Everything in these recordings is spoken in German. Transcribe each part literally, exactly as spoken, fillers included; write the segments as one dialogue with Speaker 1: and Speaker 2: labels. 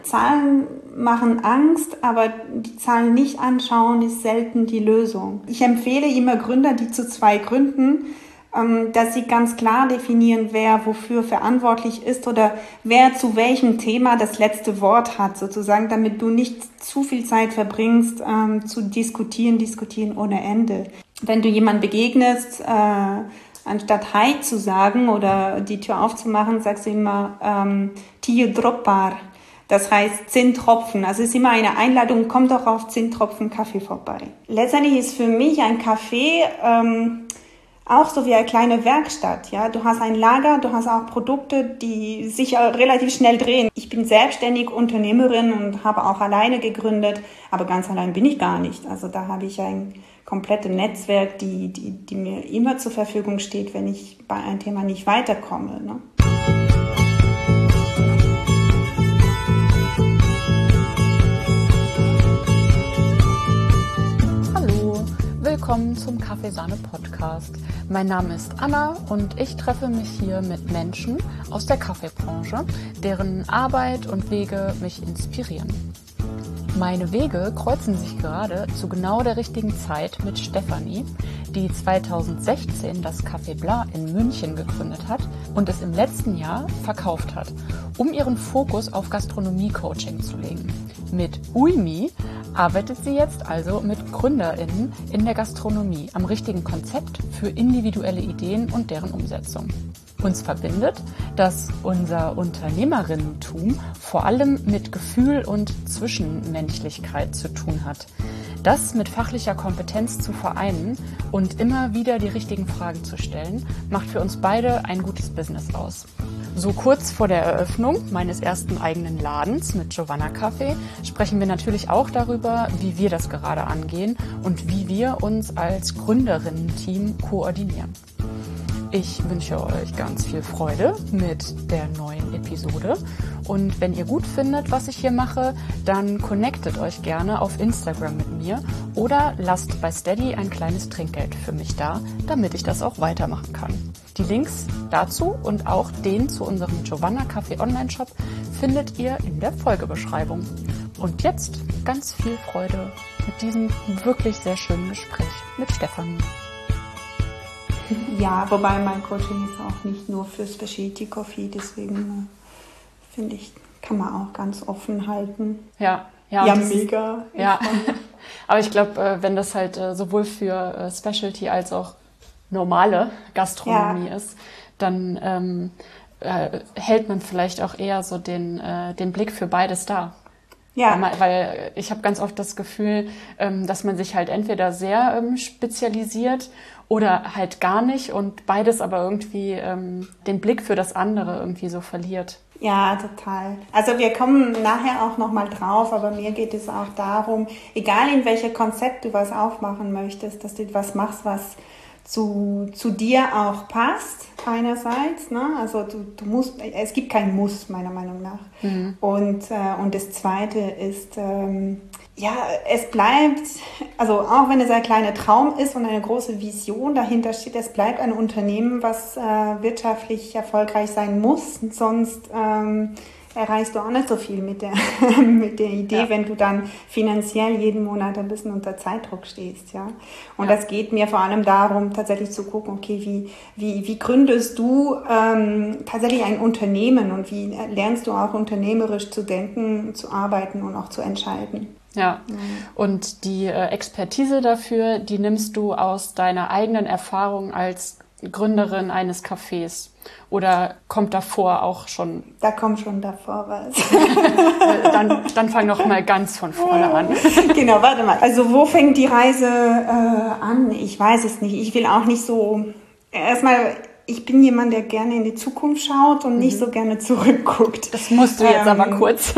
Speaker 1: Zahlen machen Angst, aber die Zahlen nicht anschauen ist selten die Lösung. Ich empfehle immer Gründer, die zu zwei gründen, dass sie ganz klar definieren, wer wofür verantwortlich ist oder wer zu welchem Thema das letzte Wort hat, sozusagen, damit du nicht zu viel Zeit verbringst, ähm, zu diskutieren, diskutieren ohne Ende. Wenn du jemandem begegnest, äh, anstatt Hi zu sagen oder die Tür aufzumachen, sagst du immer ähm, Tio droppar. Das heißt zehn Tropfen. Also es ist immer eine Einladung, komm doch auf zehn Tropfen Kaffee vorbei. Letztendlich ist für mich ein Kaffee ähm, auch so wie eine kleine Werkstatt, ja. Du hast ein Lager, du hast auch Produkte, die sich relativ schnell drehen. Ich bin selbstständig Unternehmerin und habe auch alleine gegründet, aber ganz allein bin ich gar nicht. Also da habe ich ein komplettes Netzwerk, die, die, die mir immer zur Verfügung steht, wenn ich bei einem Thema nicht weiterkomme, ne?
Speaker 2: Willkommen zum Kaffeesahne-Podcast. Mein Name ist Anna und ich treffe mich hier mit Menschen aus der Kaffeebranche, deren Arbeit und Wege mich inspirieren. Meine Wege kreuzen sich gerade zu genau der richtigen Zeit mit Stefanie, die zweitausendsechzehn das Café Bla in München gegründet hat und es im letzten Jahr verkauft hat, um ihren Fokus auf Gastronomie-Coaching zu legen. Mit Uimi arbeitet sie jetzt also mit GründerInnen in der Gastronomie am richtigen Konzept für individuelle Ideen und deren Umsetzung. Uns verbindet, dass unser Unternehmerinnentum vor allem mit Gefühl und Zwischenmenschlichkeit zu tun hat. Das mit fachlicher Kompetenz zu vereinen und immer wieder die richtigen Fragen zu stellen, macht für uns beide ein gutes Business aus. So kurz vor der Eröffnung meines ersten eigenen Ladens mit Giovanna Kaffee sprechen wir natürlich auch darüber, wie wir das gerade angehen und wie wir uns als Gründerinnen-Team koordinieren. Ich wünsche euch ganz viel Freude mit der neuen Episode und wenn ihr gut findet, was ich hier mache, dann connectet euch gerne auf Instagram mit mir oder lasst bei Steady ein kleines Trinkgeld für mich da, damit ich das auch weitermachen kann. Die Links dazu und auch den zu unserem Giovanna Kaffee Online-Shop findet ihr in der Folgebeschreibung. Und jetzt ganz viel Freude mit diesem wirklich sehr schönen Gespräch mit Stefanie.
Speaker 1: Ja, wobei mein Coaching ist auch nicht nur für Specialty Coffee, deswegen äh, finde ich, kann man auch ganz offen halten.
Speaker 2: Ja, ja,
Speaker 1: ja
Speaker 2: das
Speaker 1: mega.
Speaker 2: Ist, ja, aber ich glaube, äh, wenn das halt äh, sowohl für äh, Specialty als auch normale Gastronomie ja. ist, dann ähm, äh, hält man vielleicht auch eher so den, äh, den Blick für beides da. Ja. Weil, weil ich habe ganz oft das Gefühl, ähm, dass man sich halt entweder sehr ähm, spezialisiert oder halt gar nicht und beides aber irgendwie ähm, den Blick für das andere irgendwie so verliert.
Speaker 1: Ja, total. Also wir kommen nachher auch nochmal drauf, aber mir geht es auch darum, egal in welchem Konzept du was aufmachen möchtest, dass du etwas machst, was zu, zu dir auch passt, einerseits, ne? Also du, du musst, es gibt kein Muss, meiner Meinung nach. Mhm. Und, äh, und das Zweite ist, ähm, ja, es bleibt, also auch wenn es ein kleiner Traum ist und eine große Vision dahinter steht, es bleibt ein Unternehmen, was äh, wirtschaftlich erfolgreich sein muss, sonst ähm, erreichst du auch nicht so viel mit der, mit der Idee, ja. wenn du dann finanziell jeden Monat ein bisschen unter Zeitdruck stehst, ja. Und ja. das geht mir vor allem darum, tatsächlich zu gucken, okay, wie, wie, wie gründest du ähm, tatsächlich ein Unternehmen und wie lernst du auch unternehmerisch zu denken, zu arbeiten und auch zu entscheiden.
Speaker 2: Ja, und die äh, Expertise dafür, die nimmst du aus deiner eigenen Erfahrung als Gründerin eines Cafés oder kommt davor auch schon?
Speaker 1: Da kommt schon davor was.
Speaker 2: dann, dann fang noch mal ganz von vorne an.
Speaker 1: Genau, warte mal. Also wo fängt die Reise äh, an? Ich weiß es nicht. Ich will auch nicht so, erstmal, ich bin jemand, der gerne in die Zukunft schaut und mhm. nicht so gerne zurückguckt.
Speaker 2: Das musst du jetzt ähm, aber kurz.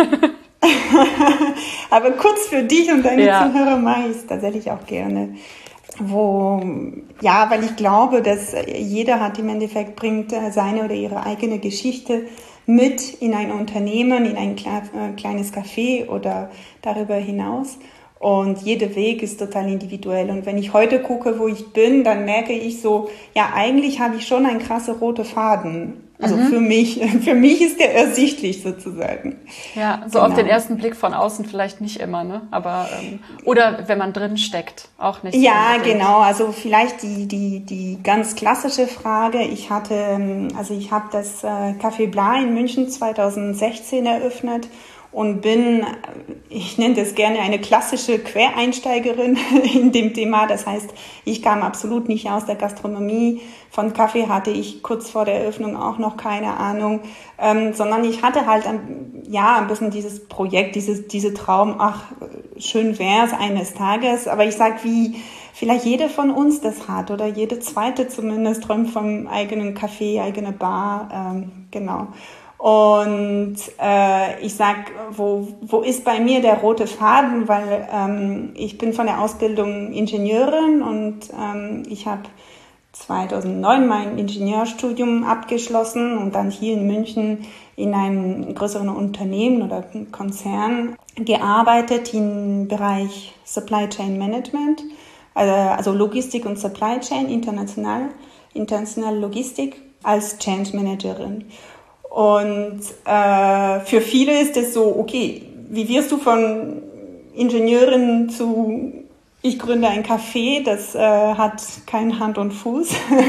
Speaker 1: Aber kurz für dich und deine
Speaker 2: ja.
Speaker 1: Zuhörer mache ich es tatsächlich auch gerne. Wo, ja, weil ich glaube, dass jeder hat im Endeffekt, bringt seine oder ihre eigene Geschichte mit in ein Unternehmen, in ein kleines Café oder darüber hinaus. Und jeder Weg ist total individuell. Und wenn ich heute gucke, wo ich bin, dann merke ich so, ja, eigentlich habe ich schon einen krassen roten Faden. Also mhm. für mich, für mich ist der ersichtlich sozusagen.
Speaker 2: Ja, so genau. Auf den ersten Blick von außen vielleicht nicht immer, ne? Aber ähm, oder wenn man drin steckt, auch nicht.
Speaker 1: Ja, unbedingt. Genau. Also vielleicht die die die ganz klassische Frage. Ich hatte, also ich habe das äh, Café Bla in München zweitausendsechzehn eröffnet. Und bin, ich nenne das gerne eine klassische Quereinsteigerin in dem Thema. Das heißt, ich kam absolut nicht aus der Gastronomie. Von Kaffee hatte ich kurz vor der Eröffnung auch noch keine Ahnung, ähm, sondern ich hatte halt ein, ja ein bisschen dieses Projekt, dieses diese Traum. Ach, schön wär's eines Tages. Aber ich sag, wie vielleicht jede von uns das hat oder jede zweite zumindest träumt vom eigenen Café, eigene Bar, ähm, genau. Und äh, ich sag, wo wo ist bei mir der rote Faden, weil ähm, ich bin von der Ausbildung Ingenieurin und ähm, ich habe zweitausendneun mein Ingenieurstudium abgeschlossen und dann hier in München in einem größeren Unternehmen oder Konzern gearbeitet im Bereich Supply Chain Management, also, also Logistik und Supply Chain, international, internationale Logistik als Change Managerin. Und äh, für viele ist es so, okay, wie wirst du von Ingenieurin zu, ich gründe ein Café, das äh, hat kein Hand und Fuß.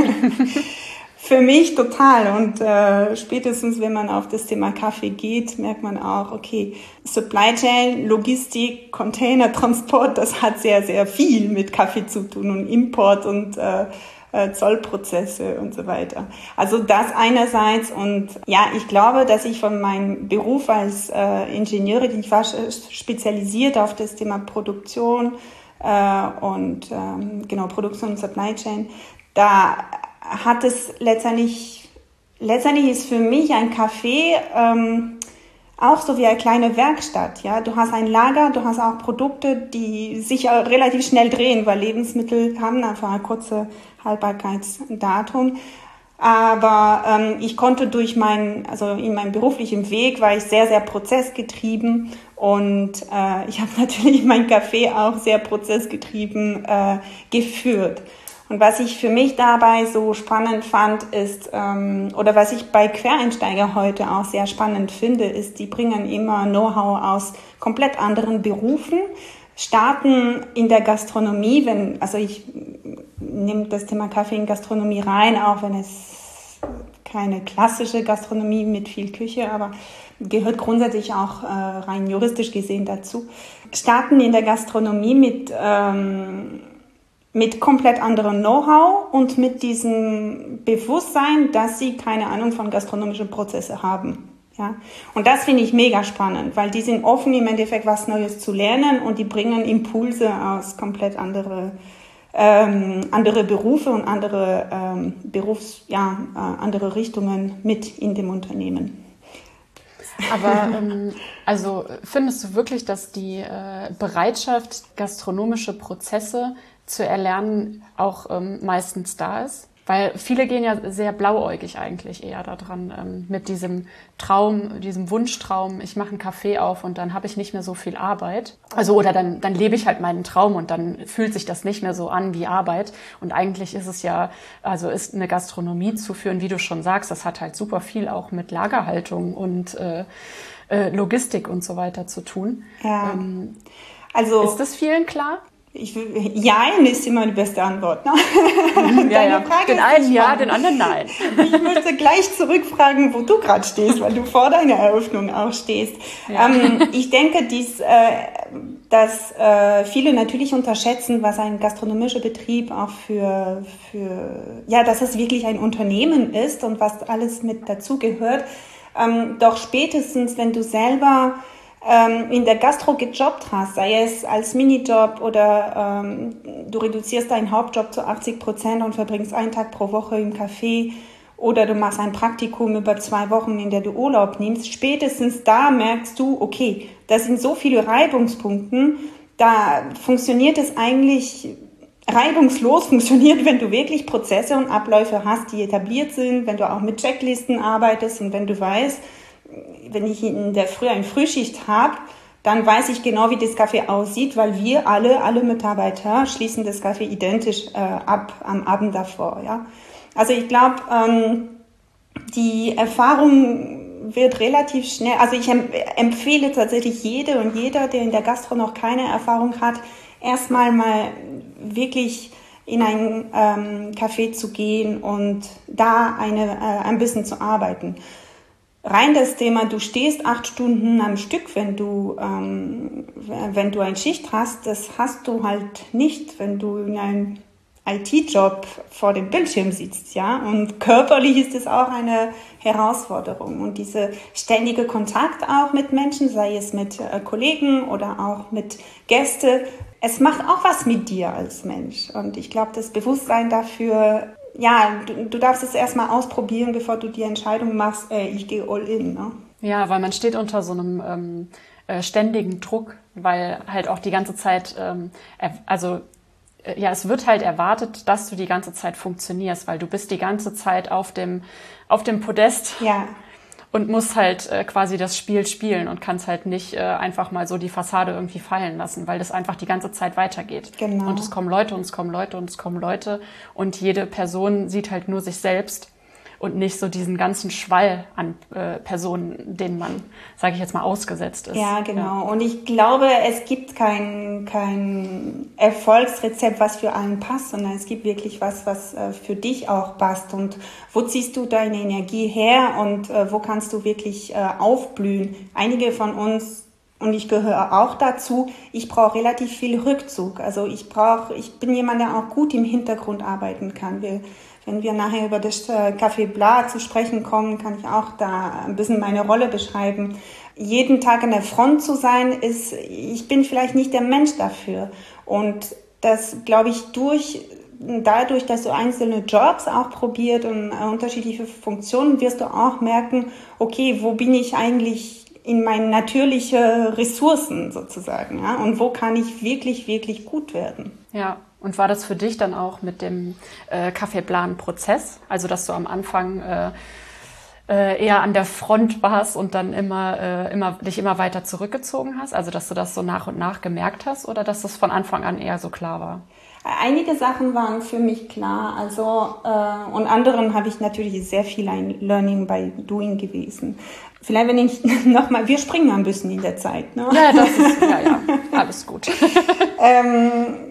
Speaker 1: Für mich total. Und äh, spätestens, wenn man auf das Thema Kaffee geht, merkt man auch, okay, Supply Chain, Logistik, Container, Transport, das hat sehr, sehr viel mit Kaffee zu tun und Import und äh, Zollprozesse und so weiter. Also das einerseits und ja, ich glaube, dass ich von meinem Beruf als äh, Ingenieurin, ich war spezialisiert auf das Thema Produktion äh, und ähm, genau Produktion und Supply Chain, da hat es letztendlich, letztendlich ist für mich ein Café ähm, auch so wie eine kleine Werkstatt. Ja, du hast ein Lager, du hast auch Produkte, die sich relativ schnell drehen, weil Lebensmittel haben einfach eine kurze Haltbarkeitsdatum. Aber ähm, ich konnte durch mein, also in meinem beruflichen Weg war ich sehr, sehr prozessgetrieben und äh, ich habe natürlich mein Café auch sehr prozessgetrieben äh, geführt. Und was ich für mich dabei so spannend fand, ist, ähm, oder was ich bei Quereinsteiger heute auch sehr spannend finde, ist, die bringen immer Know-how aus komplett anderen Berufen, starten in der Gastronomie, wenn, also ich nehme das Thema Kaffee in Gastronomie rein, auch wenn es keine klassische Gastronomie mit viel Küche, aber gehört grundsätzlich auch äh, rein juristisch gesehen dazu, starten in der Gastronomie mit ähm, mit komplett anderem Know-how und mit diesem Bewusstsein, dass sie keine Ahnung von gastronomischen Prozessen haben. Ja, und das finde ich mega spannend, weil die sind offen im Endeffekt was Neues zu lernen und die bringen Impulse aus komplett andere ähm, andere Berufe und andere ähm, Berufs ja äh, andere Richtungen mit in dem Unternehmen.
Speaker 2: Aber ähm, also findest du wirklich, dass die äh, Bereitschaft, gastronomische Prozesse zu erlernen, auch ähm, meistens da ist? Weil viele gehen ja sehr blauäugig eigentlich eher daran, ähm, mit diesem Traum, diesem Wunschtraum, ich mache einen Café auf und dann habe ich nicht mehr so viel Arbeit. Also oder dann dann lebe ich halt meinen Traum und dann fühlt sich das nicht mehr so an wie Arbeit. Und eigentlich ist es ja, also ist eine Gastronomie zu führen, wie du schon sagst, das hat halt super viel auch mit Lagerhaltung und äh, äh, Logistik und so weiter zu tun.
Speaker 1: Ja.
Speaker 2: Ähm,
Speaker 1: also
Speaker 2: ist das vielen klar?
Speaker 1: Ich will, Jein ist immer die beste Antwort. Ne?
Speaker 2: Ja, ja. Den einen ja, den anderen nein.
Speaker 1: Ich möchte gleich zurückfragen, wo du gerade stehst, weil du vor deiner Eröffnung auch stehst. Ja. Ähm, ich denke, dies, äh, dass äh, viele natürlich unterschätzen, was ein gastronomischer Betrieb auch für, für, ja, dass es wirklich ein Unternehmen ist und was alles mit dazugehört. Ähm, doch spätestens, wenn du selber in der Gastro gejobbt hast, sei es als Minijob oder ähm, du reduzierst deinen Hauptjob zu achtzig Prozent und verbringst einen Tag pro Woche im Café oder du machst ein Praktikum über zwei Wochen, in der du Urlaub nimmst, spätestens da merkst du, okay, das sind so viele Reibungspunkte, da funktioniert es eigentlich reibungslos, funktioniert, wenn du wirklich Prozesse und Abläufe hast, die etabliert sind, wenn du auch mit Checklisten arbeitest und wenn du weißt, wenn ich in der Früh eine Frühschicht habe, dann weiß ich genau, wie das Café aussieht, weil wir alle, alle Mitarbeiter schließen das Café identisch äh, ab am Abend davor. Ja, also ich glaube, ähm, Die Erfahrung wird relativ schnell, also ich empfehle tatsächlich jede und jeder, der in der Gastro noch keine Erfahrung hat, erstmal mal wirklich in ein ähm, Café zu gehen und da eine, äh, ein bisschen zu arbeiten. Rein das Thema, du stehst acht Stunden am Stück, wenn du, ähm, wenn du eine Schicht hast, das hast du halt nicht, wenn du in einem I T-Job vor dem Bildschirm sitzt, ja. Und körperlich ist es auch eine Herausforderung. Und diese ständige Kontakt auch mit Menschen, sei es mit äh, Kollegen oder auch mit Gästen, es macht auch was mit dir als Mensch. Und ich glaube, das Bewusstsein dafür, ja, du, du darfst es erstmal ausprobieren, bevor du die Entscheidung machst, äh, ich gehe all in, ne?
Speaker 2: Ja, weil man steht unter so einem ähm, äh, ständigen Druck, weil halt auch die ganze Zeit, ähm, also ja, es wird halt erwartet, dass du die ganze Zeit funktionierst, weil du bist die ganze Zeit auf dem, auf dem Podest,
Speaker 1: ja,
Speaker 2: und musst halt äh, quasi das Spiel spielen und kannst halt nicht äh, einfach mal so die Fassade irgendwie fallen lassen, weil das einfach die ganze Zeit weitergeht.
Speaker 1: Genau.
Speaker 2: Und es kommen Leute und es kommen Leute und es kommen Leute und jede Person sieht halt nur sich selbst und nicht so diesen ganzen Schwall an äh, Personen, denen man, sage ich jetzt mal, ausgesetzt ist.
Speaker 1: Ja, genau. Ja. Und ich glaube, es gibt kein, kein Erfolgsrezept, was für allen passt, sondern es gibt wirklich was, was äh, für dich auch passt. Und wo ziehst du deine Energie her und äh, wo kannst du wirklich äh, aufblühen? Einige von uns, und ich gehöre auch dazu, ich brauche relativ viel Rückzug. Also ich brauche, ich bin jemand, der auch gut im Hintergrund arbeiten kann. Wir Wenn wir nachher über das Café Bla zu sprechen kommen, kann ich auch da ein bisschen meine Rolle beschreiben. Jeden Tag an der Front zu sein, ist, ich bin vielleicht nicht der Mensch dafür. Und das, glaube ich, durch, dadurch, dass du einzelne Jobs auch probiert und unterschiedliche Funktionen, wirst du auch merken, okay, wo bin ich eigentlich in meinen natürlichen Ressourcen sozusagen, ja? Und wo kann ich wirklich, wirklich gut werden?
Speaker 2: Ja. Und war das für dich dann auch mit dem äh, Café Bla ein Prozess? Also, dass du am Anfang äh, äh, eher an der Front warst und dann immer, äh, immer, dich immer weiter zurückgezogen hast? Also, dass du das so nach und nach gemerkt hast oder dass das von Anfang an eher so klar war?
Speaker 1: Einige Sachen waren für mich klar, also äh, und anderen habe ich natürlich sehr viel ein Learning by Doing gewesen. Vielleicht, wenn ich nochmal, wir springen ein bisschen in der Zeit, ne?
Speaker 2: Ja, das ist, ja, ja, alles gut.
Speaker 1: ähm,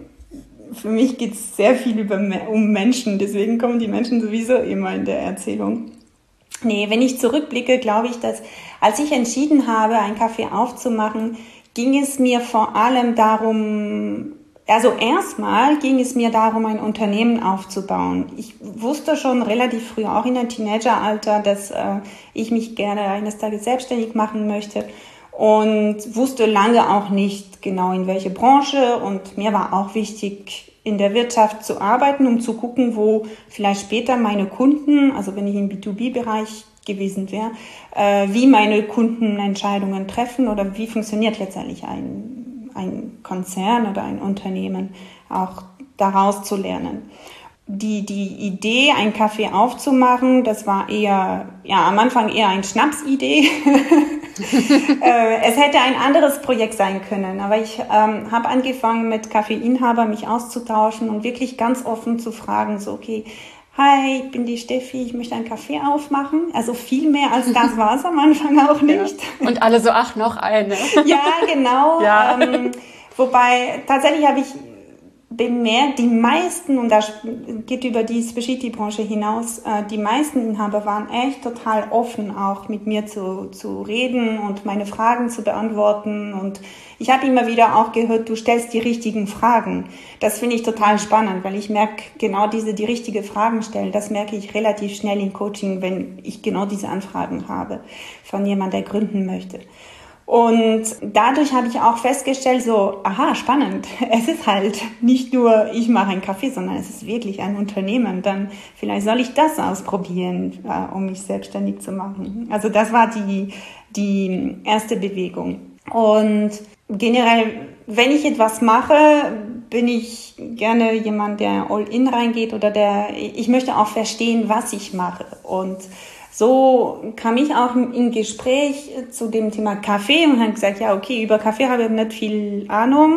Speaker 1: Für mich geht es sehr viel über, um Menschen, deswegen kommen die Menschen sowieso immer in der Erzählung. Nee, wenn ich zurückblicke, glaube ich, dass als ich entschieden habe, ein Café aufzumachen, ging es mir vor allem darum, also erstmal ging es mir darum, ein Unternehmen aufzubauen. Ich wusste schon relativ früh, auch in der Teenageralter, dass äh, ich mich gerne eines Tages selbstständig machen möchte. Und wusste lange auch nicht genau in welche Branche, und mir war auch wichtig, in der Wirtschaft zu arbeiten, um zu gucken, wo vielleicht später meine Kunden, also wenn ich im B zwei B-Bereich gewesen wäre, äh, wie meine Kunden Entscheidungen treffen oder wie funktioniert letztendlich ein, ein Konzern oder ein Unternehmen, auch daraus zu lernen. Die, die Idee, ein Café aufzumachen, das war eher, ja, am Anfang eher eine Schnapsidee. Es hätte ein anderes Projekt sein können, aber ich ähm, habe angefangen, mit Kaffeeinhaber mich auszutauschen und wirklich ganz offen zu fragen, so, okay, hi, ich bin die Steffi, ich möchte einen Kaffee aufmachen. Also viel mehr als das war es am Anfang auch nicht.
Speaker 2: Ja. Und alle so, ach, noch eine.
Speaker 1: Ja, genau.
Speaker 2: Ja.
Speaker 1: Ähm, wobei, tatsächlich habe ich bemerkt, die meisten, und das geht über die Specialty-Branche hinaus, äh, die meisten Inhaber waren echt total offen, auch mit mir zu, zu reden und meine Fragen zu beantworten. Und ich habe immer wieder auch gehört, du stellst die richtigen Fragen. Das finde ich total spannend, weil ich merke, genau diese, die richtige Fragen stellen, das merke ich relativ schnell im Coaching, wenn ich genau diese Anfragen habe von jemandem, der gründen möchte. Und dadurch habe ich auch festgestellt, so, aha, spannend, es ist halt nicht nur, ich mache einen Kaffee, sondern es ist wirklich ein Unternehmen. Dann vielleicht soll ich das ausprobieren, äh, um mich selbstständig zu machen. Also das war die, die erste Bewegung. Und generell, wenn ich etwas mache, bin ich gerne jemand, der all in reingeht oder der, ich möchte auch verstehen, was ich mache. Und so kam ich auch im Gespräch zu dem Thema Kaffee und habe gesagt, ja, okay, über Kaffee habe ich nicht viel Ahnung.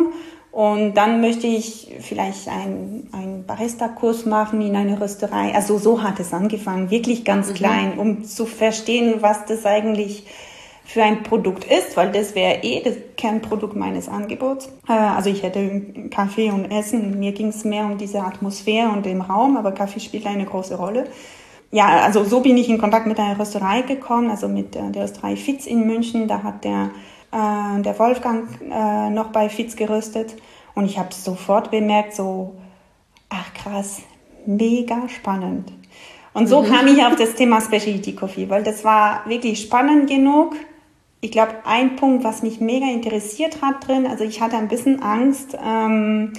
Speaker 1: Und dann möchte ich vielleicht einen, einen Barista-Kurs machen in einer Rösterei. Also so hat es angefangen, wirklich ganz mhm. klein, um zu verstehen, was das eigentlich für ein Produkt ist, weil das wäre eh das Kernprodukt meines Angebots. Äh, also ich hätte Kaffee und Essen. Mir ging es mehr um diese Atmosphäre und den Raum, aber Kaffee spielt eine große Rolle. Ja, also so bin ich in Kontakt mit einer Rösterei gekommen, also mit äh, der Rösterei Fitz in München. Da hat der, äh, der Wolfgang äh, noch bei Fitz geröstet und ich habe sofort bemerkt, so, ach krass, mega spannend. Und so mhm. kam ich auf das Thema Specialty Coffee, weil das war wirklich spannend genug. Ich glaube, ein Punkt, was mich mega interessiert hat drin, also ich hatte ein bisschen Angst. Ähm,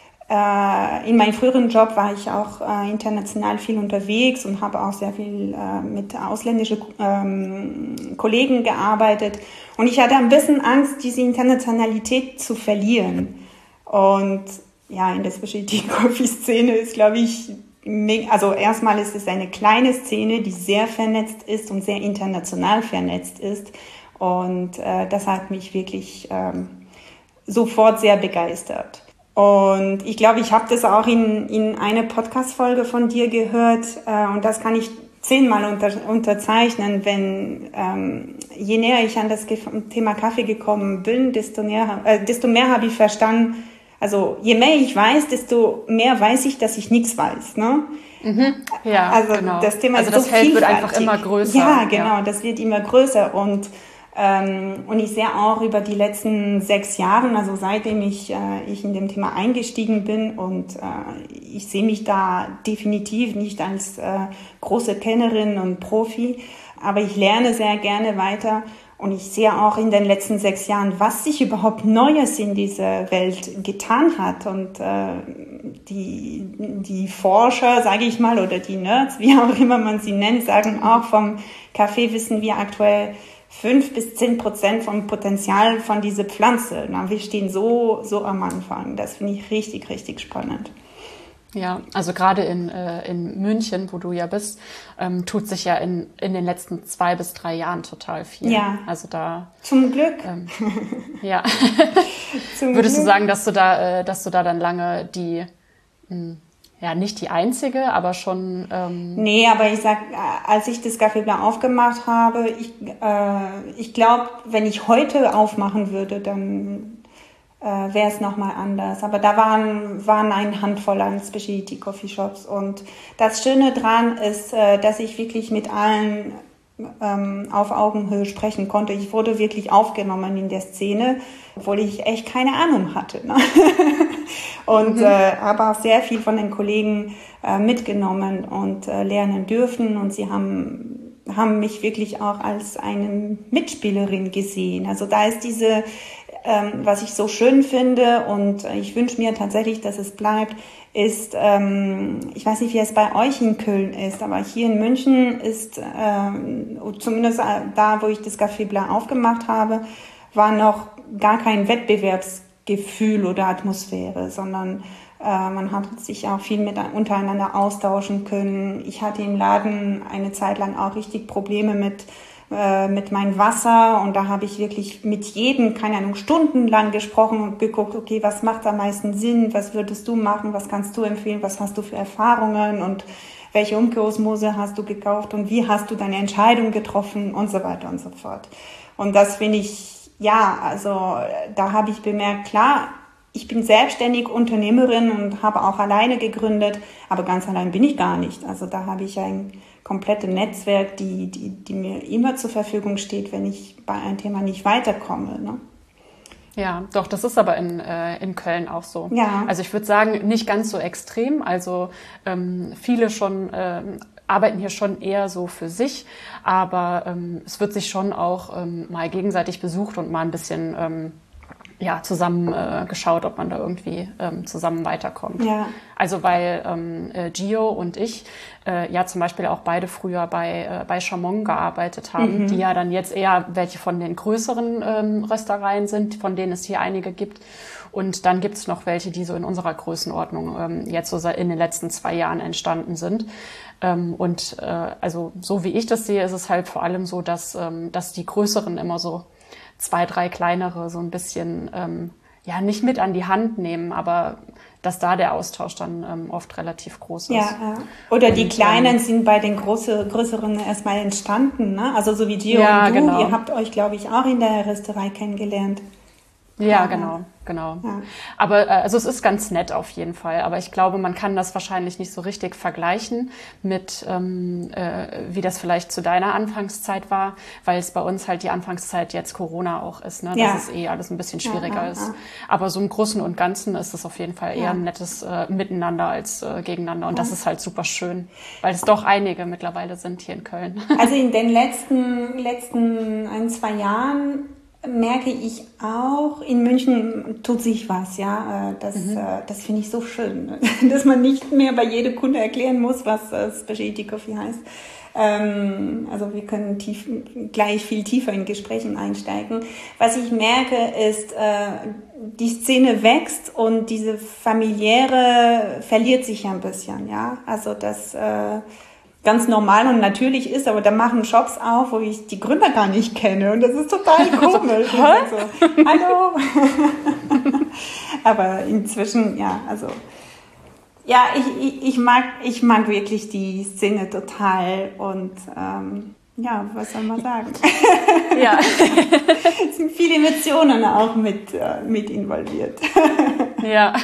Speaker 1: äh, in meinem früheren Job war ich auch äh, international viel unterwegs und habe auch sehr viel äh, mit ausländischen ähm, Kollegen gearbeitet. Und ich hatte ein bisschen Angst, diese Internationalität zu verlieren. Und ja, in der Specialty Coffee Szene ist, glaube ich, also erstmal ist es eine kleine Szene, die sehr vernetzt ist und sehr international vernetzt ist. Und äh, das hat mich wirklich ähm, sofort sehr begeistert. Und ich glaube, ich habe das auch in, in einer Podcast-Folge von dir gehört. Äh, und das kann ich zehnmal unter, unterzeichnen, wenn ähm, je näher ich an das Thema Kaffee gekommen bin, desto, näher, äh, desto mehr habe ich verstanden. Also je mehr ich weiß, desto mehr weiß ich, dass ich nichts weiß. Ne?
Speaker 2: Mhm. Ja,
Speaker 1: also
Speaker 2: genau.
Speaker 1: Das Thema
Speaker 2: also
Speaker 1: ist
Speaker 2: das
Speaker 1: so
Speaker 2: Feld
Speaker 1: vielfältig.
Speaker 2: wird einfach immer größer.
Speaker 1: Ja, genau, ja. Das wird immer größer. Und ähm, und ich sehe auch über die letzten sechs Jahre, also seitdem ich äh, ich in dem Thema eingestiegen bin, und äh, ich sehe mich da definitiv nicht als äh, große Kennerin und Profi, aber ich lerne sehr gerne weiter. Und ich sehe auch in den letzten sechs Jahren, was sich überhaupt Neues in dieser Welt getan hat. Und äh, die, die Forscher, sage ich mal, oder die Nerds, wie auch immer man sie nennt, sagen auch, vom Kaffee wissen wir aktuell fünf bis zehn Prozent vom Potenzial von dieser Pflanze. Na, wir stehen so, so am Anfang. Das finde ich richtig, richtig spannend.
Speaker 2: Ja, also gerade in, äh, in München, wo du ja bist, ähm, tut sich ja in, in den letzten zwei bis drei Jahren total viel.
Speaker 1: Ja.
Speaker 2: Also da.
Speaker 1: Zum Glück.
Speaker 2: Ähm, ja.
Speaker 1: Zum
Speaker 2: Würdest
Speaker 1: Glück.
Speaker 2: du sagen, dass du da, äh, dass du da dann lange die, mh, ja, nicht die einzige, aber schon. Ähm
Speaker 1: nee, aber ich sag, als ich das Café Blanc aufgemacht habe, ich, äh, ich glaube, wenn ich heute aufmachen würde, dann äh, wäre es nochmal anders. Aber da waren, waren eine Handvoll an Specialty Coffee Shops. Und das Schöne dran ist, äh, dass ich wirklich mit allen ähm, auf Augenhöhe sprechen konnte. Ich wurde wirklich aufgenommen in der Szene, obwohl ich echt keine Ahnung hatte. Ne? Und mhm. äh, habe auch sehr viel von den Kollegen äh, mitgenommen und äh, lernen dürfen. Und sie haben, haben mich wirklich auch als eine Mitspielerin gesehen. Also da ist diese, ähm, was ich so schön finde, und ich wünsche mir tatsächlich, dass es bleibt, ist, ähm, ich weiß nicht, wie es bei euch in Köln ist, aber hier in München ist, ähm, zumindest da, wo ich das Café Blanc aufgemacht habe, war noch gar kein Wettbewerbsgefühl oder Atmosphäre, sondern äh, man hat sich auch viel mit, untereinander austauschen können. Ich hatte im Laden eine Zeit lang auch richtig Probleme mit äh, mit meinem Wasser, und da habe ich wirklich mit jedem, keine Ahnung, stundenlang gesprochen und geguckt, okay, was macht am meisten Sinn, was würdest du machen, was kannst du empfehlen, was hast du für Erfahrungen und welche Umkehrosmose hast du gekauft und wie hast du deine Entscheidung getroffen und so weiter und so fort. Und das finde ich, ja, also da habe ich bemerkt, klar, ich bin selbstständig Unternehmerin und habe auch alleine gegründet, aber ganz allein bin ich gar nicht. Also da habe ich ein komplettes Netzwerk, die, die, die mir immer zur Verfügung steht, wenn ich bei einem Thema nicht weiterkomme. Ne?
Speaker 2: Ja, doch, das ist aber in, äh, in Köln auch so.
Speaker 1: Ja.
Speaker 2: Also ich würde sagen, nicht ganz so extrem. Also ähm, viele schon ähm, arbeiten hier schon eher so für sich, aber ähm, es wird sich schon auch ähm, mal gegenseitig besucht und mal ein bisschen ähm, ja, zusammen äh, geschaut, ob man da irgendwie ähm, zusammen weiterkommt.
Speaker 1: Ja.
Speaker 2: Also weil ähm, äh, Gio und ich äh, ja zum Beispiel auch beide früher bei äh, bei Chamon gearbeitet haben, mhm. die ja dann jetzt eher welche von den größeren ähm, Röstereien sind, von denen es hier einige gibt. Und dann gibt's noch welche, die so in unserer Größenordnung ähm, jetzt so in den letzten zwei Jahren entstanden sind. Ähm, und äh, also so wie ich das sehe, ist es halt vor allem so, dass ähm, dass die größeren immer so zwei, drei kleinere so ein bisschen ähm, ja, nicht mit an die Hand nehmen, aber dass da der Austausch dann ähm, oft relativ groß ist.
Speaker 1: Ja, ja. Oder die
Speaker 2: und,
Speaker 1: Kleinen
Speaker 2: ähm,
Speaker 1: sind bei den große, Größeren erstmal entstanden, ne? Also so wie Gio
Speaker 2: ja,
Speaker 1: und du,
Speaker 2: genau.
Speaker 1: ihr habt euch, glaube ich, auch in der Rösterei kennengelernt.
Speaker 2: Ja,
Speaker 1: Ja.
Speaker 2: genau, genau.
Speaker 1: Ja.
Speaker 2: Aber äh, also es ist ganz nett auf jeden Fall. Aber ich glaube, man kann das wahrscheinlich nicht so richtig vergleichen mit, ähm, äh, wie das vielleicht zu deiner Anfangszeit war, weil es bei uns halt die Anfangszeit jetzt Corona auch ist, ne?
Speaker 1: Ja.
Speaker 2: Dass es eh alles ein bisschen schwieriger
Speaker 1: Ja, ja,
Speaker 2: ist.
Speaker 1: ja.
Speaker 2: Aber so im Großen und Ganzen ist es auf jeden Fall eher
Speaker 1: Ja.
Speaker 2: ein nettes äh, Miteinander als äh, gegeneinander. Und das ist halt super schön, weil es doch einige mittlerweile sind hier in Köln.
Speaker 1: Also in den letzten, letzten ein, zwei Jahren merke ich auch, in München tut sich was, ja. Das, mhm. das finde ich so schön, dass man nicht mehr bei jedem Kunde erklären muss, was Specialty Coffee heißt. Also wir können tief, gleich viel tiefer in Gesprächen einsteigen. Was ich merke, ist, die Szene wächst und diese familiäre verliert sich ja ein bisschen, ja. Also das ganz normal und natürlich ist, aber da machen Shops auf, wo ich die Gründer gar nicht kenne und das ist total komisch. So, hallo! Aber inzwischen, ja, also ja, ich, ich, ich mag ich mag wirklich die Szene total und ähm, ja, was soll man sagen?
Speaker 2: Ja.
Speaker 1: Es sind viele Emotionen auch mit, äh, mit involviert.
Speaker 2: Ja.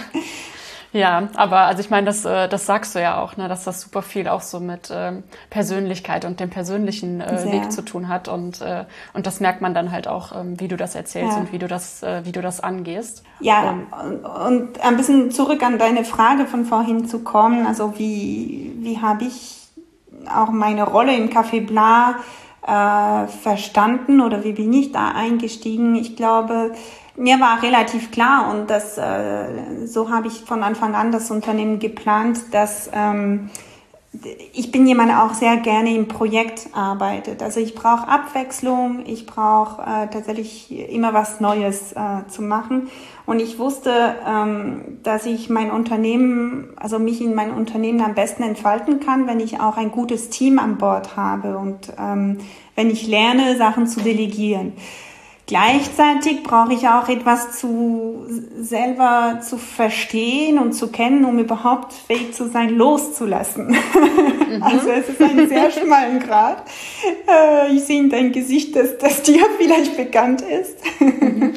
Speaker 2: Ja, aber also ich meine, das, das sagst du ja auch, ne, dass das super viel auch so mit ähm, Persönlichkeit und dem persönlichen äh, Weg zu tun hat und äh, und das merkt man dann halt auch, ähm, wie du das erzählst ja. und wie du das äh, wie du das angehst.
Speaker 1: Ja, und, und ein bisschen zurück an deine Frage von vorhin zu kommen, also wie wie habe ich auch meine Rolle im Café Bla äh, verstanden oder wie bin ich da eingestiegen? Ich glaube, mir war relativ klar und das, äh, so habe ich von Anfang an das Unternehmen geplant, dass ähm, ich bin jemand, der auch sehr gerne im Projekt arbeitet. Also ich brauche Abwechslung, ich brauche äh, tatsächlich immer was Neues äh, zu machen. Und ich wusste, ähm, dass ich mein Unternehmen, also mich in mein Unternehmen am besten entfalten kann, wenn ich auch ein gutes Team an Bord habe und ähm, wenn ich lerne, Sachen zu delegieren. Gleichzeitig brauche ich auch etwas zu selber zu verstehen und zu kennen, um überhaupt fähig zu sein, loszulassen. Mhm. Also es ist ein sehr schmalen Grad. Äh, ich sehe in dein Gesicht, dass das dir vielleicht bekannt ist. Mhm.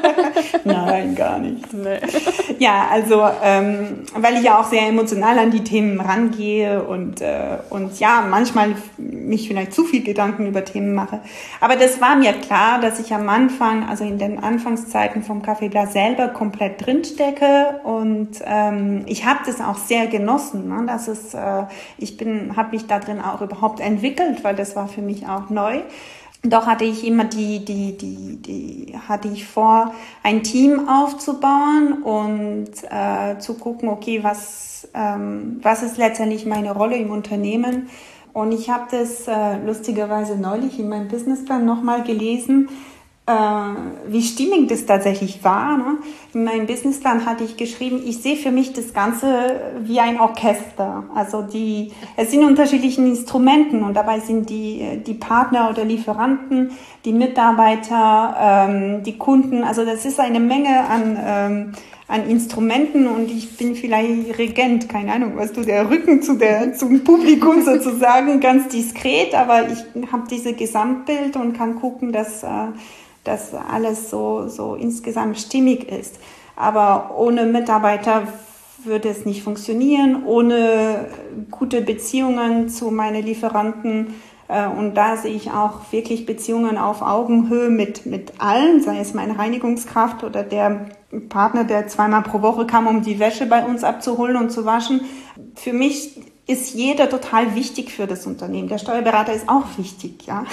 Speaker 1: Nein, gar nicht. Nee. Ja, also ähm, weil ich ja auch sehr emotional an die Themen rangehe und äh, und ja manchmal mich vielleicht zu viel Gedanken über Themen mache. Aber das war mir klar, dass ich am Anfang, also in den Anfangszeiten vom Café Bla selber komplett drinstecke und ähm, ich habe das auch sehr genossen. Ne? Das ist, äh, ich bin, habe mich da drin auch überhaupt entwickelt, weil das war für mich auch neu. Doch hatte ich immer die, die, die, die, hatte ich vor, ein Team aufzubauen und äh, zu gucken, okay, was, ähm, was ist letztendlich meine Rolle im Unternehmen? Und ich habe das äh, lustigerweise neulich in meinem Businessplan nochmal gelesen, äh, wie stimmig das tatsächlich war. Ne? In meinem Businessplan hatte ich geschrieben, ich sehe für mich das Ganze wie ein Orchester. Also die, es sind unterschiedliche Instrumenten und dabei sind die, die Partner oder Lieferanten, die Mitarbeiter, ähm, die Kunden. Also das ist eine Menge an ähm, an Instrumenten und ich bin vielleicht Regent, keine Ahnung, was du, der Rücken zu der, zum Publikum sozusagen, ganz diskret, aber ich habe diese Gesamtbild und kann gucken, dass, äh, dass alles so, so insgesamt stimmig ist. Aber ohne Mitarbeiter würde es nicht funktionieren, ohne gute Beziehungen zu meinen Lieferanten. Und da sehe ich auch wirklich Beziehungen auf Augenhöhe mit, mit allen, sei es meine Reinigungskraft oder der Partner, der zweimal pro Woche kam, um die Wäsche bei uns abzuholen und zu waschen. Für mich ist jeder total wichtig für das Unternehmen. Der Steuerberater ist auch wichtig, ja.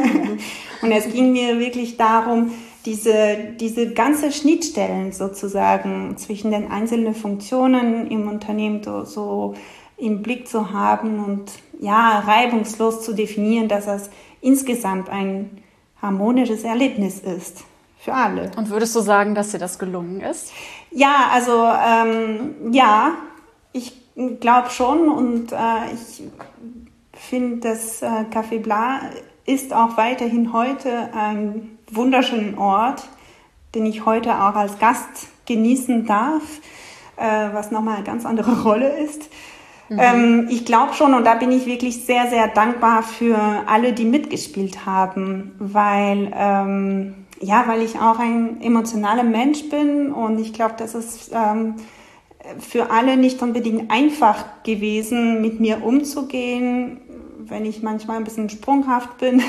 Speaker 1: Und es ging mir wirklich darum, diese, diese ganze Schnittstellen sozusagen zwischen den einzelnen Funktionen im Unternehmen so, so im Blick zu haben und ja, reibungslos zu definieren, dass das insgesamt ein harmonisches Erlebnis ist. Für alle.
Speaker 2: Und würdest du sagen, dass dir das gelungen ist?
Speaker 1: Ja, also ähm, ja, ich glaube schon und äh, ich finde, das äh, Café Bla ist auch weiterhin heute ein wunderschöner Ort, den ich heute auch als Gast genießen darf, äh, was nochmal eine ganz andere Rolle ist. Mhm. Ähm, ich glaube schon, und da bin ich wirklich sehr, sehr dankbar für alle, die mitgespielt haben, weil, ähm, ja, weil ich auch ein emotionaler Mensch bin und ich glaube, das ist ähm, für alle nicht unbedingt einfach gewesen, mit mir umzugehen, wenn ich manchmal ein bisschen sprunghaft bin.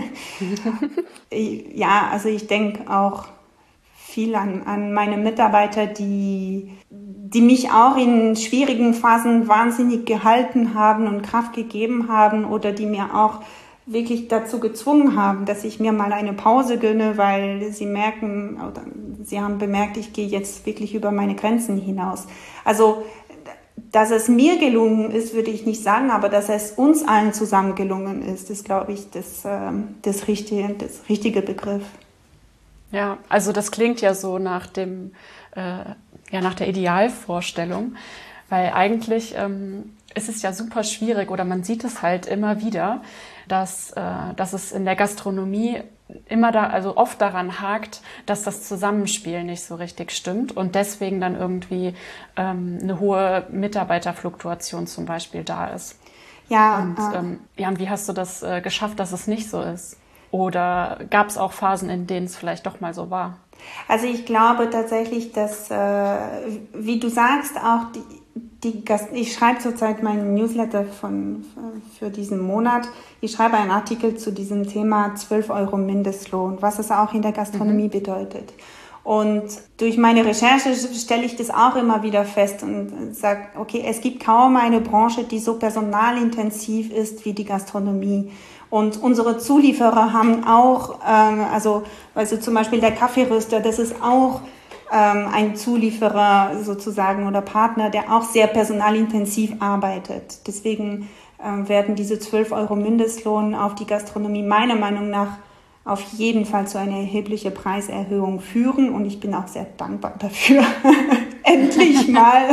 Speaker 1: Ja, also ich denke auch viel an, an meine Mitarbeiter, die, die mich auch in schwierigen Phasen wahnsinnig gehalten haben und Kraft gegeben haben oder die mir auch wirklich dazu gezwungen haben, dass ich mir mal eine Pause gönne, weil sie merken, oder sie haben bemerkt, ich gehe jetzt wirklich über meine Grenzen hinaus. Also, dass es mir gelungen ist, würde ich nicht sagen, aber dass es uns allen zusammen gelungen ist, ist, glaube ich, das, das, richtige, das richtige Begriff.
Speaker 2: Ja, also das klingt ja so nach dem, äh, ja, nach der Idealvorstellung, weil eigentlich ähm, ist es ja super schwierig oder man sieht es halt immer wieder, dass, äh, dass es in der Gastronomie immer da, also oft daran hakt, dass das Zusammenspiel nicht so richtig stimmt und deswegen dann irgendwie ähm, eine hohe Mitarbeiterfluktuation zum Beispiel da ist.
Speaker 1: Ja.
Speaker 2: Und
Speaker 1: äh,
Speaker 2: ähm, ja, und wie hast du das äh, geschafft, dass es nicht so ist? Oder gab es auch Phasen, in denen es vielleicht doch mal so war?
Speaker 1: Also ich glaube tatsächlich, dass, äh, wie du sagst, auch die, die Gast- ich schreibe zurzeit meinen Newsletter von, für diesen Monat. Ich schreibe einen Artikel zu diesem Thema zwölf Euro Mindestlohn, was es auch in der Gastronomie mhm. bedeutet. Und durch meine Recherche stelle ich das auch immer wieder fest und sage, okay, es gibt kaum eine Branche, die so personalintensiv ist wie die Gastronomie. Und unsere Zulieferer haben auch, ähm, also, also zum Beispiel der Kaffeeröster, das ist auch ähm, ein Zulieferer sozusagen oder Partner, der auch sehr personalintensiv arbeitet. Deswegen ähm, werden diese zwölf Euro Mindestlohn auf die Gastronomie meiner Meinung nach auf jeden Fall zu einer erheblichen Preiserhöhung führen. Und ich bin auch sehr dankbar dafür. Endlich mal.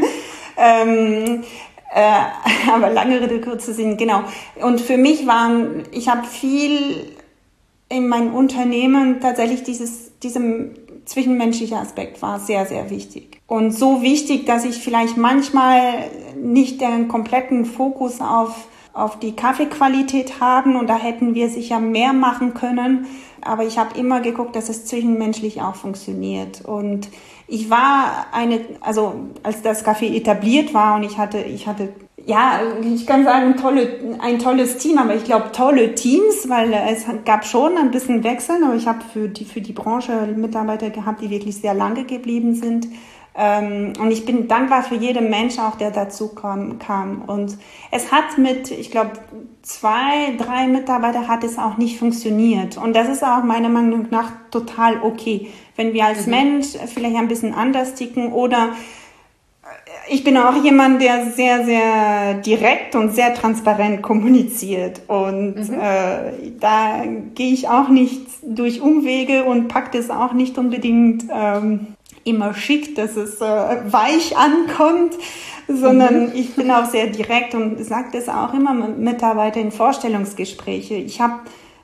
Speaker 1: ähm, Äh, aber lange Rede, kurzer Sinn, genau. Und für mich waren, ich habe viel in meinem Unternehmen tatsächlich dieses, diesem zwischenmenschliche Aspekt war sehr, sehr wichtig. Und so wichtig, dass ich vielleicht manchmal nicht den kompletten Fokus auf, auf die Kaffeequalität haben und da hätten wir sicher mehr machen können. Aber ich habe immer geguckt, dass es zwischenmenschlich auch funktioniert. Und ich war eine, also als das Café etabliert war und ich hatte, ich hatte, ja, ich kann sagen, tolle, ein tolles Team, aber ich glaube tolle Teams, weil es gab schon ein bisschen Wechseln, aber ich habe für die, für die Branche Mitarbeiter gehabt, die wirklich sehr lange geblieben sind. Und ich bin dankbar für jeden Mensch auch, der dazu kam. kam. Und es hat mit, ich glaube, zwei, drei Mitarbeiter hat es auch nicht funktioniert. Und das ist auch meiner Meinung nach total okay. Wenn wir als mhm. Mensch vielleicht ein bisschen anders ticken oder ich bin auch jemand, der sehr, sehr direkt und sehr transparent kommuniziert. Und mhm. äh, da gehe ich auch nicht durch Umwege und packe das auch nicht unbedingt ähm, immer schick, dass es äh, weich ankommt, sondern mhm. ich bin auch sehr direkt und sage das auch immer mit Mitarbeitern in Vorstellungsgespräche. Ich habe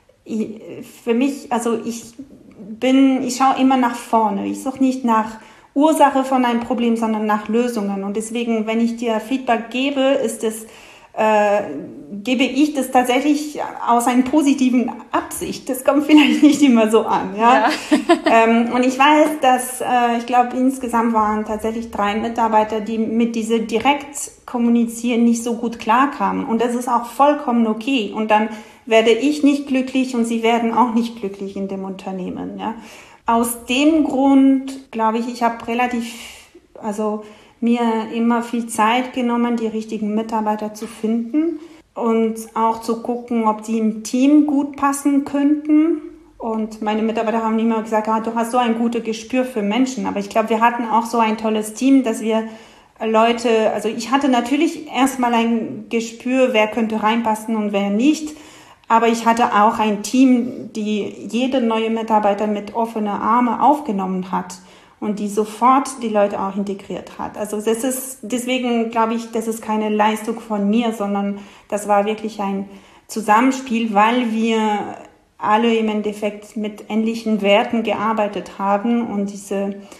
Speaker 1: für mich, also ich bin, ich schaue immer nach vorne. Ich suche nicht nach Ursache von einem Problem, sondern nach Lösungen. Und deswegen, wenn ich dir Feedback gebe, ist es Äh, gebe ich das tatsächlich aus einer positiven Absicht. Das kommt vielleicht nicht immer so an. Ja? ja. ähm, und ich weiß, dass, äh, ich glaube, insgesamt waren tatsächlich drei Mitarbeiter, die mit diese Direktkommunizieren nicht so gut klarkamen. Und das ist auch vollkommen okay. Und dann werde ich nicht glücklich und sie werden auch nicht glücklich in dem Unternehmen. Ja? Aus dem Grund, glaube ich, ich habe relativ, also mir immer viel Zeit genommen, die richtigen Mitarbeiter zu finden und auch zu gucken, ob die im Team gut passen könnten. Und meine Mitarbeiter haben immer gesagt, ah, du hast so ein gutes Gespür für Menschen. Aber ich glaube, wir hatten auch so ein tolles Team, dass wir Leute, also ich hatte natürlich erstmal ein Gespür, wer könnte reinpassen und wer nicht. Aber ich hatte auch ein Team, die jede neue Mitarbeiter mit offenen Armen aufgenommen hat. Und die sofort die Leute auch integriert hat. Also das ist, deswegen glaube ich, das ist keine Leistung von mir, sondern das war wirklich ein Zusammenspiel, weil wir alle im Endeffekt mit ähnlichen Werten gearbeitet haben und diese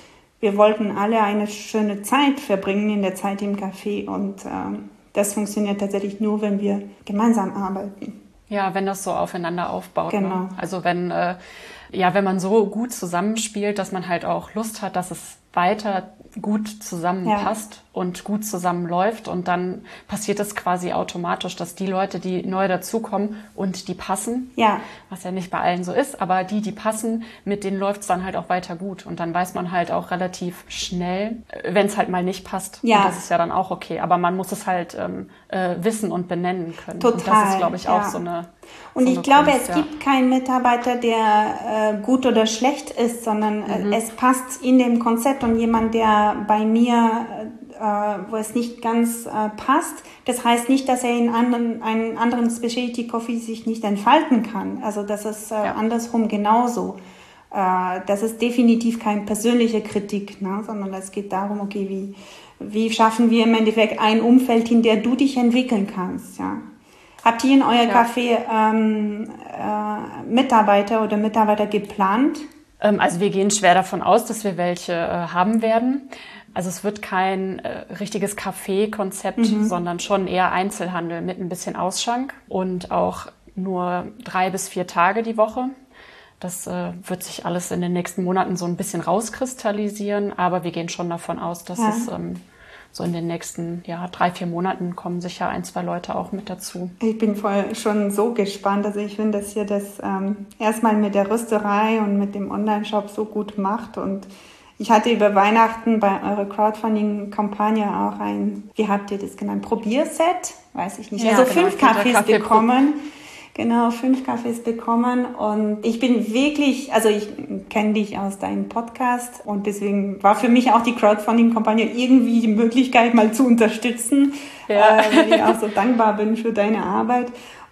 Speaker 1: wir wollten alle eine schöne Zeit verbringen in der Zeit im Café und äh, das funktioniert tatsächlich nur, wenn wir gemeinsam arbeiten.
Speaker 2: Ja, wenn das so aufeinander aufbaut.
Speaker 1: Genau.
Speaker 2: Ne? Also wenn, äh, ja, wenn man so gut zusammenspielt, dass man halt auch Lust hat, dass es weiter gut zusammenpasst ja. und gut zusammenläuft und dann passiert es quasi automatisch, dass die Leute, die neu dazukommen und die passen,
Speaker 1: ja.
Speaker 2: was ja nicht bei allen so ist, aber die, die passen, mit denen läuft es dann halt auch weiter gut und dann weiß man halt auch relativ schnell, wenn es halt mal nicht passt.
Speaker 1: Ja.
Speaker 2: Und das ist ja dann auch okay, aber man muss es halt ähm, äh, wissen und benennen können.
Speaker 1: Total.
Speaker 2: Und das ist, glaube ich, auch
Speaker 1: ja.
Speaker 2: so eine
Speaker 1: Und
Speaker 2: so
Speaker 1: ich
Speaker 2: eine
Speaker 1: glaube,
Speaker 2: Kunst,
Speaker 1: es
Speaker 2: ja.
Speaker 1: gibt keinen Mitarbeiter, der äh, gut oder schlecht ist, sondern
Speaker 2: Mhm.
Speaker 1: äh, es passt in dem Konzept und jemand, der bei mir, äh, wo es nicht ganz äh, passt, das heißt nicht, dass er in anderen, einen anderen Specialty Coffee sich nicht entfalten kann. Also das ist äh,
Speaker 2: Ja.
Speaker 1: andersrum genauso. Äh, das ist definitiv keine persönliche Kritik, ne? Sondern es geht darum, okay, wie, wie schaffen wir im Endeffekt ein Umfeld, in der du dich entwickeln kannst, ja. Habt ihr in euer
Speaker 2: Ja.
Speaker 1: Café ähm, äh, Mitarbeiter oder Mitarbeiter geplant?
Speaker 2: Ähm, also wir gehen schwer davon aus, dass wir welche äh, haben werden. Also es wird kein äh, richtiges Café-Konzept,
Speaker 1: Mhm.
Speaker 2: sondern schon eher Einzelhandel mit ein bisschen Ausschank und auch nur drei bis vier Tage die Woche. Das äh, wird sich alles in den nächsten Monaten so ein bisschen rauskristallisieren, aber wir gehen schon davon aus, dass
Speaker 1: Ja.
Speaker 2: es ähm, so in den nächsten ja, drei, vier Monaten kommen sicher ein, zwei Leute auch mit dazu.
Speaker 1: Ich bin voll schon so gespannt. Also ich finde, dass ihr das ähm, erstmal mit der Rösterei und mit dem Online-Shop so gut macht. Und ich hatte über Weihnachten bei eurer Crowdfunding-Kampagne auch ein, wie habt ihr das genannt, Probierset? Weiß ich nicht.
Speaker 2: Ja,
Speaker 1: also
Speaker 2: genau,
Speaker 1: fünf
Speaker 2: ich hatte
Speaker 1: Kaffees
Speaker 2: Kaffee-
Speaker 1: bekommen. Genau, fünf Kaffees bekommen und ich bin wirklich, also ich kenne dich aus deinem Podcast und deswegen war für mich auch die Crowdfunding-Kampagne irgendwie die Möglichkeit, mal zu unterstützen,
Speaker 2: Ja.
Speaker 1: äh, weil ich auch so dankbar bin für deine Arbeit.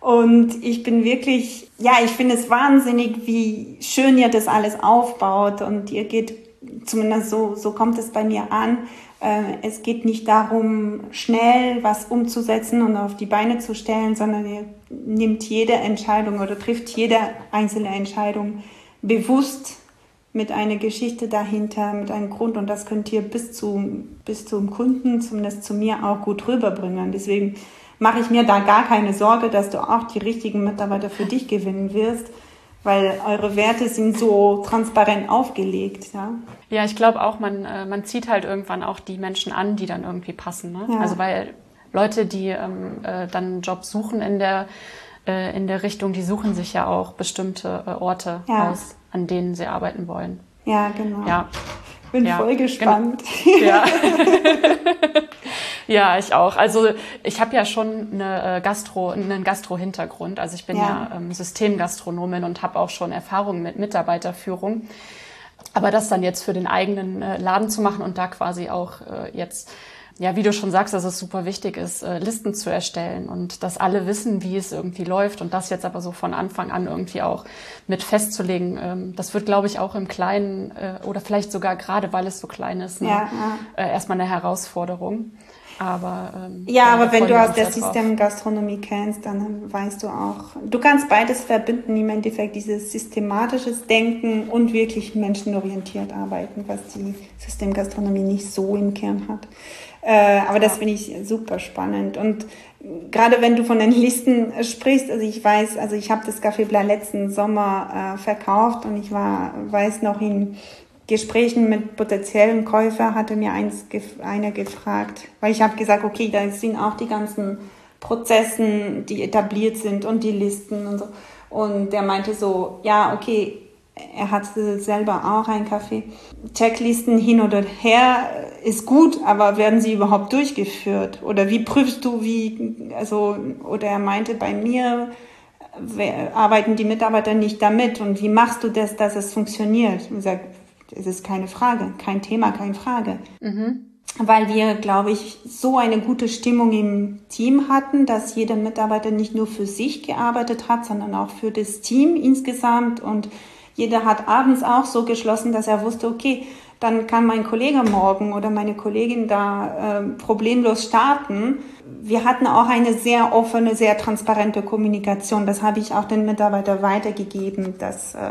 Speaker 1: Und ich bin wirklich, ja, ich finde es wahnsinnig, wie schön ihr das alles aufbaut und ihr geht, zumindest so, so kommt es bei mir an, es geht nicht darum, schnell was umzusetzen und auf die Beine zu stellen, sondern ihr nimmt jede Entscheidung oder trifft jede einzelne Entscheidung bewusst mit einer Geschichte dahinter, mit einem Grund. Und das könnt ihr bis zum, bis zum Kunden, zumindest zu mir, auch gut rüberbringen. Deswegen mache ich mir da gar keine Sorge, dass du auch die richtigen Mitarbeiter für dich gewinnen wirst, weil eure Werte sind so transparent aufgelegt, ja.
Speaker 2: Ja, ich glaube auch, man, äh, man zieht halt irgendwann auch die Menschen an, die dann irgendwie passen. Ne?
Speaker 1: Ja.
Speaker 2: Also weil Leute, die ähm, äh, dann einen Job suchen in der, äh, in der Richtung, die suchen sich ja auch bestimmte äh, Orte
Speaker 1: Ja.
Speaker 2: aus, an denen sie arbeiten wollen.
Speaker 1: Ja, genau.
Speaker 2: Ja,
Speaker 1: Bin
Speaker 2: Ja,
Speaker 1: voll gespannt.
Speaker 2: ja. Ja, ich auch. Also ich habe ja schon eine äh, Gastro, einen Gastro-Hintergrund. Also ich bin ja,
Speaker 1: Ja.
Speaker 2: ähm, Systemgastronomin und habe auch schon Erfahrung mit Mitarbeiterführung. Aber das dann jetzt für den eigenen äh, Laden zu machen und da quasi auch äh, jetzt, ja, wie du schon sagst, dass es super wichtig ist, äh, Listen zu erstellen und dass alle wissen, wie es irgendwie läuft und das jetzt aber so von Anfang an irgendwie auch mit festzulegen. Ähm, das wird, glaube ich, auch im Kleinen äh, oder vielleicht sogar gerade, weil es so klein ist, ne,
Speaker 1: Ja, ja.
Speaker 2: Äh, erstmal eine Herausforderung. Aber ähm,
Speaker 1: Ja, aber
Speaker 2: da
Speaker 1: wenn
Speaker 2: freuen
Speaker 1: du
Speaker 2: wir
Speaker 1: aus
Speaker 2: uns
Speaker 1: der
Speaker 2: sehr drauf.
Speaker 1: System Gastronomie kennst, dann weißt du auch, du kannst beides verbinden, im Endeffekt dieses systematisches Denken und wirklich menschenorientiert arbeiten, was die System Gastronomie nicht so im Kern hat. Äh, aber das finde ich super spannend. Und gerade wenn du von den Listen sprichst, also ich weiß, also ich habe das Café Blanc letzten Sommer äh, verkauft und ich war, weiß noch in Gesprächen mit potenziellen Käufern hatte mir eins, einer gefragt, weil ich habe gesagt, okay, da sind auch die ganzen Prozessen, die etabliert sind und die Listen und so. Und der meinte so, ja, okay, er hatte selber auch ein Café. Checklisten hin oder her ist gut, aber werden sie überhaupt durchgeführt? Oder wie prüfst du, wie, also, oder er meinte, bei mir arbeiten die Mitarbeiter nicht damit und wie machst du das, dass es funktioniert? Und ich sage, es ist keine Frage, kein Thema, keine Frage.
Speaker 2: Mhm.
Speaker 1: Weil wir, glaube ich, so eine gute Stimmung im Team hatten, dass jeder Mitarbeiter nicht nur für sich gearbeitet hat, sondern auch für das Team insgesamt. Und jeder hat abends auch so geschlossen, dass er wusste, okay, dann kann mein Kollege morgen oder meine Kollegin da äh, problemlos starten. Wir hatten auch eine sehr offene, sehr transparente Kommunikation. Das habe ich auch den Mitarbeitern weitergegeben, dass äh,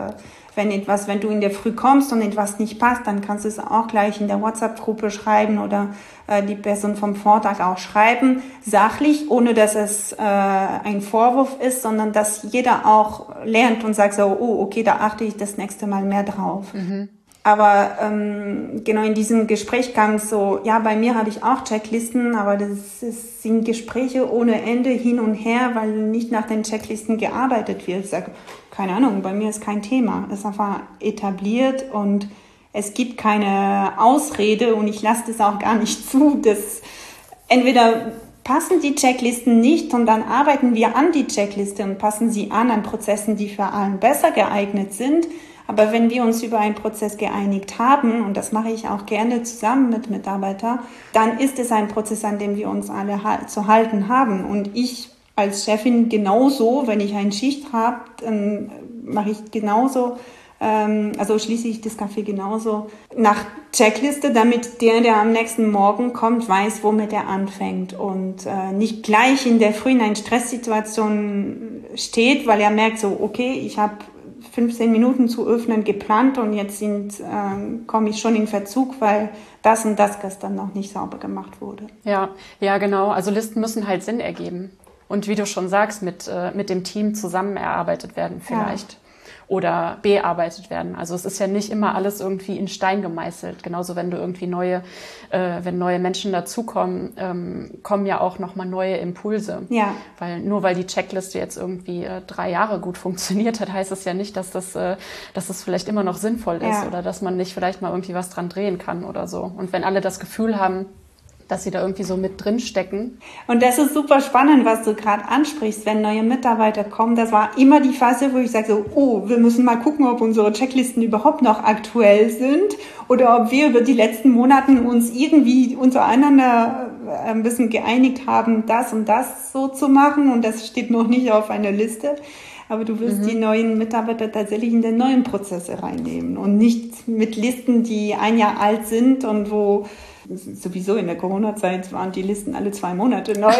Speaker 1: wenn etwas, wenn du in der Früh kommst und etwas nicht passt, dann kannst du es auch gleich in der WhatsApp-Gruppe schreiben oder äh, die Person vom Vortag auch schreiben, sachlich, ohne dass es äh, ein Vorwurf ist, sondern dass jeder auch lernt und sagt so, oh, okay, da achte ich das nächste Mal mehr drauf. Mhm. Aber ähm, genau in diesem Gespräch kam es so, ja, bei mir habe ich auch Checklisten, aber das, das sind Gespräche ohne Ende hin und her, weil nicht nach den Checklisten gearbeitet wird. Ich sage, keine Ahnung, bei mir ist kein Thema. Es ist einfach etabliert und es gibt keine Ausrede und ich lasse das auch gar nicht zu, dass entweder passen die Checklisten nicht und dann arbeiten wir an die Checkliste und passen sie an an Prozessen, die für allen besser geeignet sind. Aber wenn wir uns über einen Prozess geeinigt haben, und das mache ich auch gerne zusammen mit Mitarbeitern, dann ist es ein Prozess, an dem wir uns alle zu halten haben. Und ich als Chefin genauso, wenn ich eine Schicht habe, dann mache ich genauso, ähm, also schließe ich das Café genauso nach Checkliste, damit der, der am nächsten Morgen kommt, weiß, womit er anfängt und äh, nicht gleich in der Früh in einer Stresssituation steht, weil er merkt so, okay, ich habe fünfzehn Minuten zu öffnen geplant und jetzt sind, äh, komme ich schon in Verzug, weil das und das gestern noch nicht sauber gemacht wurde.
Speaker 2: Ja, ja, genau. Also Listen müssen halt Sinn ergeben. Und wie du schon sagst, mit, äh, mit dem Team zusammen erarbeitet werden vielleicht. Ja. Oder bearbeitet werden. Also es ist ja nicht immer alles irgendwie in Stein gemeißelt. Genauso wenn du irgendwie neue, äh, wenn neue Menschen dazukommen, ähm, kommen ja auch nochmal neue Impulse.
Speaker 1: Ja.
Speaker 2: Weil nur weil die Checkliste jetzt irgendwie äh, drei Jahre gut funktioniert hat, heißt es ja nicht, dass das, äh, dass das vielleicht immer noch sinnvoll ist, ja. Oder dass man nicht vielleicht mal irgendwie was dran drehen kann oder so. Und wenn alle das Gefühl haben, dass sie da irgendwie so mit drin stecken.
Speaker 1: Und das ist super spannend, was du gerade ansprichst, wenn neue Mitarbeiter kommen. Das war immer die Phase, wo ich sage so, oh, wir müssen mal gucken, ob unsere Checklisten überhaupt noch aktuell sind oder ob wir über die letzten Monate uns irgendwie untereinander ein bisschen geeinigt haben, das und das so zu machen und das steht noch nicht auf einer Liste. Aber du wirst mhm. die neuen Mitarbeiter tatsächlich in den neuen Prozesse reinnehmen und nicht mit Listen, die ein Jahr alt sind und wo sowieso in der Corona-Zeit waren die Listen alle zwei Monate neu.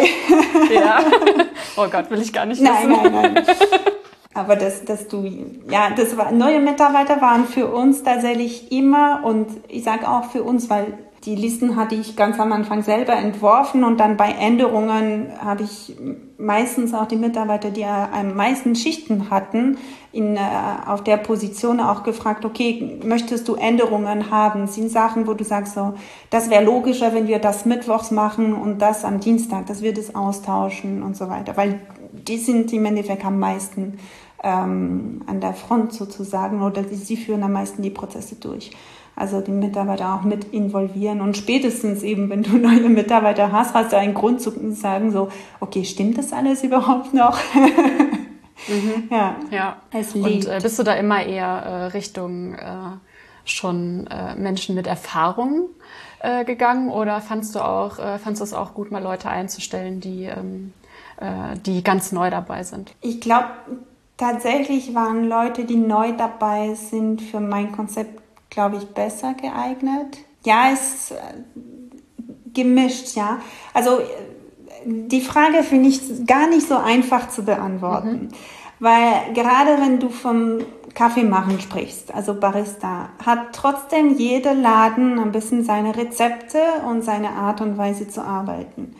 Speaker 2: Ja. Oh Gott, will ich gar nicht
Speaker 1: nein,
Speaker 2: wissen.
Speaker 1: Nein, nein, Aber dass, dass du, ja, das war, neue Mitarbeiter waren für uns tatsächlich immer und ich sage auch für uns, weil die Listen hatte ich ganz am Anfang selber entworfen und dann bei Änderungen habe ich meistens auch die Mitarbeiter, die am meisten Schichten hatten, in, äh, auf der Position auch gefragt, okay, möchtest du Änderungen haben? Das sind Sachen, wo du sagst, so, das wäre logischer, wenn wir das mittwochs machen und das am Dienstag, dass wir das austauschen und so weiter, weil die sind im Endeffekt am meisten ähm, an der Front sozusagen oder sie führen am meisten die Prozesse durch. Also die Mitarbeiter auch mit involvieren und spätestens eben, wenn du neue Mitarbeiter hast, hast du einen Grund zu sagen so, okay, stimmt das alles überhaupt noch?
Speaker 2: Mhm.
Speaker 1: Ja,
Speaker 2: ja. Es liegt. Und äh, bist du da immer eher äh, Richtung äh, schon äh, Menschen mit Erfahrung äh, gegangen oder fandst du auch, äh, fandst du es auch gut, mal Leute einzustellen, die, ähm, äh, die ganz neu dabei sind?
Speaker 1: Ich glaube, tatsächlich waren Leute, die neu dabei sind, für mein Konzept, glaube ich, besser geeignet. Ja, ist äh, gemischt, ja. Also die Frage finde ich gar nicht so einfach zu beantworten, mhm. weil gerade wenn du vom Kaffeemachen sprichst, also Barista, hat trotzdem jeder Laden ein bisschen seine Rezepte und seine Art und Weise zu arbeiten.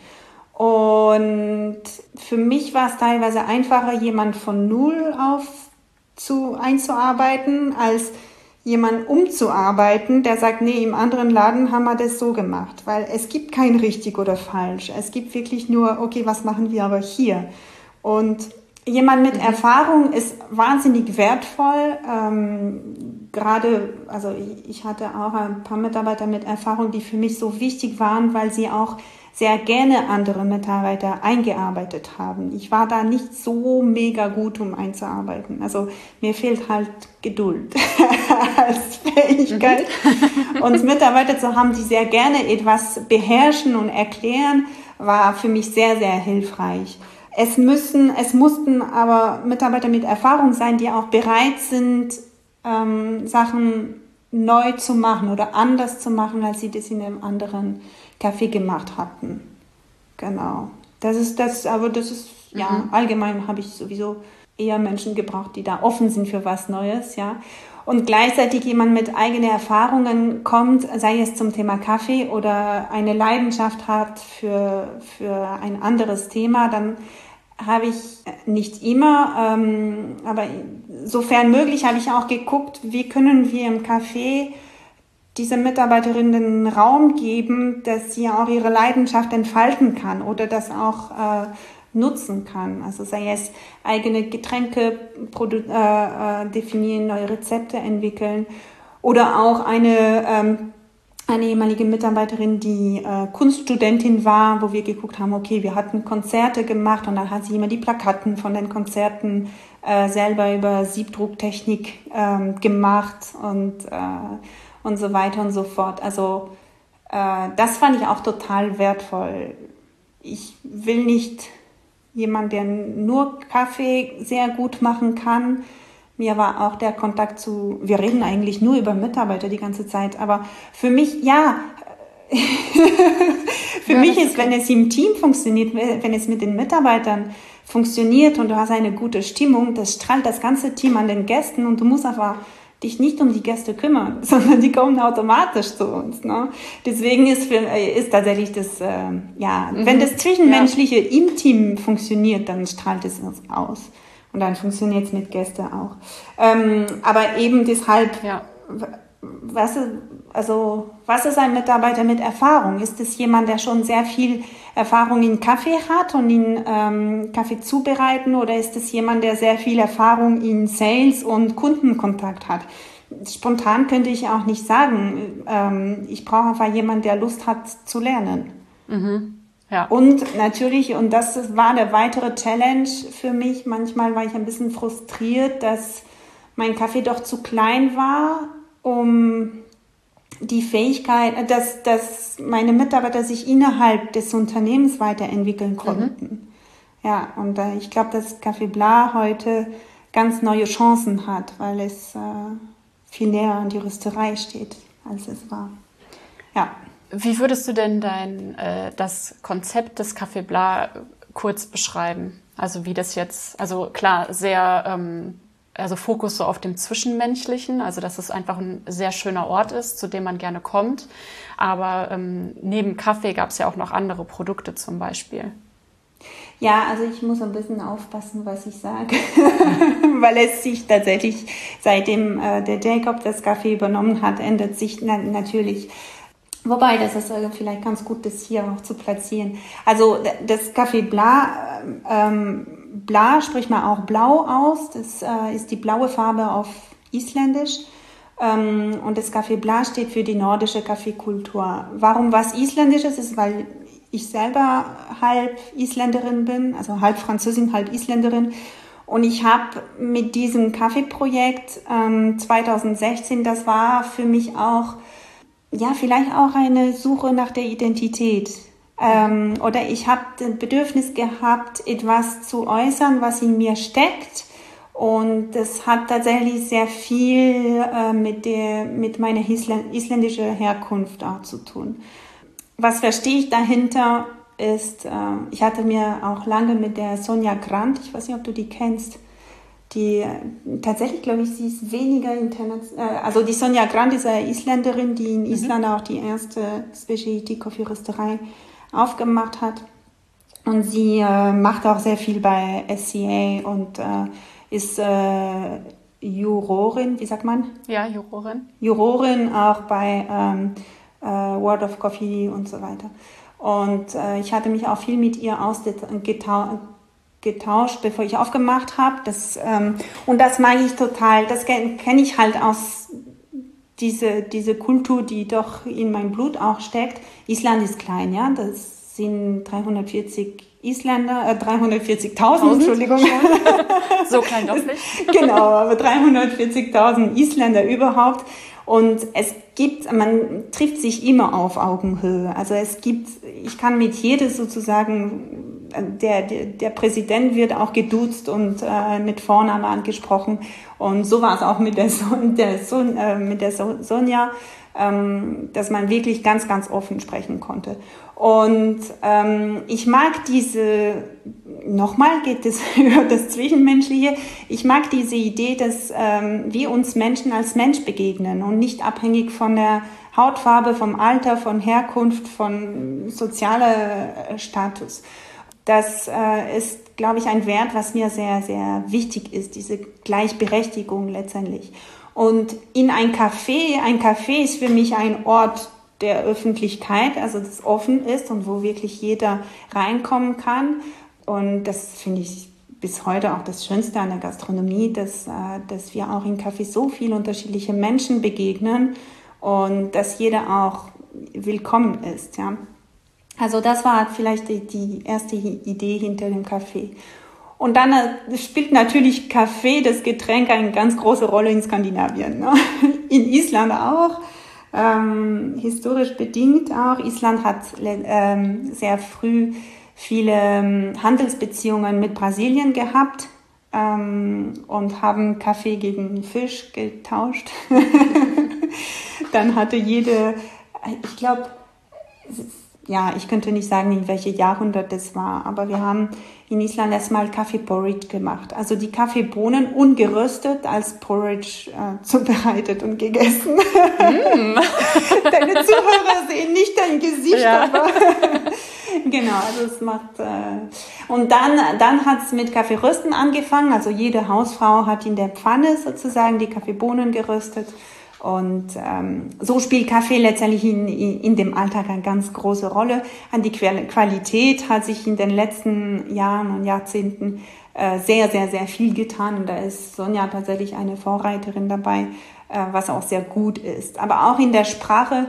Speaker 1: Und für mich war es teilweise einfacher, jemand von Null auf zu einzuarbeiten, als jemand umzuarbeiten, der sagt, nee, im anderen Laden haben wir das so gemacht, weil es gibt kein richtig oder falsch. Es gibt wirklich nur, okay, was machen wir aber hier? Und jemand mit mhm. Erfahrung ist wahnsinnig wertvoll. Ähm, gerade, also ich, ich hatte auch ein paar Mitarbeiter mit Erfahrung, die für mich so wichtig waren, weil sie auch sehr gerne andere Mitarbeiter eingearbeitet haben. Ich war da nicht so mega gut, um einzuarbeiten. Also mir fehlt halt Geduld als Fähigkeit. Mhm. Und Mitarbeiter zu haben, die sehr gerne etwas beherrschen und erklären, war für mich sehr, sehr hilfreich. Es müssen, es mussten aber Mitarbeiter mit Erfahrung sein, die auch bereit sind, ähm, Sachen neu zu machen oder anders zu machen, als sie das in einem anderen Café gemacht hatten. Genau. Das ist das, aber das ist, mhm. ja, allgemein habe ich sowieso eher Menschen gebraucht, die da offen sind für was Neues, ja. und gleichzeitig jemand mit eigenen Erfahrungen kommt, sei es zum Thema Kaffee oder eine Leidenschaft hat für, für ein anderes Thema, dann habe ich nicht immer, ähm, aber sofern möglich habe ich auch geguckt, wie können wir im Café diese Mitarbeiterin den Raum geben, dass sie auch ihre Leidenschaft entfalten kann oder das auch äh, nutzen kann. Also sei es eigene Getränke produ- äh, äh, definieren, neue Rezepte entwickeln oder auch eine ähm, eine ehemalige Mitarbeiterin, die äh, Kunststudentin war, wo wir geguckt haben, okay, wir hatten Konzerte gemacht und dann hat sie immer die Plakaten von den Konzerten äh, selber über Siebdrucktechnik ähm, gemacht und äh, und so weiter und so fort. Also äh, das fand ich auch total wertvoll. Ich will nicht jemand, der nur Kaffee sehr gut machen kann. Mir war auch der Kontakt zu, wir reden eigentlich nur über Mitarbeiter die ganze Zeit, aber für mich, ja, für ja, mich ist, okay. wenn es im Team funktioniert, wenn es mit den Mitarbeitern funktioniert und du hast eine gute Stimmung, das strahlt das ganze Team an den Gästen und du musst einfach dich nicht um die Gäste kümmern, sondern die kommen automatisch zu uns. Ne? Deswegen ist, für, ist tatsächlich das, äh, ja, mhm. wenn das Zwischenmenschliche ja. im Team funktioniert, dann strahlt es uns aus. Und dann funktioniert es mit Gästen auch. Ähm, aber eben deshalb, ja. was, ist, also, was ist ein Mitarbeiter mit Erfahrung? Ist es jemand, der schon sehr viel Erfahrung in Kaffee hat und in ähm, Kaffee zubereiten? Oder ist es jemand, der sehr viel Erfahrung in Sales und Kundenkontakt hat? Spontan könnte ich auch nicht sagen. Ähm, ich brauche einfach jemanden, der Lust hat zu lernen.
Speaker 2: Mhm. Ja.
Speaker 1: Und natürlich, und das war der weitere Challenge für mich, manchmal war ich ein bisschen frustriert, dass mein Kaffee doch zu klein war, um die Fähigkeit, dass, dass meine Mitarbeiter sich innerhalb des Unternehmens weiterentwickeln konnten. Mhm. Ja, und äh, ich glaube, dass Café Blas heute ganz neue Chancen hat, weil es äh, viel näher an die Rösterei steht, als es war. Ja.
Speaker 2: Wie würdest du denn dein äh, das Konzept des Café Blas kurz beschreiben? Also wie das jetzt, also klar, sehr, ähm, also Fokus so auf dem Zwischenmenschlichen, also dass es einfach ein sehr schöner Ort ist, zu dem man gerne kommt. Aber ähm, neben Kaffee gab es ja auch noch andere Produkte zum Beispiel.
Speaker 1: Ja, also ich muss ein bisschen aufpassen, was ich sage, weil es sich tatsächlich, seitdem äh, der Jacob das Café übernommen hat, ändert sich na- natürlich. Wobei, das ist vielleicht ganz gut, das hier auch zu platzieren. Also das Café Blas, ähm, Blas spricht man auch blau aus. Das äh, ist die blaue Farbe auf Isländisch. Ähm, und das Café Blas steht für die nordische Kaffeekultur. Warum was Isländisches ist, weil ich selber halb Isländerin bin, also halb Französin, halb Isländerin. Und ich habe mit diesem Kaffeeprojekt ähm, zwanzig sechzehn, das war für mich auch ja, vielleicht auch eine Suche nach der Identität. Ähm, oder ich habe das Bedürfnis gehabt, etwas zu äußern, was in mir steckt. Und das hat tatsächlich sehr viel äh, mit der, mit meiner Isländ- isländischen Herkunft auch zu tun. Was verstehe ich dahinter ist, äh, ich hatte mir auch lange mit der Sonja Grant, ich weiß nicht, ob du die kennst, die tatsächlich, glaube ich, sie ist weniger international. Also die Sonja Grant ist eine Isländerin, die in Island mhm. auch die erste Specialty-Coffee-Rösterei aufgemacht hat. Und sie äh, macht auch sehr viel bei S C A und äh, ist äh, Jurorin, wie sagt man?
Speaker 2: Ja, Jurorin.
Speaker 1: Jurorin auch bei ähm, äh, World of Coffee und so weiter. Und äh, ich hatte mich auch viel mit ihr ausgetauscht, getauscht, bevor ich aufgemacht habe. Das, ähm, und das mag ich total. Das kenne kenn ich halt aus diese, diese Kultur, die doch in meinem Blut auch steckt. Island ist klein, ja. Das sind dreihundertvierzig Isländer, äh, dreihundertvierzigtausend, Entschuldigung.
Speaker 2: So klein doch nicht.
Speaker 1: Genau, aber dreihundertvierzigtausend Isländer überhaupt. Und es gibt, man trifft sich immer auf Augenhöhe. Also es gibt, ich kann mit jedem sozusagen, der, der, der Präsident wird auch geduzt und äh, mit Vornamen angesprochen. Und so war es auch mit der, Son, der Son, äh, mit der Sonja. ähm, dass man wirklich ganz, ganz offen sprechen konnte. Und ähm, ich mag diese, nochmal geht es über das Zwischenmenschliche, ich mag diese Idee, dass ähm, wir uns Menschen als Mensch begegnen und nicht abhängig von der Hautfarbe, vom Alter, von Herkunft, von sozialer Status. Das äh, ist, glaube ich, ein Wert, was mir sehr, sehr wichtig ist, diese Gleichberechtigung letztendlich. Und in ein Café, ein Café ist für mich ein Ort der Öffentlichkeit, also das offen ist und wo wirklich jeder reinkommen kann. Und das finde ich bis heute auch das Schönste an der Gastronomie, dass, äh, dass wir auch in Cafés so viele unterschiedliche Menschen begegnen und dass jeder auch willkommen ist, ja. Also das war vielleicht die, die erste Idee hinter dem Café. Und dann äh, spielt natürlich Kaffee, das Getränk, eine ganz große Rolle in Skandinavien, ne? In Island auch, ähm, historisch bedingt auch. Island hat ähm, sehr früh viele ähm, Handelsbeziehungen mit Brasilien gehabt ähm, und haben Kaffee gegen Fisch getauscht. Dann hatte jede, ich glaube, ja, ich könnte nicht sagen, in welche Jahrhundert das war, aber wir haben in Island erstmal Kaffee-Porridge gemacht. Also die Kaffeebohnen ungeröstet als Porridge äh, zubereitet und gegessen. Mm. Deine Zuhörer sehen nicht dein Gesicht, ja. Aber genau, also es macht... Äh und dann, dann hat es mit Kaffeerösten angefangen. Also jede Hausfrau hat in der Pfanne sozusagen die Kaffeebohnen geröstet. Und ähm, so spielt Kaffee letztendlich in, in, in dem Alltag eine ganz große Rolle. An die Qualität hat sich in den letzten Jahren und Jahrzehnten äh, sehr, sehr, sehr viel getan. Und da ist Sonja tatsächlich eine Vorreiterin dabei, äh, was auch sehr gut ist. Aber auch in der Sprache.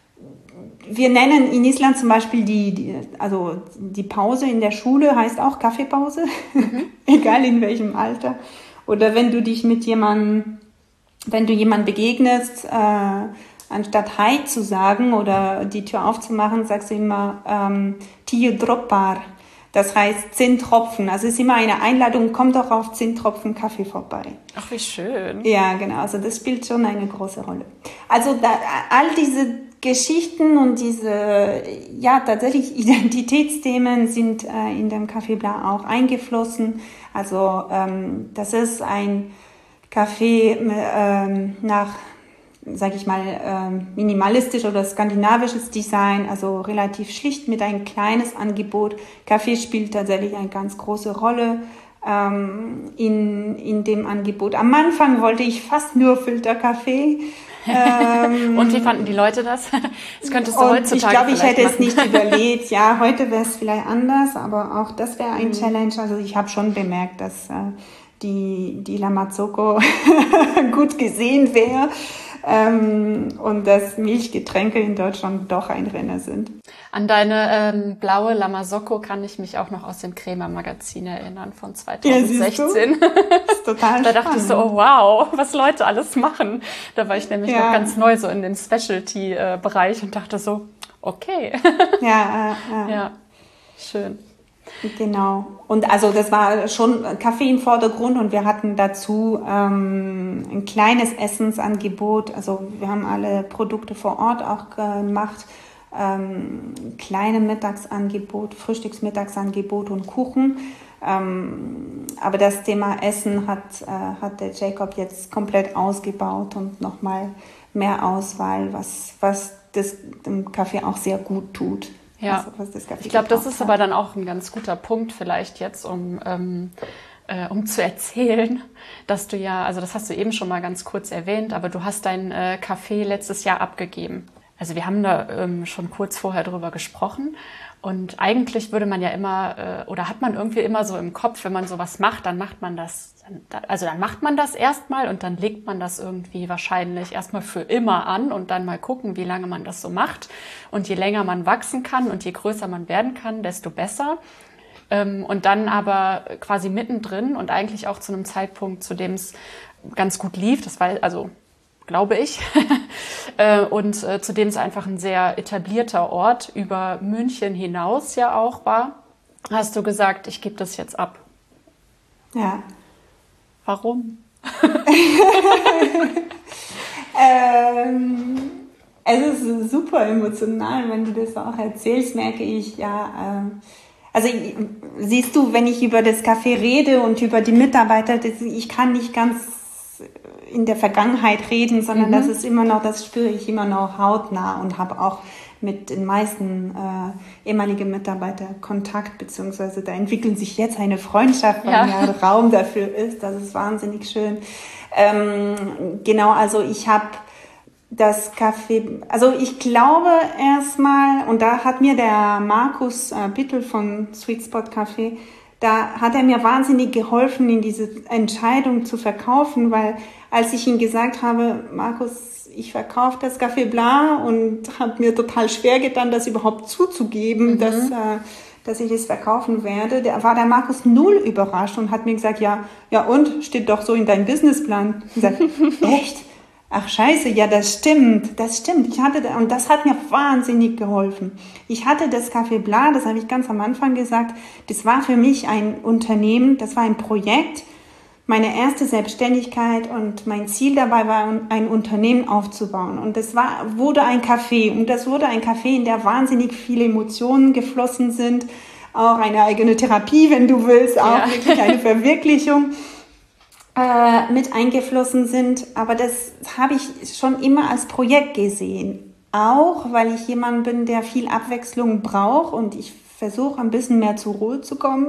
Speaker 1: Wir nennen in Island zum Beispiel die, die also die Pause in der Schule heißt auch Kaffeepause, mhm. Egal in welchem Alter. Oder wenn du dich mit jemandem Wenn du jemand begegnest, äh, anstatt Hi zu sagen oder die Tür aufzumachen, sagst du immer ähm, Tio droppar. Das heißt zehn Tropfen. Also es ist immer eine Einladung, komm doch auf zehn Tropfen Kaffee vorbei.
Speaker 2: Ach, wie schön.
Speaker 1: Ja, genau. Also das spielt schon eine große Rolle. Also da, all diese Geschichten und diese, ja, tatsächlich Identitätsthemen sind äh, in dem Café Bla auch eingeflossen. Also ähm, das ist ein Kaffee ähm, nach, sage ich mal, ähm, minimalistisch oder skandinavisches Design, also relativ schlicht mit ein kleines Angebot. Kaffee spielt tatsächlich eine ganz große Rolle ähm, in, in dem Angebot. Am Anfang wollte ich fast nur Filterkaffee.
Speaker 2: Ähm, und wie fanden die Leute das? Das könntest du heutzutage
Speaker 1: ich glaube, ich hätte
Speaker 2: machen.
Speaker 1: es nicht überlebt. Ja, heute wäre es vielleicht anders, aber auch das wäre ein mhm. Challenge. Also ich habe schon bemerkt, dass äh, die, die La Marzocco gut gesehen wäre ähm, und dass Milchgetränke in Deutschland doch ein Renner sind.
Speaker 2: An deine ähm, blaue La Marzocco kann ich mich auch noch aus dem Krämer-Magazin erinnern von zwanzig sechzehn.
Speaker 1: Ja, das ist total
Speaker 2: Da dachte ich so, oh wow, was Leute alles machen. Da war ich nämlich
Speaker 1: ja.
Speaker 2: noch ganz neu so in dem Specialty-Bereich und dachte so, okay.
Speaker 1: Ja, äh, äh.
Speaker 2: ja, schön.
Speaker 1: Genau. Und also das war schon Kaffee im Vordergrund und wir hatten dazu ähm, ein kleines Essensangebot. Also wir haben alle Produkte vor Ort auch gemacht. Ähm, kleine Mittagsangebot, Frühstücksmittagsangebot und Kuchen. Ähm, aber das Thema Essen hat, äh, hat der Jacob jetzt komplett ausgebaut und nochmal mehr Auswahl, was, was das dem Kaffee auch sehr gut tut.
Speaker 2: Ja,
Speaker 1: also, was das
Speaker 2: ich glaube, das ist hat. aber dann auch ein ganz guter Punkt vielleicht jetzt, um, ähm, äh, um zu erzählen, dass du ja, also das hast du eben schon mal ganz kurz erwähnt, aber du hast dein äh, Kaffee letztes Jahr abgegeben. Also wir haben da ähm, schon kurz vorher drüber gesprochen und eigentlich würde man ja immer, äh, oder hat man irgendwie immer so im Kopf, wenn man sowas macht, dann macht man das, also dann macht man das erstmal und dann legt man das irgendwie wahrscheinlich erstmal für immer an und dann mal gucken, wie lange man das so macht. Und je länger man wachsen kann und je größer man werden kann, desto besser. Ähm, und dann aber quasi mittendrin und eigentlich auch zu einem Zeitpunkt, zu dem es ganz gut lief, das war also glaube ich, und äh, zu dem es einfach ein sehr etablierter Ort über München hinaus ja auch war, hast du gesagt, ich gebe das jetzt ab.
Speaker 1: Ja.
Speaker 2: Warum?
Speaker 1: ähm, Es ist super emotional, wenn du das auch erzählst, merke ich, ja, äh, also siehst du, wenn ich über das Café rede und über die Mitarbeiter, das, ich kann nicht ganz in der Vergangenheit reden, sondern mhm. das ist immer noch, das spüre ich immer noch hautnah und habe auch mit den meisten äh, ehemaligen Mitarbeitern Kontakt, beziehungsweise da entwickelt sich jetzt eine Freundschaft, weil ja, ja Raum dafür ist. Das ist wahnsinnig schön. Ähm, genau, also ich habe das Café, also ich glaube erstmal, und da hat mir der Markus äh, Bittel von Sweet Spot Café, da hat er mir wahnsinnig geholfen, in diese Entscheidung zu verkaufen, weil als ich ihm gesagt habe, Markus, ich verkaufe das Café Bla, und habe mir total schwer getan, das überhaupt zuzugeben, mhm. dass, äh, dass ich es verkaufen werde, da war der Markus null überrascht und hat mir gesagt, ja, ja und, steht doch so in deinem Businessplan. Ich sag, echt? Ach scheiße, ja, das stimmt, das stimmt. Ich hatte, und das hat mir wahnsinnig geholfen. Ich hatte das Café Bla, das habe ich ganz am Anfang gesagt, das war für mich ein Unternehmen, das war ein Projekt, meine erste Selbstständigkeit, und mein Ziel dabei war, ein Unternehmen aufzubauen. Und das war, wurde ein Café, und das wurde ein Café, in der wahnsinnig viele Emotionen geflossen sind, auch eine eigene Therapie, wenn du willst, auch ja. wirklich eine Verwirklichung äh, mit eingeflossen sind. Aber das habe ich schon immer als Projekt gesehen. Auch, weil ich jemand bin, der viel Abwechslung braucht, und ich versuche ein bisschen mehr zur Ruhe zu kommen.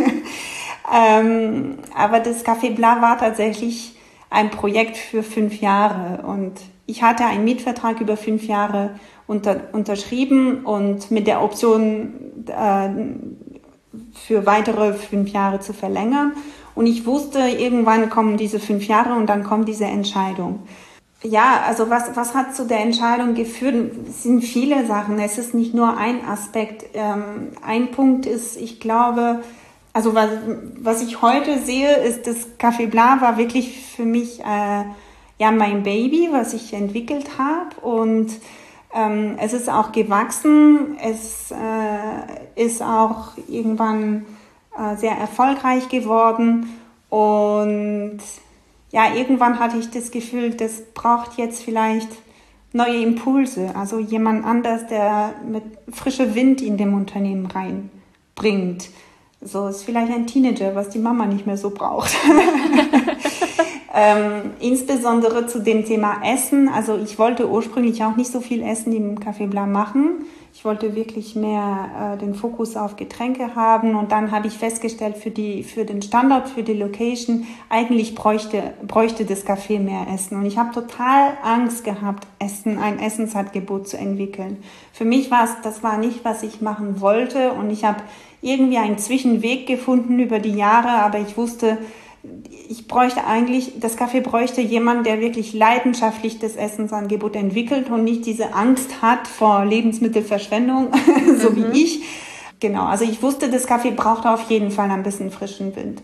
Speaker 1: ähm, aber das Café Bla war tatsächlich ein Projekt für fünf Jahre, und ich hatte einen Mietvertrag über fünf Jahre unter, unterschrieben und mit der Option äh, für weitere fünf Jahre zu verlängern. Und ich wusste, irgendwann kommen diese fünf Jahre und dann kommt diese Entscheidung. Ja, also was, was hat zu der Entscheidung geführt? Es sind viele Sachen. Es ist nicht nur ein Aspekt. Ähm, ein Punkt ist, ich glaube, also was, was ich heute sehe, ist, das Café Bla war wirklich für mich äh, ja mein Baby, was ich entwickelt habe, und ähm, es ist auch gewachsen. Es äh, ist auch irgendwann äh, sehr erfolgreich geworden, und ja, irgendwann hatte ich das Gefühl, das braucht jetzt vielleicht neue Impulse, also jemand anders, der mit frischem Wind in dem Unternehmen reinbringt. So ist vielleicht ein Teenager, was die Mama nicht mehr so braucht. ähm, insbesondere zu dem Thema Essen. Also ich wollte ursprünglich auch nicht so viel Essen im Café Bla machen. Ich wollte wirklich mehr äh, den Fokus auf Getränke haben, und dann habe ich festgestellt, für die für den Standort, für die Location, eigentlich bräuchte bräuchte das Café mehr Essen, und ich habe total Angst gehabt, Essen ein Essensangebot zu entwickeln. Für mich war es, das war nicht, was ich machen wollte, und ich habe irgendwie einen Zwischenweg gefunden über die Jahre, aber ich wusste, ich bräuchte eigentlich, das Café bräuchte jemanden, der wirklich leidenschaftlich das Essensangebot entwickelt und nicht diese Angst hat vor Lebensmittelverschwendung, so mhm. wie ich. Genau, also ich wusste, das Café braucht auf jeden Fall ein bisschen frischen Wind.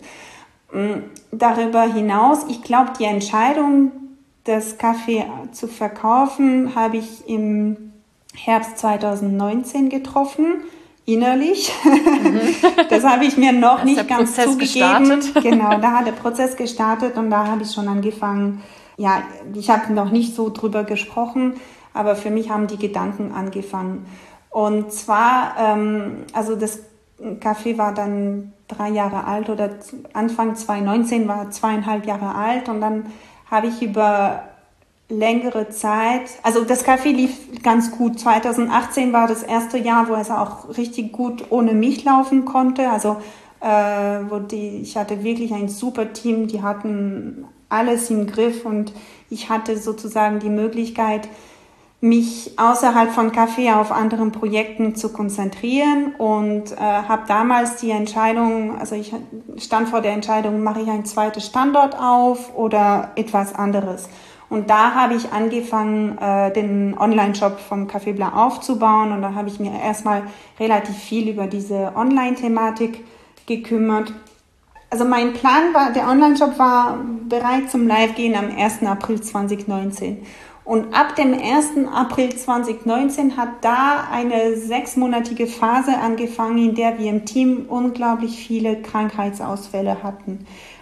Speaker 1: Darüber hinaus, ich glaube, die Entscheidung, das Café zu verkaufen, habe ich im Herbst zweitausendneunzehn getroffen. Innerlich. Mhm. Das habe ich mir noch nicht ganz Prozess zugegeben. Gestartet. Genau, da hat der Prozess gestartet, und da habe ich schon angefangen. Ja, ich habe noch nicht so drüber gesprochen, aber für mich haben die Gedanken angefangen. Und zwar, ähm, also das Café war dann drei Jahre alt, oder Anfang zweitausendneunzehn war zweieinhalb Jahre alt, und dann habe ich über längere Zeit, also das Café lief ganz gut. zweitausendachtzehn war das erste Jahr, wo es auch richtig gut ohne mich laufen konnte. Also äh, wo die, ich hatte wirklich ein super Team, die hatten alles im Griff, und ich hatte sozusagen die Möglichkeit, mich außerhalb von Café auf anderen Projekten zu konzentrieren, und äh, habe damals die Entscheidung, also ich stand vor der Entscheidung, mache ich einen zweiten Standort auf oder etwas anderes. Und da habe ich angefangen, äh, den Online-Shop vom Café Bla aufzubauen. Und da habe ich mir erstmal relativ viel über diese Online-Thematik gekümmert. Also mein Plan war, der Online-Shop war bereit zum Live-Gehen am ersten April zweitausendneunzehn. Und ab dem ersten April zweitausendneunzehn hat da eine sechsmonatige Phase angefangen, in der wir im Team unglaublich viele Krankheitsausfälle hatten.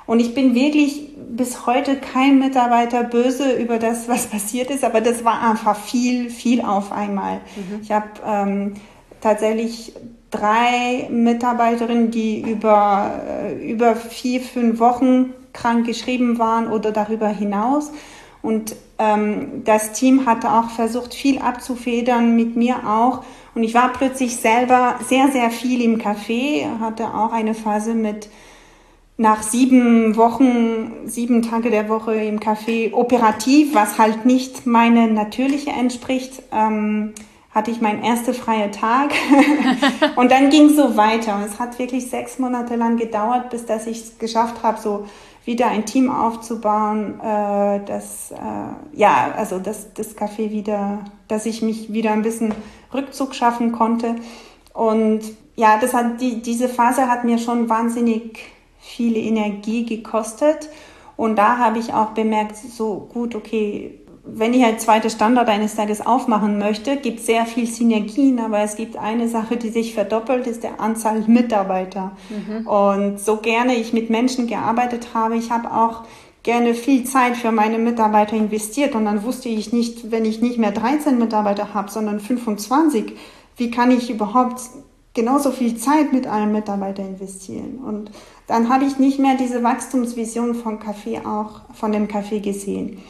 Speaker 1: Und ich bin wirklich bis heute kein Mitarbeiter böse über das, was passiert ist, aber das war einfach viel, viel auf einmal. Mhm. Ich habe ähm, tatsächlich drei Mitarbeiterinnen, die über, äh, über vier, fünf Wochen krank geschrieben waren oder darüber hinaus. Und ähm, das Team hatte auch versucht, viel abzufedern, mit mir auch. Und ich war plötzlich selber sehr, sehr viel im Café, hatte auch eine Phase mit nach sieben Wochen, sieben Tage der Woche im Café operativ, was halt nicht meine natürliche entspricht, ähm, hatte ich meinen ersten freien Tag. Und dann ging es so weiter. Und es hat wirklich sechs Monate lang gedauert, bis dass ich es geschafft habe, so wieder ein Team aufzubauen, äh, das, äh, ja, also das, das Café wieder, dass ich mich wieder ein bisschen Rückzug schaffen konnte. Und ja, das hat, die, diese Phase hat mir schon wahnsinnig viel Energie gekostet. Und da habe ich auch bemerkt, so gut, okay, wenn ich ein zweites Standort eines Tages aufmachen möchte, gibt es sehr viel Synergien, aber es gibt eine Sache, die sich verdoppelt, ist der Anzahl Mitarbeiter. Mhm. Und so gerne ich mit Menschen gearbeitet habe, ich habe auch gerne viel Zeit für meine Mitarbeiter investiert und dann wusste ich nicht, wenn ich nicht mehr dreizehn Mitarbeiter habe, sondern fünfundzwanzig, wie kann ich überhaupt genauso viel Zeit mit einem Mitarbeiter investieren? Und dann habe ich nicht mehr diese Wachstumsvision vom Café auch, von dem Café gesehen.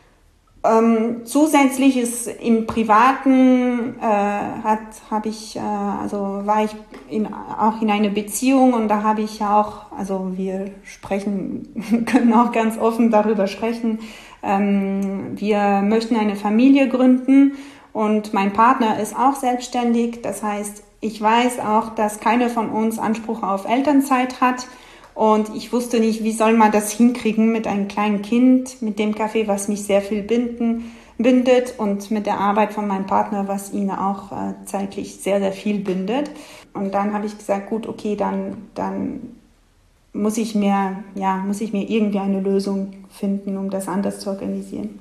Speaker 1: Ähm, zusätzlich ist im Privaten äh, hat habe ich äh, also war ich in, auch in einer Beziehung und da habe ich ja auch, also wir sprechen können auch ganz offen darüber sprechen. Ähm, wir möchten eine Familie gründen und mein Partner ist auch selbstständig. Das heißt, ich weiß auch, dass keiner von uns Anspruch auf Elternzeit hat. Und ich wusste nicht, wie soll man das hinkriegen mit einem kleinen Kind, mit dem Café, was mich sehr viel binden, bindet und mit der Arbeit von meinem Partner, was ihn auch äh, zeitlich sehr, sehr viel bindet. Und dann habe ich gesagt, gut, okay, dann, dann muss ich mir, ja, muss ich mir irgendwie eine Lösung finden, um das anders zu organisieren.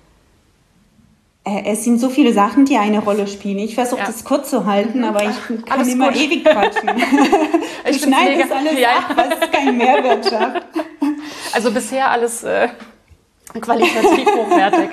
Speaker 1: Es sind so viele Sachen, die eine Rolle spielen. Ich versuche ja. das kurz zu halten, aber ich kann alles immer gut. ewig quatschen. Du
Speaker 2: ich
Speaker 1: schneidest alles ja. ab, was keinen Mehrwert schafft.
Speaker 2: Also bisher alles äh, qualitativ hochwertig.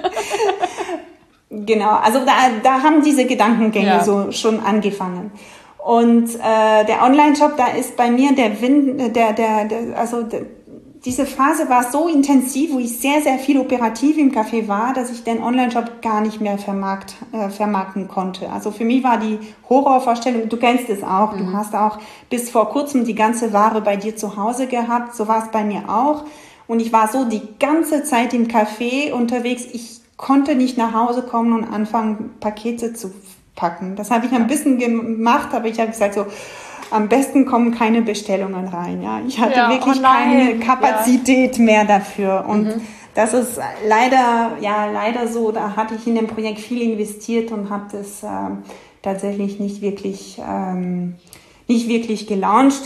Speaker 1: Genau, also da, da haben diese Gedankengänge ja. so schon angefangen. Und äh, der Online-Shop, da ist bei mir der Wind, der, der, der also der, diese Phase war so intensiv, wo ich sehr, sehr viel operativ im Café war, dass ich den Online-Shop gar nicht mehr vermarkt, äh, vermarkten konnte. Also für mich war die Horrorvorstellung, du kennst es auch, mhm. du hast auch bis vor kurzem die ganze Ware bei dir zu Hause gehabt, so war es bei mir auch. Und ich war so die ganze Zeit im Café unterwegs, ich konnte nicht nach Hause kommen und anfangen, Pakete zu packen. Das habe ich ein bisschen gemacht, aber ich habe gesagt so, am besten kommen keine Bestellungen rein. Ja, ich hatte ja, wirklich oh keine Kapazität ja. mehr dafür. Und mhm. das ist leider, ja, leider so. Da hatte ich in dem Projekt viel investiert und habe das ähm, tatsächlich nicht wirklich, ähm, nicht wirklich gelauncht.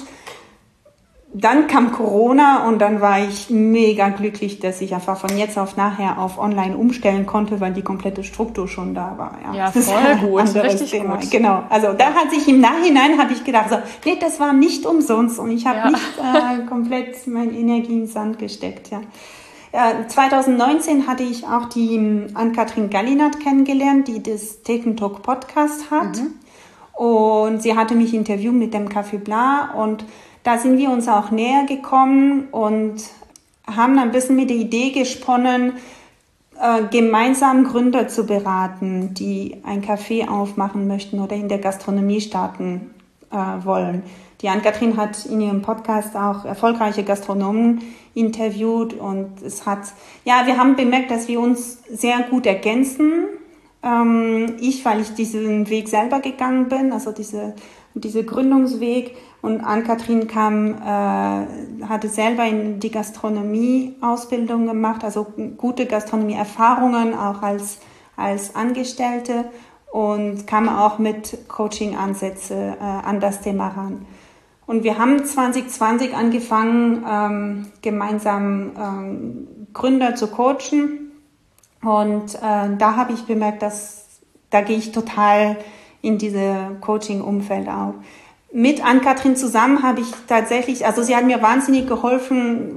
Speaker 1: Dann kam Corona und dann war ich mega glücklich, dass ich einfach von jetzt auf nachher auf Online umstellen konnte, weil die komplette Struktur schon da war.
Speaker 2: Ja, ja voll gut, richtig
Speaker 1: Thema.
Speaker 2: gut.
Speaker 1: Genau, also da hat sich im Nachhinein, habe ich gedacht, so, nee, das war nicht umsonst und ich habe ja. nicht äh, komplett meine Energie in den Sand gesteckt. Ja. Ja, zwanzig neunzehn hatte ich auch die Ann-Kathrin Gallinat kennengelernt, die das Take and Talk Podcast hat. Mhm. Und sie hatte mich interviewt mit dem Café Bla und da sind wir uns auch näher gekommen und haben ein bisschen mit der Idee gesponnen, äh, gemeinsam Gründer zu beraten, die ein Café aufmachen möchten oder in der Gastronomie starten äh, wollen. Die Ann-Kathrin hat in ihrem Podcast auch erfolgreiche Gastronomen interviewt und es hat, ja, wir haben bemerkt, dass wir uns sehr gut ergänzen. Ähm, ich, weil ich diesen Weg selber gegangen bin, also diese, diese Gründungsweg. Und Ann-Kathrin kam, äh, hatte selber in die Gastronomie-Ausbildung gemacht, also gute Gastronomie-Erfahrungen auch als, als Angestellte und kam auch mit Coaching-Ansätze äh, an das Thema ran. Und wir haben zwanzig zwanzig angefangen, ähm, gemeinsam ähm, Gründer zu coachen. Und äh, da habe ich bemerkt, dass da gehe ich total in diese Coaching-Umfeld auf. Mit Ann-Kathrin zusammen habe ich tatsächlich, also sie hat mir wahnsinnig geholfen,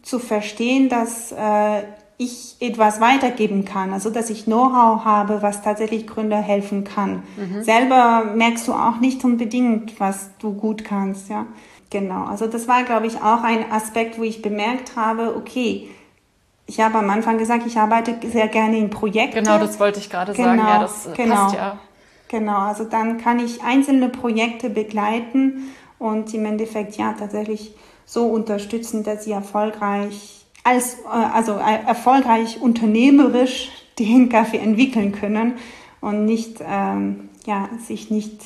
Speaker 1: zu verstehen, dass äh, ich etwas weitergeben kann, also dass ich Know-how habe, was tatsächlich Gründer helfen kann. Mhm. Selber merkst du auch nicht unbedingt, was du gut kannst, ja. Genau, also das war, glaube ich, auch ein Aspekt, wo ich bemerkt habe, okay, ich habe am Anfang gesagt, ich arbeite sehr gerne in Projekten.
Speaker 2: Genau, das wollte ich gerade
Speaker 1: genau,
Speaker 2: sagen, ja, das
Speaker 1: genau,
Speaker 2: passt ja.
Speaker 1: Genau, also dann kann ich einzelne Projekte begleiten und im Endeffekt ja tatsächlich so unterstützen, dass sie erfolgreich als also erfolgreich unternehmerisch den Kaffee entwickeln können und nicht ähm, ja sich nicht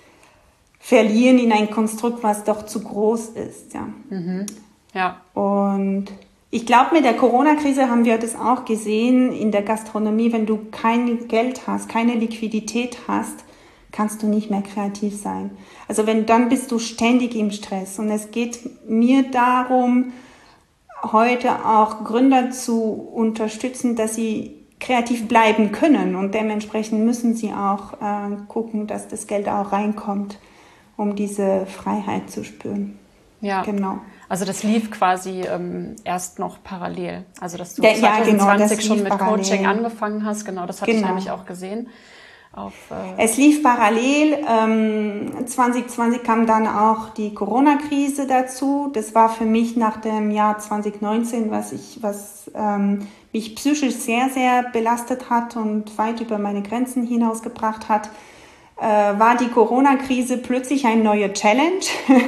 Speaker 1: verlieren in ein Konstrukt, was doch zu groß ist, ja.
Speaker 2: Mhm. Ja.
Speaker 1: Und ich glaube, mit der Corona-Krise haben wir das auch gesehen in der Gastronomie, wenn du kein Geld hast, keine Liquidität hast, kannst du nicht mehr kreativ sein. Also wenn, dann bist du ständig im Stress. Und es geht mir darum, heute auch Gründer zu unterstützen, dass sie kreativ bleiben können. Und dementsprechend müssen sie auch äh, gucken, dass das Geld auch reinkommt, um diese Freiheit zu spüren.
Speaker 2: Ja,
Speaker 1: genau.
Speaker 2: Also das lief quasi ähm, erst noch parallel. Also dass du
Speaker 1: Der,
Speaker 2: zwanzig zwanzig
Speaker 1: ja, genau,
Speaker 2: schon mit
Speaker 1: parallel.
Speaker 2: Coaching angefangen hast. Genau, das hatte
Speaker 1: genau.
Speaker 2: ich nämlich auch gesehen. Auf, äh
Speaker 1: es lief parallel. Ähm, zwanzig zwanzig kam dann auch die Corona-Krise dazu. Das war für mich nach dem Jahr zwanzig neunzehn, was ich, was ähm, mich psychisch sehr, sehr belastet hat und weit über meine Grenzen hinausgebracht hat. Äh, war die Corona-Krise plötzlich eine neue Challenge.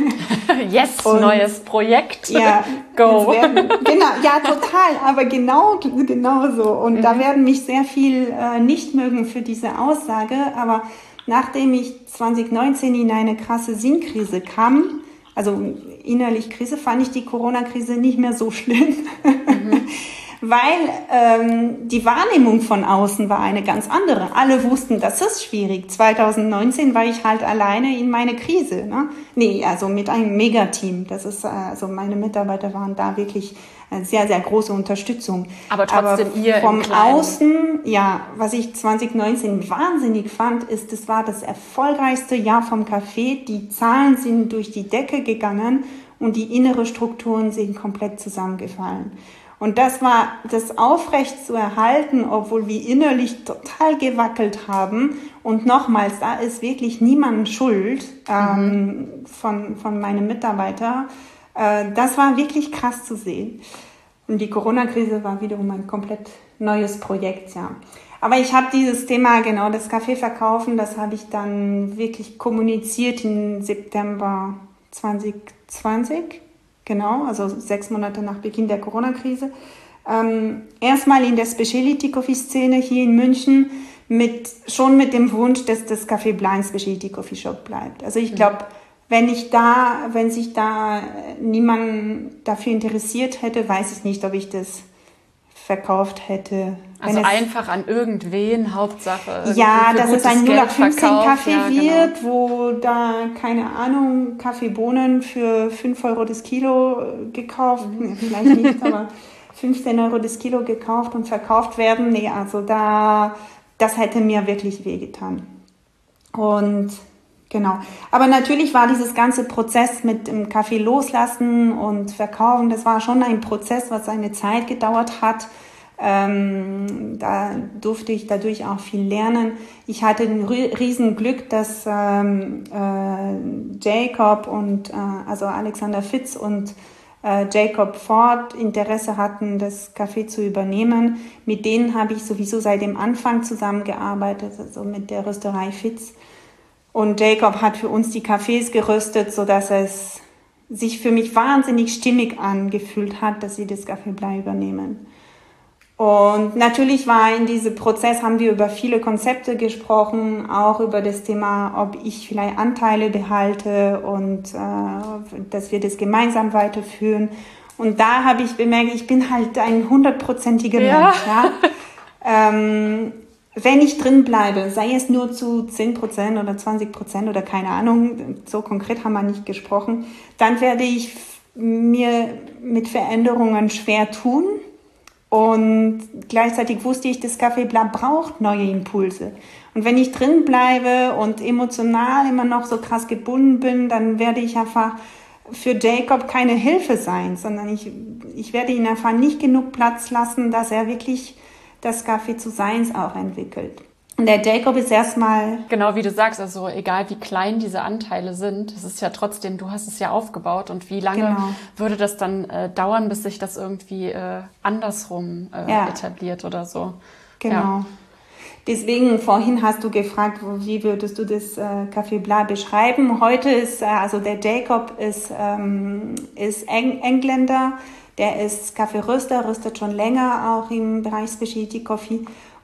Speaker 2: Yes, und, neues Projekt.
Speaker 1: Ja,
Speaker 2: go.
Speaker 1: Werden, genau, ja, total, aber genau, genau so. Und mhm. da werden mich sehr viel äh, nicht mögen für diese Aussage. Aber nachdem ich zwanzig neunzehn in eine krasse Sinnkrise kam, also innerlich Krise, fand ich die Corona-Krise nicht mehr so schlimm. Mhm. Weil ähm, die Wahrnehmung von außen war eine ganz andere. Alle wussten, das ist schwierig. zwanzig neunzehn war ich halt alleine in meine Krise. Ne? Nee, also mit einem Megateam. Das ist, also meine Mitarbeiter waren da wirklich eine sehr, sehr große Unterstützung.
Speaker 2: Aber trotzdem
Speaker 1: Aber
Speaker 2: ihr
Speaker 1: vom
Speaker 2: im Kleinen.
Speaker 1: Außen, ja, was ich zwanzig neunzehn wahnsinnig fand, ist, es war das erfolgreichste Jahr vom Kaffee. Die Zahlen sind durch die Decke gegangen und die innere Strukturen sind komplett zusammengefallen. Und das war das aufrecht zu erhalten, obwohl wir innerlich total gewackelt haben. Und nochmals, da ist wirklich niemand schuld ähm, mhm. von, von meinen Mitarbeitern. Äh, das war wirklich krass zu sehen. Und die Corona-Krise war wiederum ein komplett neues Projekt, ja. Aber ich habe dieses Thema, genau, das Kaffeeverkaufen, das habe ich dann wirklich kommuniziert im September zwanzig zwanzig. Genau, also sechs Monate nach Beginn der Corona-Krise. Ähm, erstmal in der Specialty-Coffee-Szene hier in München, mit, schon mit dem Wunsch, dass das Café Blind Specialty Coffee Shop bleibt. Also ich glaube, wenn ich da, wenn sich da niemand dafür interessiert hätte, weiß ich nicht, ob ich das verkauft hätte.
Speaker 2: Also einfach an irgendwen, Hauptsache.
Speaker 1: Ja, dass es ein null acht fünfzehn Kaffee
Speaker 2: ja,
Speaker 1: wird,
Speaker 2: genau.
Speaker 1: wo da, keine Ahnung, Kaffeebohnen für fünf Euro das Kilo gekauft, mhm. nee, vielleicht nicht, aber fünfzehn Euro das Kilo gekauft und verkauft werden. Nee, also da, das hätte mir wirklich wehgetan. Und genau. Aber natürlich war dieses ganze Prozess mit dem Kaffee loslassen und verkaufen, das war schon ein Prozess, was eine Zeit gedauert hat. Ähm, da durfte ich dadurch auch viel lernen. Ich hatte ein riesen Glück, dass ähm, äh, Jacob und äh, also Alexander Fitz und äh, Jacob Ford Interesse hatten, das Café zu übernehmen. Mit denen habe ich sowieso seit dem Anfang zusammengearbeitet, also mit der Rösterei Fitz. Und Jacob hat für uns die Kaffees geröstet, sodass es sich für mich wahnsinnig stimmig angefühlt hat, dass sie das Café Blei übernehmen. Und natürlich war in diesem Prozess, haben wir über viele Konzepte gesprochen, auch über das Thema, ob ich vielleicht Anteile behalte und äh, dass wir das gemeinsam weiterführen. Und da habe ich bemerkt, ich bin halt ein hundertprozentiger
Speaker 2: ja.
Speaker 1: Mensch. Ja? ähm, wenn ich drin bleibe, sei es nur zu zehn Prozent oder zwanzig Prozent oder keine Ahnung, so konkret haben wir nicht gesprochen, dann werde ich mir mit Veränderungen schwer tun. Und gleichzeitig wusste ich, das Café Blei braucht neue Impulse. Und wenn ich drin bleibe und emotional immer noch so krass gebunden bin, dann werde ich einfach für Jacob keine Hilfe sein, sondern ich, ich werde ihm einfach nicht genug Platz lassen, dass er wirklich das Café zu seins auch entwickelt. Und der Jacob ist erstmal...
Speaker 2: Genau, wie du sagst, also egal wie klein diese Anteile sind, es ist ja trotzdem, du hast es ja aufgebaut und wie lange genau. würde das dann äh, dauern, bis sich das irgendwie äh, andersrum äh, ja. etabliert oder so.
Speaker 1: Genau. Ja. Deswegen, vorhin hast du gefragt, wie würdest du das äh, Café Bla beschreiben? Heute ist, äh, also der Jacob ist, ähm, ist Eng- Engländer, der ist Kaffeeröster, röstet schon länger auch im Bereich Specialty Coffee.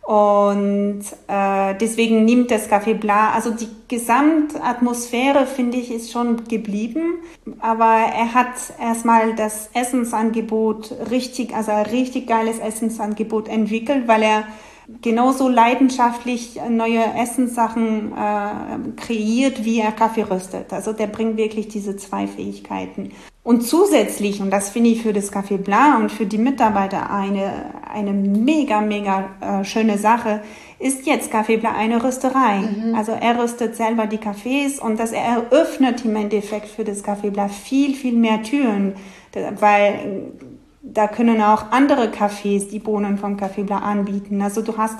Speaker 1: Und äh, deswegen nimmt das Café Bla, also die Gesamtatmosphäre, finde ich, ist schon geblieben. Aber er hat erstmal das Essensangebot richtig, also ein richtig geiles Essensangebot entwickelt, weil er genauso leidenschaftlich neue Essenssachen äh, kreiert, wie er Kaffee röstet. Also der bringt wirklich diese zwei Fähigkeiten. Und zusätzlich, und das finde ich für das Café Bla und für die Mitarbeiter eine, eine mega, mega äh, schöne Sache, ist jetzt Café Bla eine Rösterei. Mhm. Also er röstet selber die Kaffees und das eröffnet im Endeffekt für das Café Bla viel, viel mehr Türen, weil da können auch andere Cafés die Bohnen vom Café Bla anbieten. Also du hast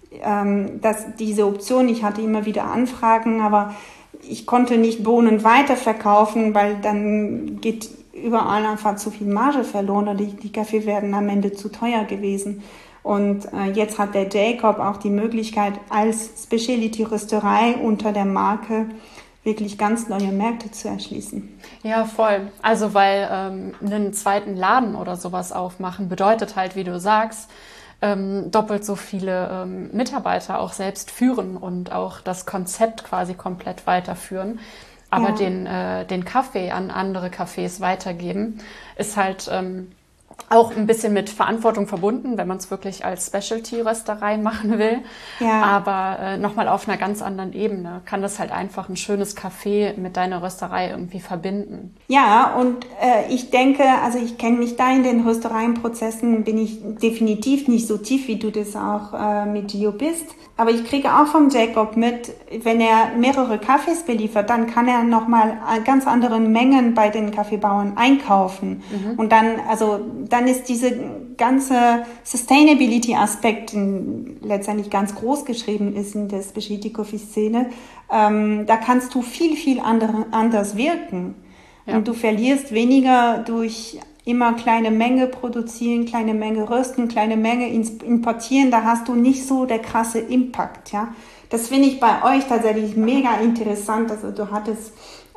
Speaker 1: ähm, das, diese Option, ich hatte immer wieder Anfragen, aber ich konnte nicht Bohnen weiterverkaufen, weil dann geht überall einfach zu viel Marge verloren oder die, die Kaffee werden am Ende zu teuer gewesen. Und äh, jetzt hat der Jacob auch die Möglichkeit, als Specialty-Rösterei unter der Marke wirklich ganz neue Märkte zu erschließen.
Speaker 2: Ja, voll. Also weil ähm, einen zweiten Laden oder sowas aufmachen bedeutet halt, wie du sagst, ähm, doppelt so viele ähm, Mitarbeiter auch selbst führen und auch das Konzept quasi komplett weiterführen. Aber ja. den, äh, den Kaffee an andere Cafés weitergeben, ist halt ähm, auch ein bisschen mit Verantwortung verbunden, wenn man es wirklich als Specialty-Rösterei machen will. Ja. Aber äh, nochmal auf einer ganz anderen Ebene kann das halt einfach ein schönes Café mit deiner Rösterei irgendwie verbinden.
Speaker 1: Ja, und äh, ich denke, also ich kenne mich da in den Röstereienprozessen, bin ich definitiv nicht so tief, wie du das auch äh, mit Gio bist. Aber ich kriege auch vom Jacob mit, wenn er mehrere Kaffees beliefert, dann kann er nochmal ganz andere Mengen bei den Kaffeebauern einkaufen. Mhm. Und dann, also dann ist diese ganze Sustainability-Aspekt letztendlich ganz groß geschrieben ist in der Specialty Coffee Szene. Ähm, da kannst du viel, viel andere, anders wirken. Ja. Und du verlierst weniger durch immer kleine Menge produzieren, kleine Menge rösten, kleine Menge importieren, da hast du nicht so der krasse Impact, ja. Das finde ich bei euch tatsächlich mega interessant. Also du hattest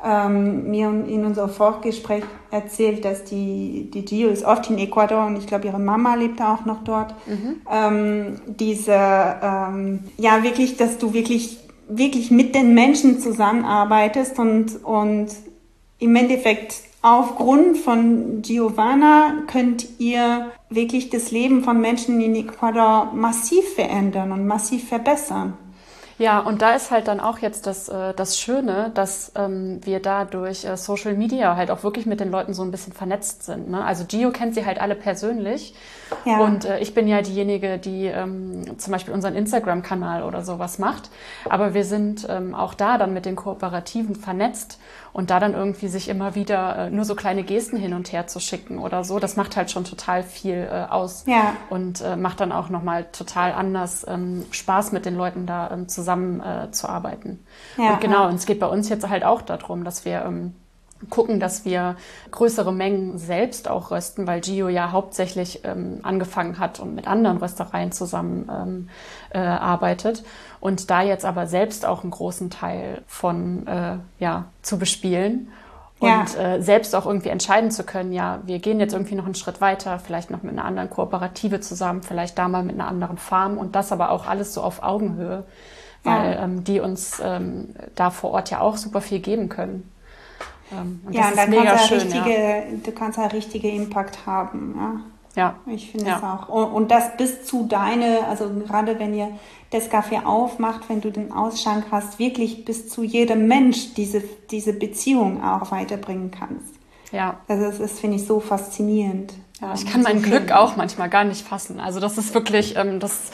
Speaker 1: ähm, mir in unserem Vorgespräch erzählt, dass die, die Gio ist oft in Ecuador und ich glaube, ihre Mama lebt auch noch dort. Mhm. Ähm, diese, ähm, ja wirklich, dass du wirklich, wirklich mit den Menschen zusammenarbeitest und, und im Endeffekt aufgrund von Giovanna könnt ihr wirklich das Leben von Menschen in Ecuador massiv verändern und massiv verbessern.
Speaker 2: Ja, und da ist halt dann auch jetzt das, äh, das Schöne, dass ähm, wir da durch äh, Social Media halt auch wirklich mit den Leuten so ein bisschen vernetzt sind. Ne? Also Gio kennt sie halt alle persönlich. Ja. Und äh, ich bin ja diejenige, die ähm, zum Beispiel unseren Instagram-Kanal oder sowas macht. Aber wir sind ähm, auch da dann mit den Kooperativen vernetzt und da dann irgendwie sich immer wieder äh, nur so kleine Gesten hin und her zu schicken oder so, das macht halt schon total viel äh, aus. Ja. Und äh, macht dann auch nochmal total anders ähm, Spaß mit den Leuten da ähm, zusammen Äh, zu arbeiten. Ja, und genau, ja. und es geht bei uns jetzt halt auch darum, dass wir ähm, gucken, dass wir größere Mengen selbst auch rösten, weil Gio ja hauptsächlich ähm, angefangen hat und mit anderen Röstereien zusammen ähm, äh, arbeitet und da jetzt aber selbst auch einen großen Teil von äh, ja zu bespielen. Und ja. äh, selbst auch irgendwie entscheiden zu können, ja, wir gehen jetzt irgendwie noch einen Schritt weiter, vielleicht noch mit einer anderen Kooperative zusammen, vielleicht da mal mit einer anderen Farm und das aber auch alles so auf Augenhöhe, weil ja. ähm, die uns ähm, da vor Ort ja auch super viel geben können. Ähm, und
Speaker 1: ja,
Speaker 2: das
Speaker 1: und da
Speaker 2: ist mega
Speaker 1: kannst
Speaker 2: schön,
Speaker 1: richtige,
Speaker 2: ja.
Speaker 1: du kannst einen richtigen Impact haben. Ja.
Speaker 2: Ja.
Speaker 1: Ich finde
Speaker 2: ja.
Speaker 1: es auch. Und, und das bis zu deine, also gerade wenn ihr das Café aufmacht, wenn du den Ausschank hast, wirklich bis zu jedem Mensch diese, diese Beziehung auch weiterbringen kannst.
Speaker 2: Ja.
Speaker 1: Also das ist, finde ich, so faszinierend.
Speaker 2: Ja, ich kann mein Glück auch manchmal gar nicht fassen. Also das ist wirklich, ähm, das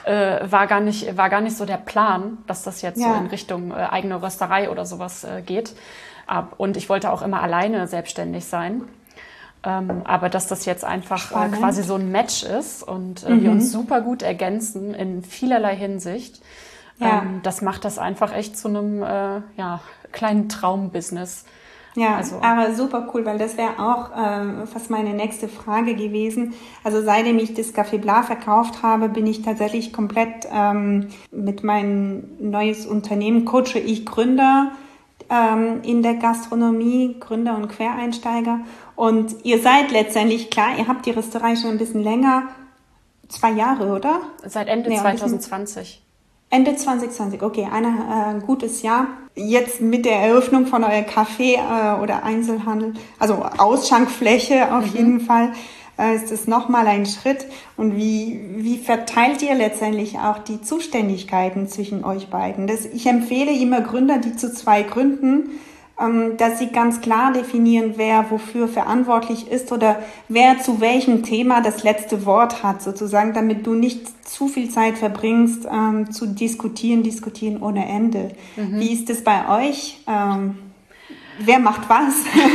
Speaker 2: äh, war gar nicht, war gar nicht so der Plan, dass das jetzt
Speaker 1: ja.
Speaker 2: so in Richtung äh, eigene Rösterei oder sowas äh, geht. Ab, und ich wollte auch immer alleine selbstständig sein. Ähm, aber dass das jetzt einfach äh, quasi so ein Match ist und äh, mhm. wir uns super gut ergänzen in vielerlei Hinsicht,
Speaker 1: ja.
Speaker 2: ähm, das macht das einfach echt zu einem äh, ja, kleinen Traumbusiness.
Speaker 1: Ja,
Speaker 2: also.
Speaker 1: aber super cool, weil das wäre auch äh, fast meine nächste Frage gewesen. Also seitdem ich das Café Bla verkauft habe, bin ich tatsächlich komplett ähm, mit meinem neues Unternehmen, coache ich Gründer ähm, in der Gastronomie, Gründer und Quereinsteiger. Und ihr seid letztendlich, klar, ihr habt die Rösterei schon ein bisschen länger, zwei Jahre, oder?
Speaker 2: Seit Ende nee, zwanzig zwanzig.
Speaker 1: Ende zwanzig zwanzig, okay, ein äh, gutes Jahr. Jetzt mit der Eröffnung von euer Café äh, oder Einzelhandel, also Ausschankfläche auf mhm. jeden Fall, äh, ist es nochmal ein Schritt. Und wie, wie verteilt ihr letztendlich auch die Zuständigkeiten zwischen euch beiden? Das, ich empfehle immer Gründer, die zu zwei gründen, dass sie ganz klar definieren, wer wofür verantwortlich ist oder wer zu welchem Thema das letzte Wort hat, sozusagen, damit du nicht zu viel Zeit verbringst, ähm, zu diskutieren, diskutieren ohne Ende. Mhm. Wie ist das bei euch? Ähm, wer macht was?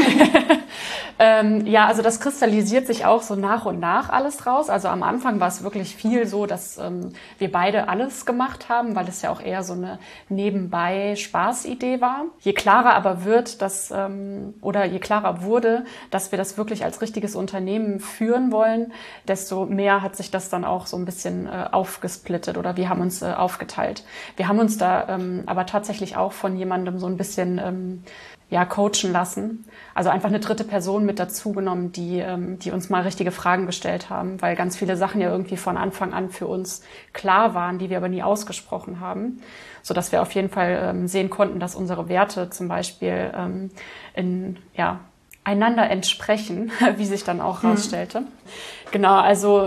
Speaker 2: Ähm, ja, also das kristallisiert sich auch so nach und nach alles raus. Also am Anfang war es wirklich viel so, dass ähm, wir beide alles gemacht haben, weil es ja auch eher so eine nebenbei Spaßidee war. Je klarer aber wird, dass ähm, oder je klarer wurde, dass wir das wirklich als richtiges Unternehmen führen wollen, desto mehr hat sich das dann auch so ein bisschen äh, aufgesplittet oder wir haben uns äh, aufgeteilt. Wir haben uns da ähm, aber tatsächlich auch von jemandem so ein bisschen ähm, ja, coachen lassen. Also einfach eine dritte Person mit dazu genommen, die, ähm, die uns mal richtige Fragen gestellt haben, weil ganz viele Sachen ja irgendwie von Anfang an für uns klar waren, die wir aber nie ausgesprochen haben, sodass wir auf jeden Fall ähm, sehen konnten, dass unsere Werte zum Beispiel ähm, in, ja, einander entsprechen, wie sich dann auch rausstellte. Mhm. Genau, also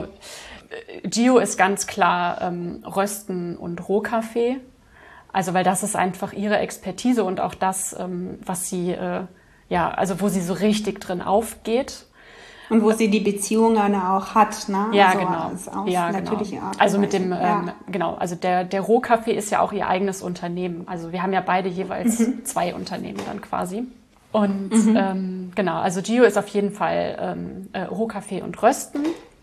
Speaker 2: Gio ist ganz klar ähm, Rösten und Rohkaffee. Also weil das ist einfach ihre Expertise und auch das, ähm, was sie, äh, ja, also wo sie so richtig drin aufgeht.
Speaker 1: Und wo sie die Beziehungen auch hat, ne?
Speaker 2: Ja,
Speaker 1: also
Speaker 2: genau.
Speaker 1: Als auf
Speaker 2: ja,
Speaker 1: natürliche
Speaker 2: genau.
Speaker 1: Art.
Speaker 2: Also mit dem,
Speaker 1: ja.
Speaker 2: ähm, genau, also der, der Rohkaffee ist ja auch ihr eigenes Unternehmen. Also wir haben ja beide jeweils mhm. zwei Unternehmen dann quasi. Und mhm. ähm, genau, also Gio ist auf jeden Fall ähm, äh, Rohkaffee und Rösten.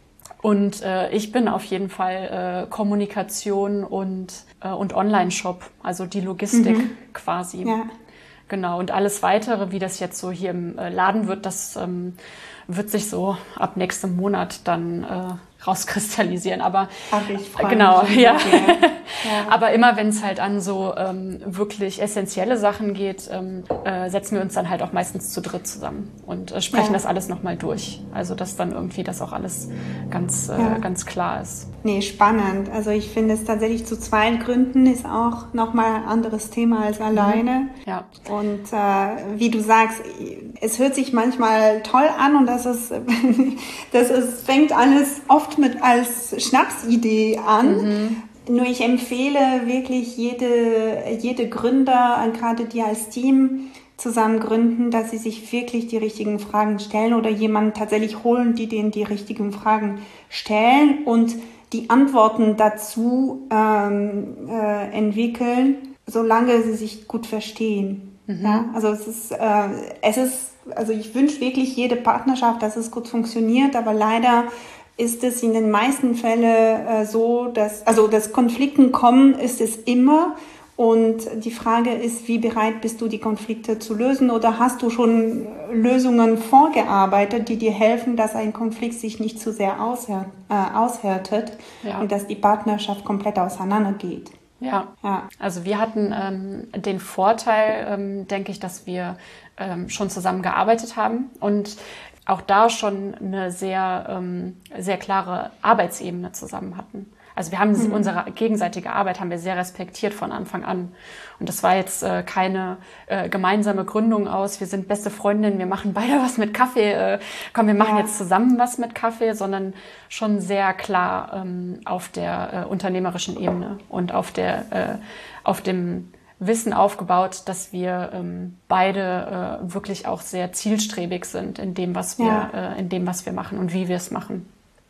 Speaker 2: Und äh, ich bin auf jeden Fall äh, Kommunikation und, äh, und Online-Shop, also die Logistik mhm. quasi. Ja. Genau, und alles Weitere, wie das jetzt so hier im äh, Laden wird, das ähm, wird sich so ab nächstem Monat dann äh, rauskristallisieren. Aber
Speaker 1: Ach, ich freue
Speaker 2: genau,
Speaker 1: mich.
Speaker 2: Ja.
Speaker 1: ja.
Speaker 2: Aber immer wenn es halt an so ähm, wirklich essentielle Sachen geht, ähm, äh, setzen wir uns dann halt auch meistens zu dritt zusammen und äh, sprechen ja. das alles nochmal durch. Also dass dann irgendwie das auch alles ganz, äh, ja. ganz klar ist.
Speaker 1: Nee, spannend. Also ich finde es tatsächlich zu zweit gründen ist auch nochmal ein anderes Thema als alleine.
Speaker 2: Mhm. Ja.
Speaker 1: Und äh, wie du sagst, es hört sich manchmal toll an und das ist, das ist, fängt alles oft mit als Schnapsidee an. Mhm. Nur ich empfehle wirklich jede, jede Gründer, gerade die als Team zusammen gründen, dass sie sich wirklich die richtigen Fragen stellen oder jemanden tatsächlich holen, die denen die richtigen Fragen stellen und die Antworten dazu ähm, äh, entwickeln, solange sie sich gut verstehen. Mhm. Ja, also es ist, äh, es ist, also ich wünsche wirklich jede Partnerschaft, dass es gut funktioniert, aber leider ist es in den meisten Fällen äh, so, dass, also dass Konflikten kommen, ist es immer. Und die Frage ist, wie bereit bist du, die Konflikte zu lösen? Oder hast du schon Lösungen vorgearbeitet, die dir helfen, dass ein Konflikt sich nicht zu sehr aushärt, äh, aushärtet ja. und dass die Partnerschaft komplett auseinandergeht?
Speaker 2: Ja. ja, also wir hatten ähm, den Vorteil, ähm, denke ich, dass wir ähm, schon zusammen gearbeitet haben und auch da schon eine sehr, ähm, sehr klare Arbeitsebene zusammen hatten. Also wir haben mhm. unsere gegenseitige Arbeit haben wir sehr respektiert von Anfang an. Und das war jetzt äh, keine äh, gemeinsame Gründung aus, wir sind beste Freundinnen, wir machen beide was mit Kaffee, äh, komm, wir machen ja. jetzt zusammen was mit Kaffee, sondern schon sehr klar ähm, auf der äh, unternehmerischen Ebene und auf der, äh, auf dem Wissen aufgebaut, dass wir ähm, beide äh, wirklich auch sehr zielstrebig sind in dem, was wir, ja. äh, in dem, was wir machen und wie wir es machen.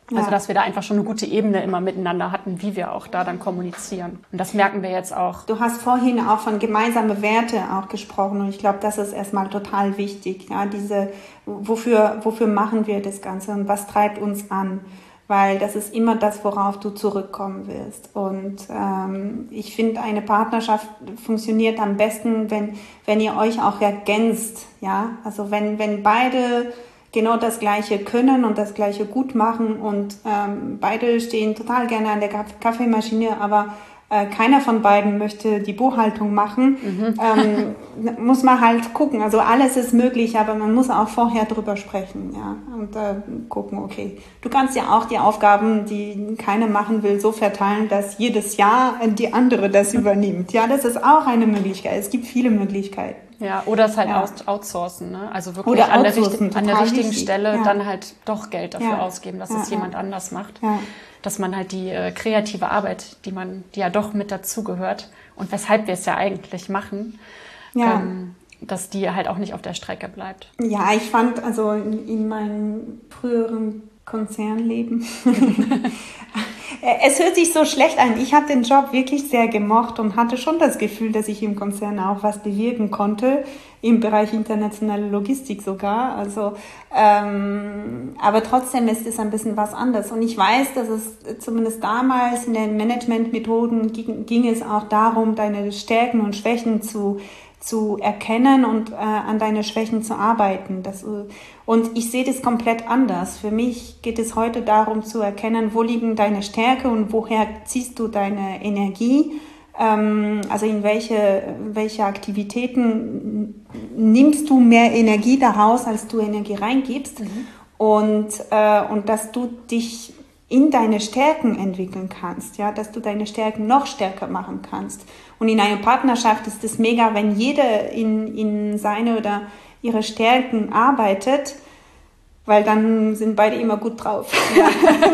Speaker 2: Ja. Also dass wir da einfach schon eine gute Ebene immer miteinander hatten, wie wir auch da dann kommunizieren. Und das merken wir jetzt auch.
Speaker 1: Du hast vorhin auch von gemeinsame Werte auch gesprochen und ich glaube, das ist erstmal total wichtig. Ja, diese, wofür, wofür machen wir das Ganze und was treibt uns an? Weil das ist immer das, worauf du zurückkommen wirst. Und ähm, ich finde, eine Partnerschaft funktioniert am besten, wenn wenn ihr euch auch ergänzt. Ja, also wenn wenn beide genau das Gleiche können und das Gleiche gut machen und ähm, beide stehen total gerne an der Kaffeemaschine, aber äh, keiner von beiden möchte die Buchhaltung machen, mhm. ähm, muss man halt gucken. Also alles ist möglich, aber man muss auch vorher drüber sprechen, ja, und äh, gucken, okay. Du kannst ja auch die Aufgaben, die keiner machen will, so verteilen, dass jedes Jahr die andere das übernimmt. Ja, das ist auch eine Möglichkeit. Es gibt viele Möglichkeiten.
Speaker 2: Ja, oder es halt ja. outsourcen, ne? Also wirklich an der, richtig, an der richtigen wichtig. Stelle ja. dann halt doch Geld dafür ja. ausgeben, dass ja. es jemand anders macht. Ja. Dass man halt die äh, kreative Arbeit, die man, die ja doch mit dazugehört und weshalb wir es ja eigentlich machen, ja. ähm, dass die halt auch nicht auf der Strecke bleibt.
Speaker 1: Ja, ich fand also in, in meinem früheren Konzernleben, es hört sich so schlecht an. Ich habe den Job wirklich sehr gemocht und hatte schon das Gefühl, dass ich im Konzern auch was bewirken konnte, im Bereich internationale Logistik sogar. Also, ähm, aber trotzdem ist es ein bisschen was anderes. Und ich weiß, dass es zumindest damals in den Managementmethoden ging, ging es auch darum, deine Stärken und Schwächen zu zu erkennen und äh, an deine Schwächen zu arbeiten. Das, äh, und ich sehe das komplett anders. Für mich geht es heute darum zu erkennen, wo liegen deine Stärke und woher ziehst du deine Energie. Ähm, also in welche, welche Aktivitäten nimmst du mehr Energie daraus, als du Energie reingibst. Mhm. Und, äh, und dass du dich in deine Stärken entwickeln kannst, ja, dass du deine Stärken noch stärker machen kannst. Und in einer Partnerschaft ist es mega, wenn jeder in, in seine oder ihre Stärken arbeitet, weil dann sind beide immer gut drauf. Ja.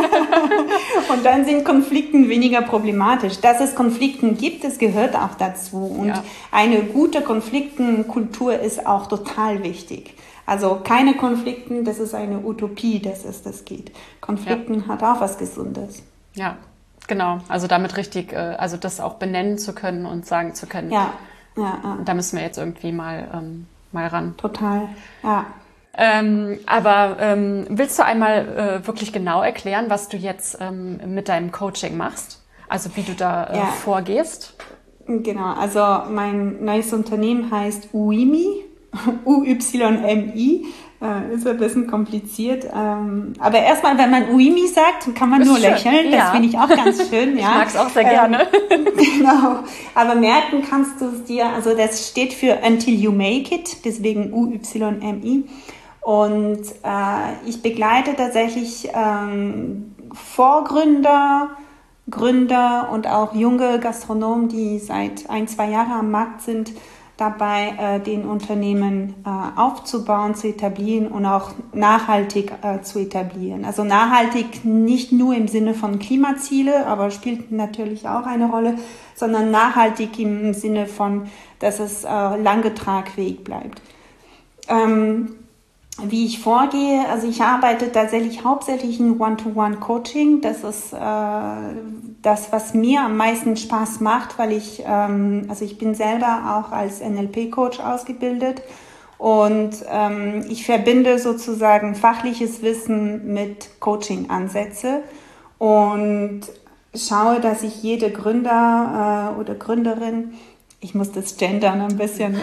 Speaker 1: Und dann sind Konflikten weniger problematisch. Dass es Konflikten gibt, das gehört auch dazu. Und ja. eine gute Konfliktenkultur ist auch total wichtig. Also keine Konflikten, das ist eine Utopie, dass es das geht. Konflikten ja. hat auch was Gesundes.
Speaker 2: Ja, genau. Also damit richtig, also das auch benennen zu können und sagen zu können.
Speaker 1: Ja, ja. ja.
Speaker 2: Da müssen wir jetzt irgendwie mal, ähm, mal ran.
Speaker 1: Total, ja.
Speaker 2: Ähm, aber ähm, willst du einmal äh, wirklich genau erklären, was du jetzt ähm, mit deinem Coaching machst? Also wie du da äh, ja. vorgehst?
Speaker 1: Genau, also mein neues Unternehmen heißt Uimi. U Y M I, äh, ist ein bisschen kompliziert. Ähm, aber erstmal, wenn man Uimi sagt, kann man nur schön. lächeln. Das ja. finde ich auch ganz schön. Ja.
Speaker 2: Ich mag es auch sehr gerne.
Speaker 1: Ähm, genau. Aber merken kannst du es dir, also das steht für Until You Make It, deswegen U Y M I. Und äh, ich begleite tatsächlich ähm, Vorgründer, Gründer und auch junge Gastronomen, die seit ein, zwei Jahren am Markt sind, dabei, äh, den Unternehmen äh, aufzubauen, zu etablieren und auch nachhaltig äh, zu etablieren. Also nachhaltig nicht nur im Sinne von Klimaziele, aber spielt natürlich auch eine Rolle, sondern nachhaltig im Sinne von, dass es äh, lange tragfähig bleibt. Ähm, Wie ich vorgehe, also ich arbeite tatsächlich hauptsächlich in One-to-One-Coaching. Das ist äh, das, was mir am meisten Spaß macht, weil ich, ähm, also ich bin selber auch als N L P-Coach ausgebildet und ähm, ich verbinde sozusagen fachliches Wissen mit Coaching-Ansätze und schaue, dass ich jede Gründer äh, oder Gründerin, ich muss das Gendern ein bisschen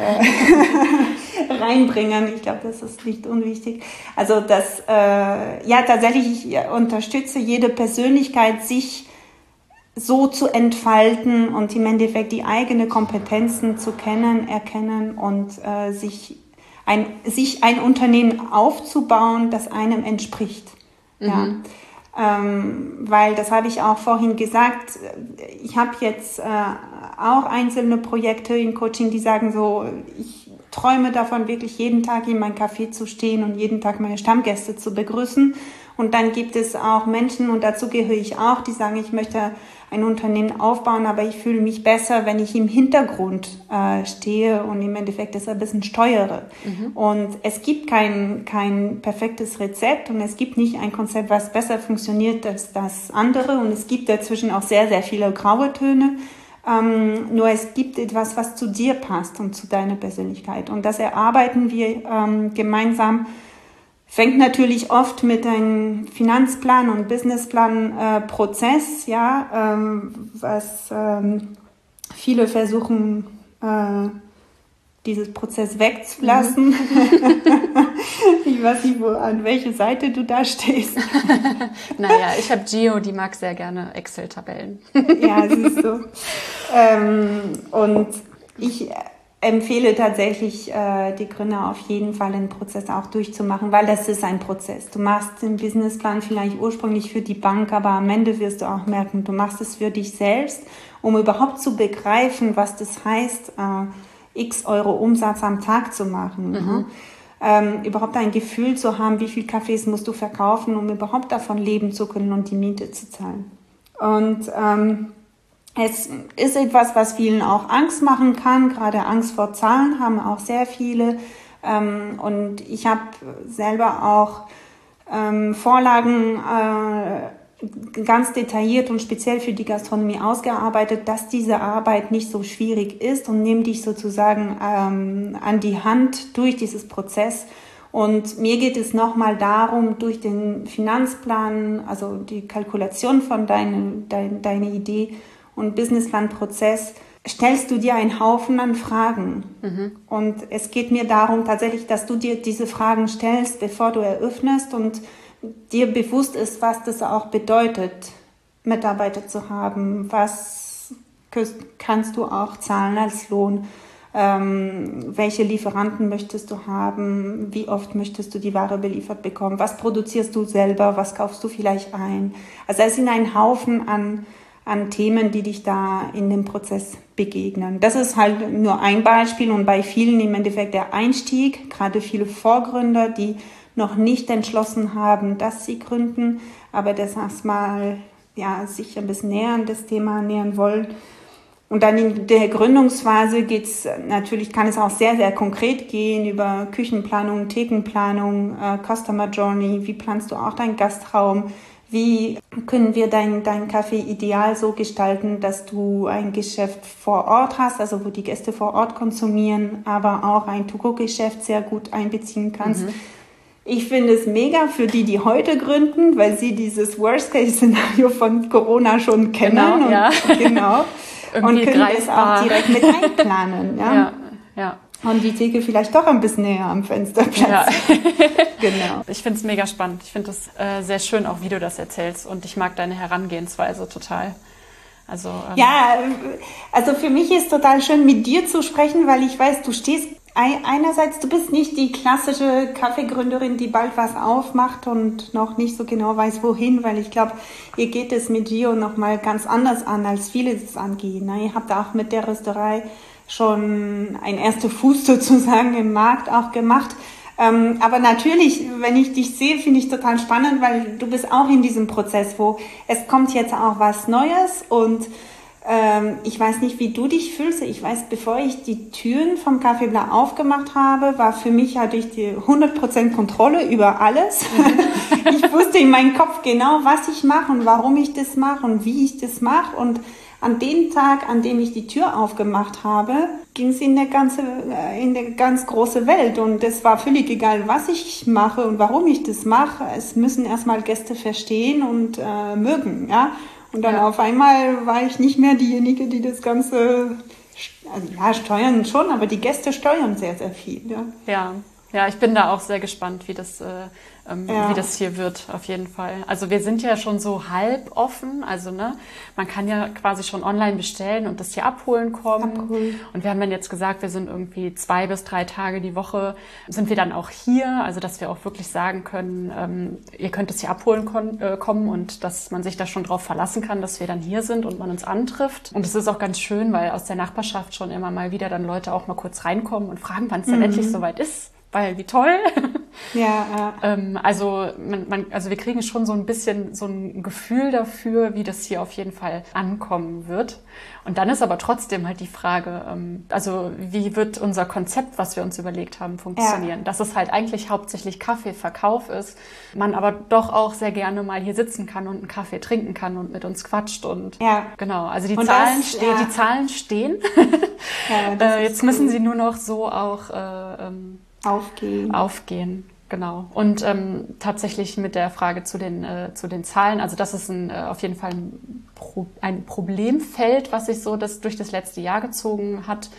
Speaker 1: äh, reinbringen. Ich glaube, das ist nicht unwichtig. Also, dass, äh, ja, tatsächlich, ich unterstütze jede Persönlichkeit, sich so zu entfalten und im Endeffekt die eigenen Kompetenzen zu kennen, erkennen und äh, sich ein, sich ein Unternehmen aufzubauen, das einem entspricht. Mhm. Ja. Ähm, weil, das habe ich auch vorhin gesagt, ich habe jetzt äh, auch einzelne Projekte im Coaching, die sagen so, ich träume davon, wirklich jeden Tag in mein Café zu stehen und jeden Tag meine Stammgäste zu begrüßen. Und dann gibt es auch Menschen, und dazu gehöre ich auch, die sagen, ich möchte ein Unternehmen aufbauen, aber ich fühle mich besser, wenn ich im Hintergrund äh, stehe und im Endeffekt das ein bisschen steuere. Mhm. Und es gibt kein, kein perfektes Rezept und es gibt nicht ein Konzept, was besser funktioniert als das andere. Und es gibt dazwischen auch sehr, sehr viele graue Töne. Ähm, nur es gibt etwas, was zu dir passt und zu deiner Persönlichkeit. Und das erarbeiten wir ähm, gemeinsam. Fängt natürlich oft mit einem Finanzplan und Businessplan-Prozess, äh, ja, ähm, was ähm, viele versuchen, äh, dieses Prozess wegzulassen. Mhm. Ich weiß nicht, wo, an welche Seite du da stehst.
Speaker 2: Naja, ich habe Gio, die mag sehr gerne Excel-Tabellen.
Speaker 1: Ja, siehst du. Ähm, und ich empfehle tatsächlich, äh, die Gründer auf jeden Fall den Prozess auch durchzumachen, weil das ist ein Prozess. Du machst den Businessplan vielleicht ursprünglich für die Bank, aber am Ende wirst du auch merken, du machst es für dich selbst, um überhaupt zu begreifen, was das heißt, äh, x Euro Umsatz am Tag zu machen. Mhm. Ne? Ähm, überhaupt ein Gefühl zu haben, wie viel Kaffees musst du verkaufen, um überhaupt davon leben zu können und die Miete zu zahlen. Und ähm, es ist etwas, was vielen auch Angst machen kann. Gerade Angst vor Zahlen haben auch sehr viele. Ähm, und ich habe selber auch ähm, Vorlagen äh, ganz detailliert und speziell für die Gastronomie ausgearbeitet, dass diese Arbeit nicht so schwierig ist und nehme dich sozusagen ähm, an die Hand durch dieses Prozess. Und mir geht es nochmal darum, durch den Finanzplan, also die Kalkulation von deiner dein, deine Idee und Businessplan-Prozess, stellst du dir einen Haufen an Fragen. Mhm. Und es geht mir darum tatsächlich, dass du dir diese Fragen stellst, bevor du eröffnest und dir bewusst ist, was das auch bedeutet, Mitarbeiter zu haben. Was kannst du auch zahlen als Lohn? Ähm, welche Lieferanten möchtest du haben? Wie oft möchtest du die Ware beliefert bekommen? Was produzierst du selber? Was kaufst du vielleicht ein? Also es sind ein Haufen an an Themen, die dich da in dem Prozess begegnen. Das ist halt nur ein Beispiel und bei vielen im Endeffekt der Einstieg, gerade viele Vorgründer, die noch nicht entschlossen haben, dass sie gründen, aber das erstmal ja, sich ein bisschen näher an das Thema nähern wollen. Und dann in der Gründungsphase geht's natürlich, kann es auch sehr, sehr konkret gehen über Küchenplanung, Thekenplanung, äh, Customer Journey, wie planst du auch deinen Gastraum, wie können wir dein, dein Café ideal so gestalten, dass du ein Geschäft vor Ort hast, also wo die Gäste vor Ort konsumieren, aber auch ein To-Go-Geschäft sehr gut einbeziehen kannst. Mhm. Ich finde es mega für die, die heute gründen, weil sie dieses Worst-Case-Szenario von Corona schon kennen. Genau, und, ja. genau, und können greifbar. Es auch direkt mit einplanen. Ja, ja. ja. Und die Theke vielleicht doch ein bisschen näher am Fensterplatz. Ja.
Speaker 2: Genau. Ich finde es mega spannend. Ich finde es äh, sehr schön, auch wie du das erzählst. Und ich mag deine Herangehensweise total. Also, ähm
Speaker 1: ja, also für mich ist total schön, mit dir zu sprechen, weil ich weiß, du stehst einerseits, du bist nicht die klassische Kaffeegründerin, die bald was aufmacht und noch nicht so genau weiß, wohin, weil ich glaube, ihr geht es mit Gio nochmal ganz anders an, als viele es angehen. Ne? Ihr habt auch mit der Rösterei schon ein erster Fuß sozusagen im Markt auch gemacht. Ähm, aber natürlich, wenn ich dich sehe, finde ich total spannend, weil du bist auch in diesem Prozess, wo es kommt jetzt auch was Neues und ähm, ich weiß nicht, wie du dich fühlst. Ich weiß, bevor ich die Türen vom Café Blau aufgemacht habe, war für mich halt durch die hundert Prozent Kontrolle über alles. Ich wusste in meinem Kopf genau, was ich mache und warum ich das mache und wie ich das mache und an dem Tag, an dem ich die Tür aufgemacht habe, ging es in der ganze, in der ganz große Welt und es war völlig egal, was ich mache und warum ich das mache. Es müssen erstmal Gäste verstehen und äh, mögen, ja. Und dann ja. auf einmal war ich nicht mehr diejenige, die das Ganze, also ja, steuern schon, aber die Gäste steuern sehr, sehr viel, ja.
Speaker 2: Ja. Ja, ich bin da auch sehr gespannt, wie das, äh, ähm, ja. wie das hier wird, auf jeden Fall. Also wir sind ja schon so halb offen, also ne, man kann ja quasi schon online bestellen und das hier abholen kommen. Abholen. Und wir haben dann jetzt gesagt, wir sind irgendwie zwei bis drei Tage die Woche, sind wir dann auch hier, also dass wir auch wirklich sagen können, ähm, ihr könnt es hier abholen kon- äh, kommen und dass man sich da schon drauf verlassen kann, dass wir dann hier sind und man uns antrifft. Und es ist auch ganz schön, weil aus der Nachbarschaft schon immer mal wieder dann Leute auch mal kurz reinkommen und fragen, wann es dann mhm. endlich soweit ist. Weil wie toll.
Speaker 1: Ja, ja.
Speaker 2: Ähm, also, man, man, also wir kriegen schon so ein bisschen so ein Gefühl dafür, wie das hier auf jeden Fall ankommen wird. Und dann ist aber trotzdem halt die Frage, ähm, also wie wird unser Konzept, was wir uns überlegt haben, funktionieren? Ja. Dass es halt eigentlich hauptsächlich Kaffeeverkauf ist, man aber doch auch sehr gerne mal hier sitzen kann und einen Kaffee trinken kann und mit uns quatscht. Und
Speaker 1: ja.
Speaker 2: genau, also die,
Speaker 1: und
Speaker 2: Zahlen,
Speaker 1: das,
Speaker 2: ste-
Speaker 1: ja.
Speaker 2: die Zahlen stehen.
Speaker 1: Ja, das
Speaker 2: äh, jetzt
Speaker 1: cool.
Speaker 2: müssen sie nur noch so auch äh, ähm,
Speaker 1: aufgehen.
Speaker 2: aufgehen. Genau. Und ähm, tatsächlich mit der Frage zu den, äh, zu den Zahlen, also das ist ein, äh, auf jeden Fall ein, Pro- ein Problemfeld, was sich so das, durch das letzte Jahr gezogen hat,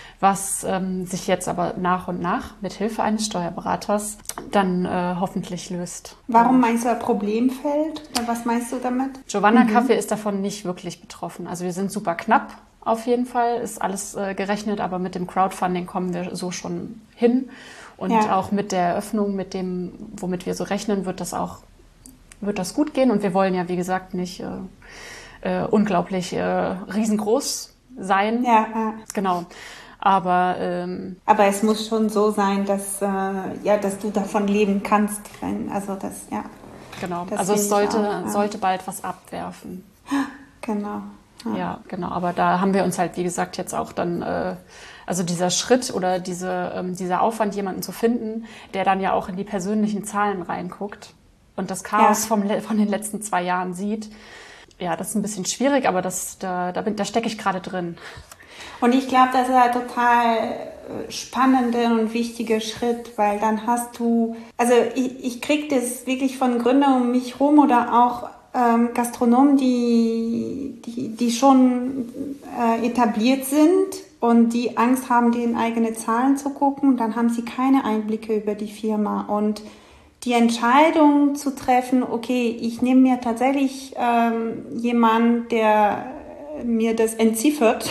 Speaker 2: was ähm, sich jetzt aber nach und nach mit Hilfe eines Steuerberaters dann äh, hoffentlich löst.
Speaker 1: Warum meinst du ein Problemfeld? Oder was meinst du damit?
Speaker 2: Giovanna mhm. Kaffee ist davon nicht wirklich betroffen. Also wir sind super knapp auf jeden Fall, ist alles äh, gerechnet, aber mit dem Crowdfunding kommen wir so schon hin. Und ja. auch mit der Eröffnung, mit dem, womit wir so rechnen, wird das auch, wird das gut gehen. Und wir wollen ja, wie gesagt, nicht äh, äh, unglaublich äh, riesengroß sein.
Speaker 1: Ja, ja.
Speaker 2: Genau. Aber, ähm,
Speaker 1: Aber es muss schon so sein, dass, äh, ja, dass du davon leben kannst. Wenn, also das, ja.
Speaker 2: Genau. Das also es sollte, auch, ja. sollte bald was abwerfen.
Speaker 1: Genau.
Speaker 2: Ja. ja, genau. Aber da haben wir uns halt, wie gesagt, jetzt auch dann, äh, also dieser Schritt oder diese, ähm, dieser Aufwand, jemanden zu finden, der dann ja auch in die persönlichen Zahlen reinguckt und das Chaos ja. vom, von den letzten zwei Jahren sieht. Ja, das ist ein bisschen schwierig, aber das, da, da, bin, da stecke ich gerade drin.
Speaker 1: Und ich glaube, das ist ein total spannender und wichtiger Schritt, weil dann hast du, also ich, ich kriege das wirklich von Gründern um mich rum oder auch ähm, Gastronomen, die, die, die schon äh, etabliert sind und die Angst haben, in eigene Zahlen zu gucken. Dann haben sie keine Einblicke über die Firma. Und die Entscheidung zu treffen, okay, ich nehme mir tatsächlich ähm, jemanden, der mir das entziffert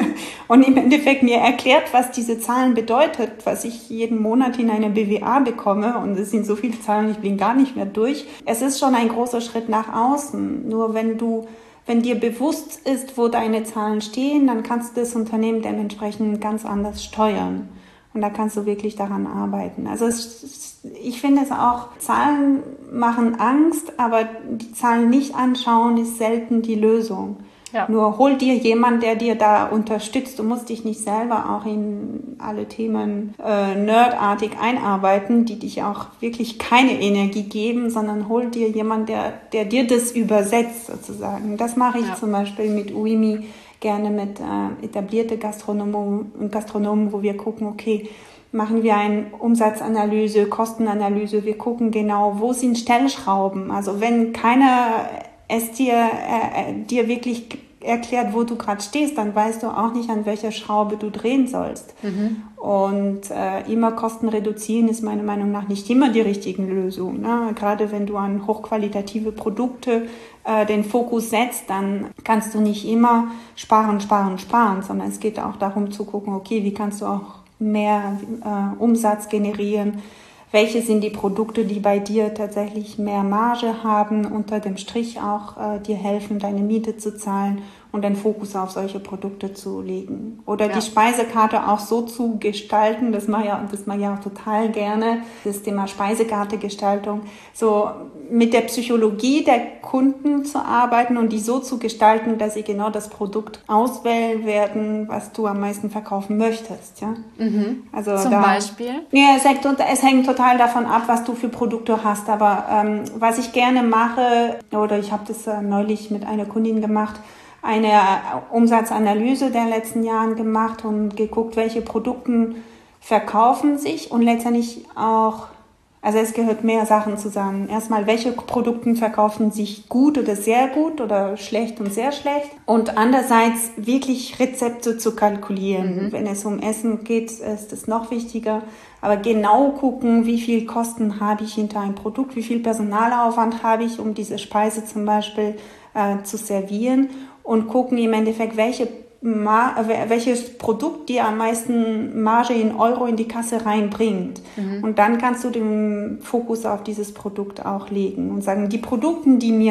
Speaker 1: und im Endeffekt mir erklärt, was diese Zahlen bedeutet, was ich jeden Monat in eine B W A bekomme, und es sind so viele Zahlen, ich bin gar nicht mehr durch. Es ist schon ein großer Schritt nach außen. Nur wenn du, wenn dir bewusst ist, wo deine Zahlen stehen, dann kannst du das Unternehmen dementsprechend ganz anders steuern. Und da kannst du wirklich daran arbeiten. Also es, ich finde es auch, Zahlen machen Angst, aber die Zahlen nicht anschauen ist selten die Lösung. Ja. Nur hol dir jemand, der dir da unterstützt. Du musst dich nicht selber auch in alle Themen äh, nerdartig einarbeiten, die dich auch wirklich keine Energie geben, sondern hol dir jemand, der, der dir das übersetzt sozusagen. Das mache ich ja. zum Beispiel mit Uimi gerne mit äh, etablierte Gastronomen und Gastronomen, wo wir gucken, okay, machen wir eine Umsatzanalyse, Kostenanalyse, wir gucken genau, wo sind Stellschrauben. Also wenn keiner es dir, äh, dir wirklich erklärt, wo du gerade stehst, dann weißt du auch nicht, an welcher Schraube du drehen sollst. Mhm. Und äh, immer Kosten reduzieren ist meiner Meinung nach nicht immer die richtige Lösung. Ne? Gerade wenn du an hochqualitative Produkte äh, den Fokus setzt, dann kannst du nicht immer sparen, sparen, sparen, sondern es geht auch darum zu gucken, okay, wie kannst du auch mehr äh, Umsatz generieren, welche sind die Produkte, die bei dir tatsächlich mehr Marge haben, unter dem Strich auch äh, dir helfen, deine Miete zu zahlen und den Fokus auf solche Produkte zu legen. Oder ja. die Speisekarte auch so zu gestalten, das mache ich ja, das mache ich auch total gerne, das Thema Speisekartegestaltung, so mit der Psychologie der Kunden zu arbeiten und die so zu gestalten, dass sie genau das Produkt auswählen werden, was du am meisten verkaufen möchtest. Ja?
Speaker 2: Mhm.
Speaker 1: Also
Speaker 2: Zum
Speaker 1: da,
Speaker 2: Beispiel?
Speaker 1: Ja, es hängt, es hängt total davon ab, was du für Produkte hast. Aber ähm, was ich gerne mache, oder ich habe das äh, neulich mit einer Kundin gemacht, eine Umsatzanalyse der letzten Jahren gemacht und geguckt, welche Produkte verkaufen sich und letztendlich auch, also es gehört mehr Sachen zusammen. Erstmal, welche Produkte verkaufen sich gut oder sehr gut oder schlecht und sehr schlecht. Und andererseits wirklich Rezepte zu kalkulieren. Mhm. Wenn es um Essen geht, ist es noch wichtiger. Aber genau gucken, wie viel Kosten habe ich hinter einem Produkt, wie viel Personalaufwand habe ich, um diese Speise zum Beispiel äh, zu servieren. Und gucken im Endeffekt, welche Ma- welches Produkt dir am meisten Marge in Euro in die Kasse reinbringt. Mhm. Und dann kannst du den Fokus auf dieses Produkt auch legen und sagen, die Produkte, die mir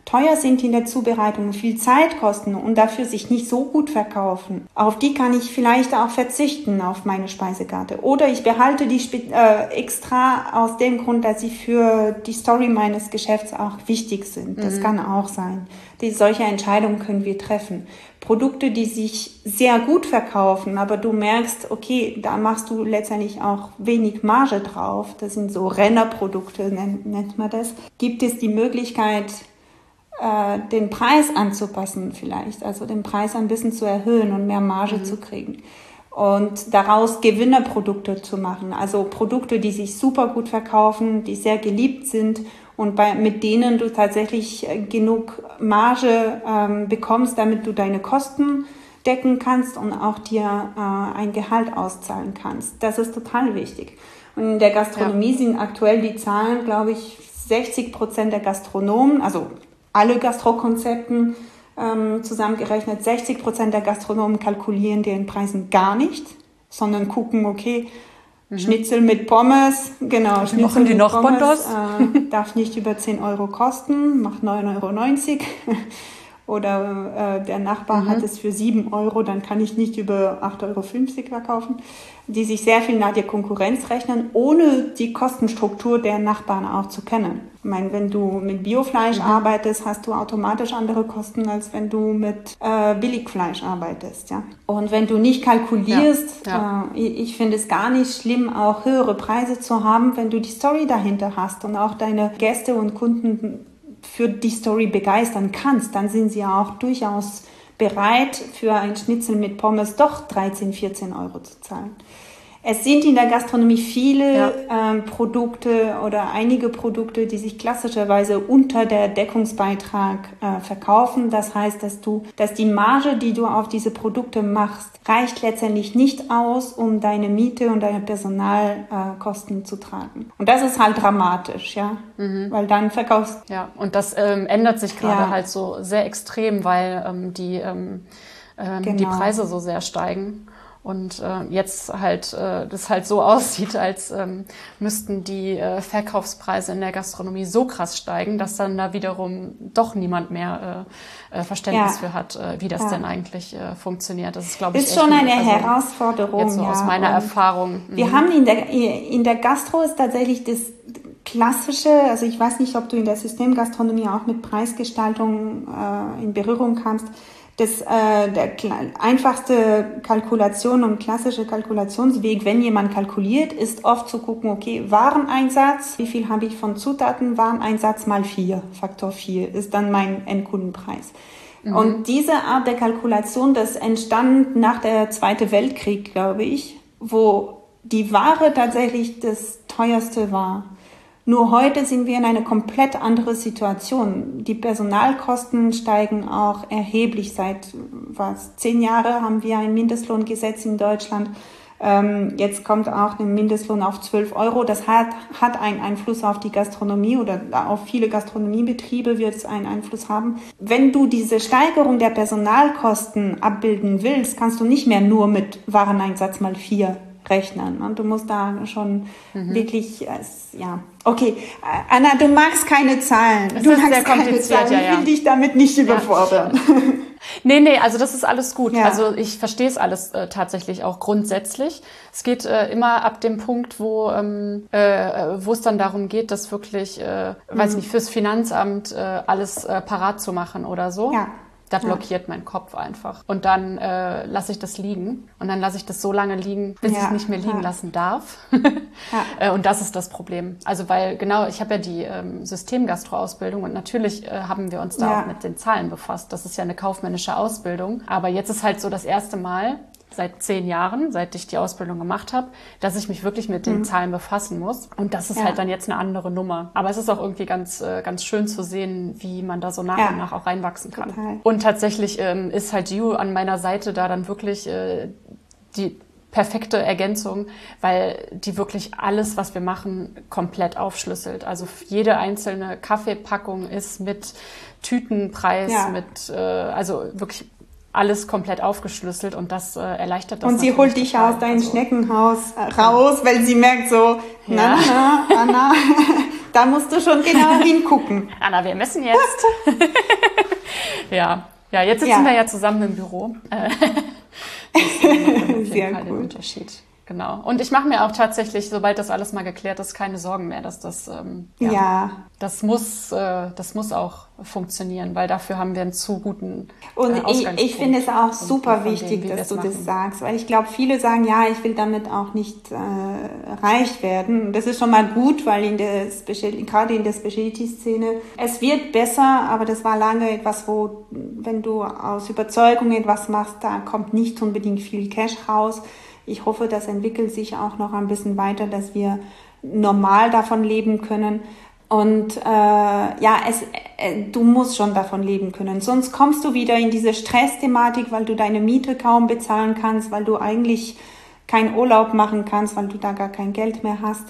Speaker 1: teuer sind in der Zubereitung, viel Zeit kosten und dafür sich nicht so gut verkaufen. Auf die kann ich vielleicht auch verzichten auf meine Speisekarte. Oder ich behalte die äh, extra aus dem Grund, dass sie für die Story meines Geschäfts auch wichtig sind. Das mhm. kann auch sein. Die, solche Entscheidungen können wir treffen. Produkte, die sich sehr gut verkaufen, aber du merkst, okay, da machst du letztendlich auch wenig Marge drauf. Das sind so Rennerprodukte, nennt, nennt man das. Gibt es die Möglichkeit, äh, den Preis anzupassen vielleicht, also den Preis ein bisschen zu erhöhen und mehr Marge mhm. zu kriegen und daraus Gewinnerprodukte zu machen. Also Produkte, die sich super gut verkaufen, die sehr geliebt sind und bei, mit denen du tatsächlich genug Marge ähm, bekommst, damit du deine Kosten decken kannst und auch dir äh, ein Gehalt auszahlen kannst. Das ist total wichtig. Und in der Gastronomie ja. sind aktuell die Zahlen, glaube ich, sechzig Prozent der Gastronomen, also alle Gastrokonzepten ähm, zusammengerechnet, sechzig Prozent der Gastronomen kalkulieren den Preisen gar nicht, sondern gucken, okay, mhm. Schnitzel mit Pommes, genau,
Speaker 2: Wie
Speaker 1: Schnitzel
Speaker 2: machen die
Speaker 1: mit
Speaker 2: noch
Speaker 1: Pommes äh, darf nicht über zehn Euro kosten, macht neun Euro neunzig. Oder äh, der Nachbar mhm. hat es für sieben Euro, dann kann ich nicht über acht Euro fünfzig verkaufen, die sich sehr viel nach der Konkurrenz rechnen, ohne die Kostenstruktur der Nachbarn auch zu kennen. Ich meine, wenn du mit Biofleisch mhm. arbeitest, hast du automatisch andere Kosten, als wenn du mit äh, Billigfleisch arbeitest. Ja? Und wenn du nicht kalkulierst, ja. Ja. Äh, ich, ich finde es gar nicht schlimm, auch höhere Preise zu haben, wenn du die Story dahinter hast und auch deine Gäste und Kunden für die Story begeistern kannst, dann sind sie auch durchaus bereit, für ein Schnitzel mit Pommes doch dreizehn, vierzehn Euro zu zahlen. Es sind in der Gastronomie viele ja. ähm, Produkte oder einige Produkte, die sich klassischerweise unter der Deckungsbeitrag äh, verkaufen. Das heißt, dass du, dass die Marge, die du auf diese Produkte machst, reicht letztendlich nicht aus, um deine Miete und deine Personalkosten äh, zu tragen. Und das ist halt dramatisch, ja, mhm. weil dann verkaufst.
Speaker 2: Ja, und das ähm, ändert sich gerade ja. halt so sehr extrem, weil ähm, die ähm, ähm, genau. die Preise so sehr steigen. Und äh, jetzt halt äh, das halt so aussieht, als ähm, müssten die äh, Verkaufspreise in der Gastronomie so krass steigen, dass dann da wiederum doch niemand mehr äh, Verständnis ja. für hat, äh, wie das ja. denn eigentlich äh, funktioniert. Das ist, glaube ich,
Speaker 1: ist schon eine also, Herausforderung.
Speaker 2: Jetzt so ja. aus meiner Und Erfahrung.
Speaker 1: Wir mhm. haben in der in der Gastro ist tatsächlich das klassische, also ich weiß nicht, ob du in der Systemgastronomie auch mit Preisgestaltung äh, in Berührung kamst. Das äh, der einfachste Kalkulation und klassische Kalkulationsweg, wenn jemand kalkuliert, ist oft zu gucken, okay, Wareneinsatz, wie viel habe ich von Zutaten, Wareneinsatz mal vier, Faktor vier ist dann mein Endkundenpreis. Mhm. Und diese Art der Kalkulation, das entstand nach der Zweiten Weltkrieg, glaube ich, wo die Ware tatsächlich das teuerste war. Nur heute sind wir in einer komplett anderen Situation. Die Personalkosten steigen auch erheblich. Seit was zehn Jahren haben wir ein Mindestlohngesetz in Deutschland. Ähm, jetzt kommt auch ein Mindestlohn auf zwölf Euro. Das hat, hat einen Einfluss auf die Gastronomie oder auf viele Gastronomiebetriebe wird es einen Einfluss haben. Wenn du diese Steigerung der Personalkosten abbilden willst, kannst du nicht mehr nur mit Wareneinsatz mal vier rechnen. Und du musst da schon mhm. wirklich, ja, okay. Anna, du magst keine Zahlen.
Speaker 2: Das
Speaker 1: du
Speaker 2: ist
Speaker 1: magst
Speaker 2: sehr kompliziert,
Speaker 1: keine Zahlen.
Speaker 2: ja, ja.
Speaker 1: Ich will dich damit nicht überfordern.
Speaker 2: Ja. Nee, nee, also das ist alles gut.
Speaker 1: Ja.
Speaker 2: Also ich verstehe es alles äh, tatsächlich auch grundsätzlich. Es geht äh, immer ab dem Punkt, wo ähm, äh, wo es dann darum geht, das wirklich, äh, mhm. weiß nicht, fürs Finanzamt äh, alles äh, parat zu machen oder so.
Speaker 1: Ja.
Speaker 2: Da blockiert ja. mein Kopf einfach. Und dann äh, lasse ich das liegen. Und dann lasse ich das so lange liegen, bis ja. ich es nicht mehr liegen ja. lassen darf. ja. Und das ist das Problem. Also weil genau, ich habe ja die ähm, Systemgastro-Ausbildung und natürlich äh, haben wir uns da ja. auch mit den Zahlen befasst. Das ist ja eine kaufmännische Ausbildung. Aber jetzt ist halt so das erste Mal, seit zehn Jahren, seit ich die Ausbildung gemacht habe, dass ich mich wirklich mit den mhm. Zahlen befassen muss. Und das ist ja. halt dann jetzt eine andere Nummer. Aber es ist auch irgendwie ganz äh, ganz schön zu sehen, wie man da so nach ja. und nach auch reinwachsen kann. Total. Und tatsächlich ähm, ist halt Gio an meiner Seite da dann wirklich äh, die perfekte Ergänzung, weil die wirklich alles, was wir machen, komplett aufschlüsselt. Also jede einzelne Kaffeepackung ist mit Tütenpreis, ja. mit äh, also wirklich alles komplett aufgeschlüsselt und das äh, erleichtert das.
Speaker 1: Und sie holt dich aus deinem also, Schneckenhaus raus, weil sie merkt so, na,
Speaker 2: ja.
Speaker 1: na, Anna, da musst du schon genau hingucken.
Speaker 2: Anna, wir messen jetzt. ja. ja, jetzt sitzen ja. wir ja zusammen im Büro. Das ist auf jeden
Speaker 1: Sehr
Speaker 2: Fall
Speaker 1: gut.
Speaker 2: der Unterschied. Genau. Und ich mache mir auch tatsächlich, sobald das alles mal geklärt ist, keine Sorgen mehr, dass das, ähm, ja,
Speaker 1: ja.
Speaker 2: das muss, äh, das muss auch funktionieren, weil dafür haben wir einen zu guten äh,
Speaker 1: Und ich, ich finde es auch super
Speaker 2: von
Speaker 1: wichtig,
Speaker 2: dem,
Speaker 1: dass du
Speaker 2: machen.
Speaker 1: das sagst, weil ich glaube, viele sagen, ja, ich will damit auch nicht äh, reich werden. Das ist schon mal gut, weil in der Special, gerade in der Specialty-Szene, es wird besser, aber das war lange etwas, wo, wenn du aus Überzeugung etwas machst, da kommt nicht unbedingt viel Cash raus. Ich hoffe, das entwickelt sich auch noch ein bisschen weiter, dass wir normal davon leben können. Und äh, ja, es, äh, du musst schon davon leben können. Sonst kommst du wieder in diese Stressthematik, weil du deine Miete kaum bezahlen kannst, weil du eigentlich keinen Urlaub machen kannst, weil du da gar kein Geld mehr hast.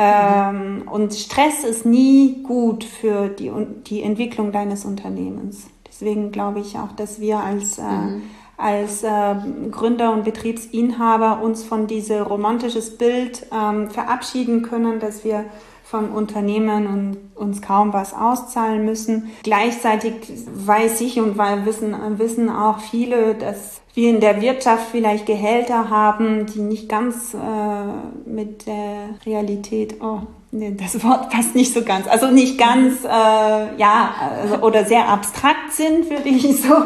Speaker 1: Ähm, mhm. Und Stress ist nie gut für die, die Entwicklung deines Unternehmens. Deswegen glaube ich auch, dass wir als... Äh, mhm. als äh, Gründer und Betriebsinhaber uns von diesem romantisches Bild ähm, verabschieden können, dass wir vom Unternehmen und uns kaum was auszahlen müssen. Gleichzeitig weiß ich und weil wissen, wissen auch viele, dass wir in der Wirtschaft vielleicht Gehälter haben, die nicht ganz äh, mit der Realität, oh, nee, das Wort passt nicht so ganz, also nicht ganz, äh, ja, also, oder sehr abstrakt sind, würde ich so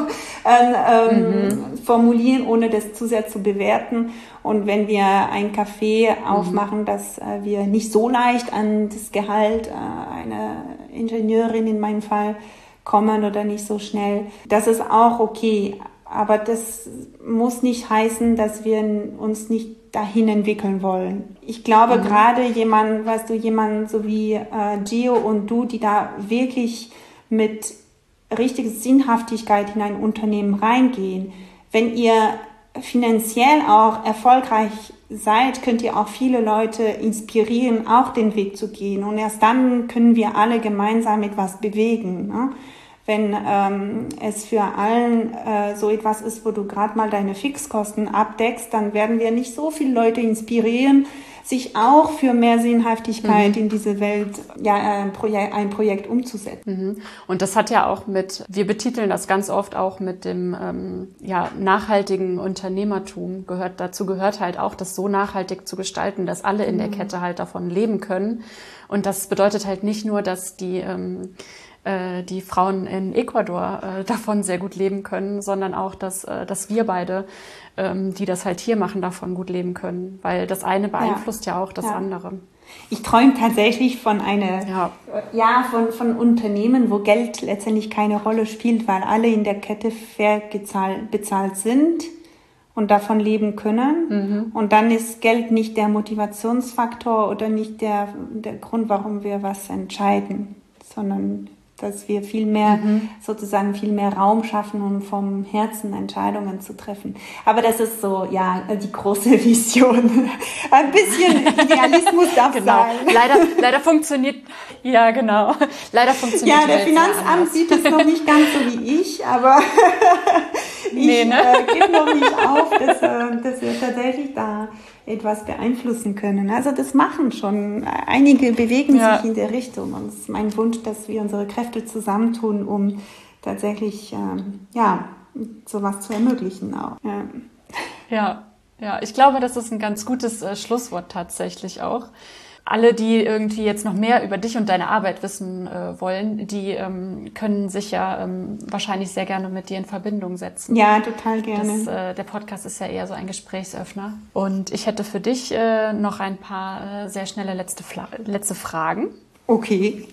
Speaker 1: äh, ähm, mhm. formulieren, ohne das zu sehr zu bewerten. Und wenn wir ein Café mhm. aufmachen, dass äh, wir nicht so leicht an das Gehalt äh, einer Ingenieurin in meinem Fall kommen oder nicht so schnell, das ist auch okay. Aber das muss nicht heißen, dass wir uns nicht dahin entwickeln wollen. Ich glaube, mhm. gerade jemand, weißt du, jemand so wie äh, Gio und du, die da wirklich mit richtiger Sinnhaftigkeit in ein Unternehmen reingehen, wenn ihr finanziell auch erfolgreich seid, könnt ihr auch viele Leute inspirieren, auch den Weg zu gehen. Und erst dann können wir alle gemeinsam etwas bewegen, ne? Wenn ähm, es für allen äh, so etwas ist, wo du gerade mal deine Fixkosten abdeckst, dann werden wir nicht so viele Leute inspirieren, sich auch für mehr Sinnhaftigkeit mhm. in diese Welt, ja, ein Projekt, ein Projekt umzusetzen.
Speaker 2: Mhm. Und das hat ja auch mit, wir betiteln das ganz oft auch mit dem ähm, ja, nachhaltigen Unternehmertum. Gehört, dazu gehört halt auch, das so nachhaltig zu gestalten, dass alle in mhm. der Kette halt davon leben können. Und das bedeutet halt nicht nur, dass die ähm, die Frauen in Ecuador äh, davon sehr gut leben können, sondern auch, dass, äh, dass wir beide, ähm, die das halt hier machen, davon gut leben können. Weil das eine beeinflusst ja, ja auch das ja. andere.
Speaker 1: Ich träume tatsächlich von einer, ja, ja von, von Unternehmen, wo Geld letztendlich keine Rolle spielt, weil alle in der Kette fair gezahlt, bezahlt sind und davon leben können. Mhm. Und dann ist Geld nicht der Motivationsfaktor oder nicht der, der Grund, warum wir was entscheiden, sondern dass wir viel mehr, mhm. sozusagen viel mehr Raum schaffen, um vom Herzen Entscheidungen zu treffen. Aber das ist so, ja, die große Vision. Ein bisschen Idealismus darf
Speaker 2: genau.
Speaker 1: sein.
Speaker 2: Leider, leider funktioniert, ja, genau. Leider funktioniert
Speaker 1: Ja, der Finanzamt sieht es noch nicht ganz so wie ich, aber ich nee, ne? äh, gebe noch nicht auf, dass, äh, dass wir tatsächlich da etwas beeinflussen können. Also das machen schon. Einige bewegen ja. sich in der Richtung. Und es ist mein Wunsch, dass wir unsere Kräfte zusammentun, um tatsächlich ähm, ja, sowas zu ermöglichen auch. Ja.
Speaker 2: ja, ja, ich glaube, das ist ein ganz gutes äh, Schlusswort tatsächlich auch. Alle, die irgendwie jetzt noch mehr über dich und deine Arbeit wissen äh, wollen, die ähm, können sich ja ähm, wahrscheinlich sehr gerne mit dir in Verbindung setzen.
Speaker 1: Ja, total gerne.
Speaker 2: Das, äh, der Podcast ist ja eher so ein Gesprächsöffner. Und ich hätte für dich äh, noch ein paar äh, sehr schnelle letzte, Fla- letzte Fragen.
Speaker 1: Okay.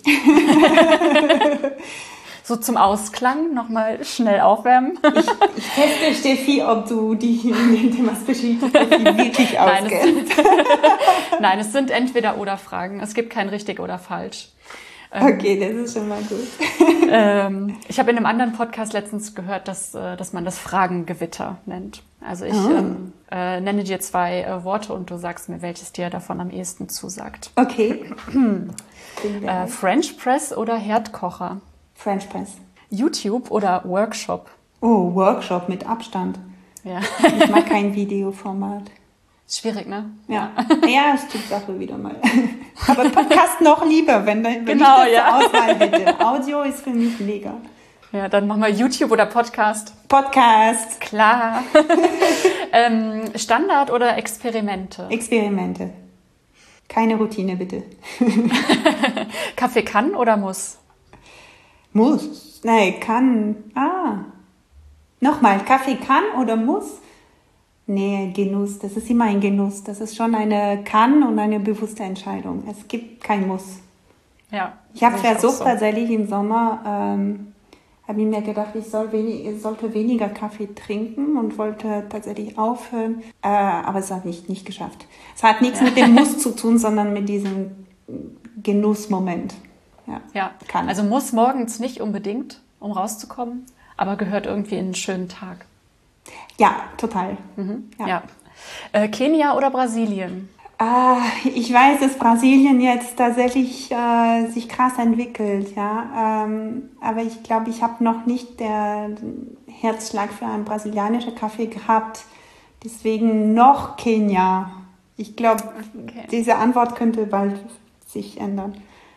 Speaker 2: So zum Ausklang nochmal schnell aufwärmen.
Speaker 1: Ich, ich teste, Steffi, ob du die in dem Specialty wirklich auskennst.
Speaker 2: Nein, es sind entweder oder Fragen. Es gibt kein richtig oder falsch.
Speaker 1: Okay, das ist schon mal gut.
Speaker 2: ähm, ich habe in einem anderen Podcast letztens gehört, dass, dass man das Fragengewitter nennt. Also ich oh. ähm, äh, nenne dir zwei äh, Worte und du sagst mir, welches dir davon am ehesten zusagt.
Speaker 1: Okay.
Speaker 2: äh, French Press oder Herdkocher?
Speaker 1: French Press.
Speaker 2: YouTube oder Workshop?
Speaker 1: Oh, Workshop mit Abstand.
Speaker 2: Ja.
Speaker 1: Ich mag kein Videoformat.
Speaker 2: Schwierig, ne?
Speaker 1: Ja, ja, es tut Sache wieder mal. Aber Podcast noch lieber, wenn, wenn
Speaker 2: genau,
Speaker 1: ich das
Speaker 2: ja.
Speaker 1: zur Auswahl hätte. Audio ist für mich mega.
Speaker 2: Ja, dann machen wir YouTube oder Podcast.
Speaker 1: Podcast.
Speaker 2: Klar. ähm, Standard oder Experimente?
Speaker 1: Experimente. Keine Routine, bitte.
Speaker 2: Kaffee kann oder muss?
Speaker 1: Muss. Nein, kann. Ah. Nochmal, Kaffee kann oder muss? Nee, Genuss. Das ist immer ein Genuss. Das ist schon eine Kann und eine bewusste Entscheidung. Es gibt kein Muss.
Speaker 2: Ja.
Speaker 1: Ich habe versucht,
Speaker 2: so.
Speaker 1: tatsächlich im Sommer, ähm, habe ich mir gedacht, ich soll wenig, sollte weniger Kaffee trinken und wollte tatsächlich aufhören. Äh, aber es habe ich nicht geschafft. Es hat nichts ja. mit dem Muss zu tun, sondern mit diesem Genussmoment. Ja,
Speaker 2: ja.
Speaker 1: Kann.
Speaker 2: Also muss morgens nicht unbedingt, um rauszukommen, aber gehört irgendwie in einen schönen Tag.
Speaker 1: Ja, total.
Speaker 2: Mhm. Ja. ja. Äh, Kenia oder Brasilien?
Speaker 1: Ah, ich weiß, dass Brasilien jetzt tatsächlich äh, sich krass entwickelt, ja. Ähm, aber ich glaube, ich habe noch nicht den Herzschlag für einen brasilianischen Kaffee gehabt. Deswegen noch Kenia. Ich glaube, okay. diese Antwort könnte bald sich ändern.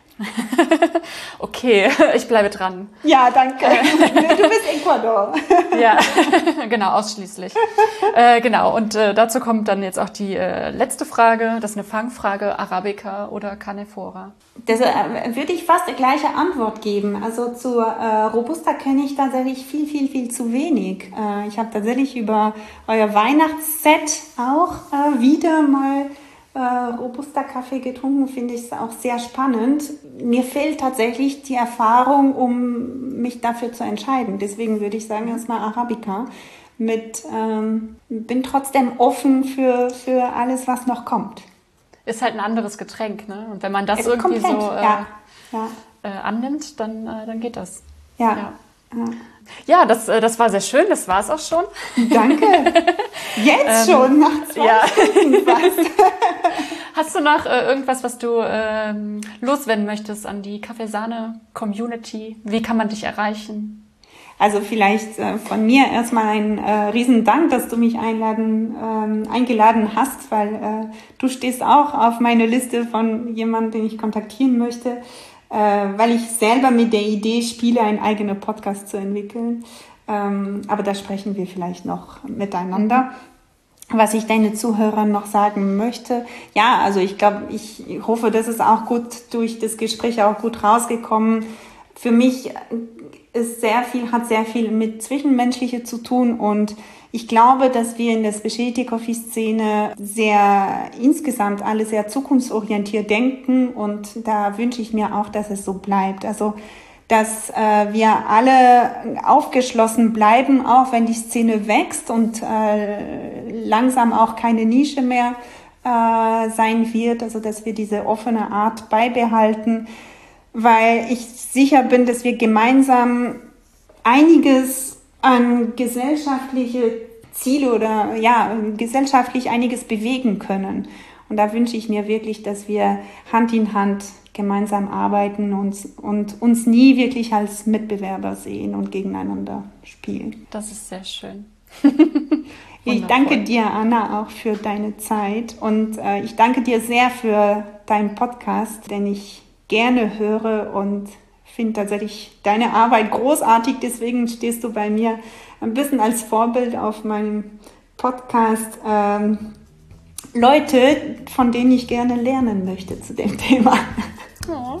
Speaker 2: Okay, ich bleibe dran.
Speaker 1: Ja, danke. Du bist Ecuador.
Speaker 2: Ja, genau, ausschließlich. Äh, genau, und äh, dazu kommt dann jetzt auch die äh, letzte Frage. Das ist eine Fangfrage, Arabica oder Canephora?
Speaker 1: Das äh, würde ich fast die gleiche Antwort geben. Also zu äh, Robusta kenne ich tatsächlich viel, viel, viel zu wenig. Äh, ich habe tatsächlich über euer Weihnachtsset auch äh, wieder mal Uh, Robusta-Kaffee getrunken, finde ich es auch sehr spannend. Mir fehlt tatsächlich die Erfahrung, um mich dafür zu entscheiden. Deswegen würde ich sagen, erstmal Arabica. Mit, ähm, bin trotzdem offen für, für alles, was noch kommt.
Speaker 2: Ist halt ein anderes Getränk, ne? Und wenn man das
Speaker 1: es
Speaker 2: irgendwie
Speaker 1: komplett,
Speaker 2: so äh,
Speaker 1: ja. Ja.
Speaker 2: Äh, annimmt, dann, äh, dann geht das.
Speaker 1: Ja.
Speaker 2: Ja. Ja. Ja, das, das war sehr schön, das war es auch schon.
Speaker 1: Danke. Jetzt ähm, schon, nach zwei
Speaker 2: ja.
Speaker 1: Stunden fast.
Speaker 2: Hast du noch äh, irgendwas, was du ähm, loswerden möchtest an die Kaffeesahne-Community? Wie kann man dich erreichen?
Speaker 1: Also vielleicht äh, von mir erstmal ein äh, Riesendank, dass du mich einladen, ähm, eingeladen hast, weil äh, du stehst auch auf meiner Liste von jemandem, den ich kontaktieren möchte. Weil ich selber mit der Idee spiele, einen eigenen Podcast zu entwickeln. Aber da sprechen wir vielleicht noch miteinander. Was ich deinen Zuhörern noch sagen möchte, ja, also ich glaube, ich hoffe, das ist auch gut durch das Gespräch auch gut rausgekommen. Für mich ist sehr viel, hat sehr viel mit Zwischenmenschlichem zu tun und ich glaube, dass wir in der Specialty-Coffee-Szene sehr insgesamt alle sehr zukunftsorientiert denken und da wünsche ich mir auch, dass es so bleibt. Also, dass äh, wir alle aufgeschlossen bleiben, auch wenn die Szene wächst und äh, langsam auch keine Nische mehr äh, sein wird. Also, dass wir diese offene Art beibehalten, weil ich sicher bin, dass wir gemeinsam einiges an gesellschaftliche Ziele oder ja, gesellschaftlich einiges bewegen können. Und da wünsche ich mir wirklich, dass wir Hand in Hand gemeinsam arbeiten und, und uns nie wirklich als Mitbewerber sehen und gegeneinander spielen.
Speaker 2: Das ist sehr schön.
Speaker 1: Ich danke dir, Anna, auch für deine Zeit und äh, ich danke dir sehr für deinen Podcast, den ich gerne höre und finde tatsächlich deine Arbeit großartig, deswegen stehst du bei mir ein bisschen als Vorbild auf meinem Podcast. Ähm, Leute, von denen ich gerne lernen möchte zu dem Thema.
Speaker 2: Oh.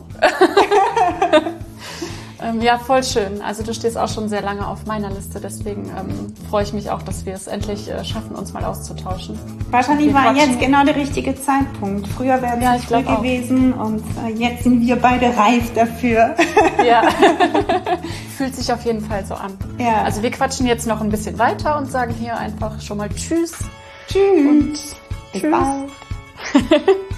Speaker 2: ähm, ja, voll schön. Also du stehst auch schon sehr lange auf meiner Liste, deswegen ähm, freue ich mich auch, dass wir es endlich äh, schaffen, uns mal auszutauschen.
Speaker 1: Wahrscheinlich
Speaker 2: wir
Speaker 1: war
Speaker 2: quatschen.
Speaker 1: Jetzt genau der richtige Zeitpunkt. Früher wäre es
Speaker 2: ja,
Speaker 1: früh gewesen und äh, jetzt sind wir beide reif dafür. Ja.
Speaker 2: Fühlt sich auf jeden Fall so an.
Speaker 1: Ja.
Speaker 2: Also wir quatschen jetzt noch ein bisschen weiter und sagen hier einfach schon mal Tschüss.
Speaker 1: Tschüss.
Speaker 2: Und
Speaker 1: Bis
Speaker 2: Tschüss.
Speaker 1: bald.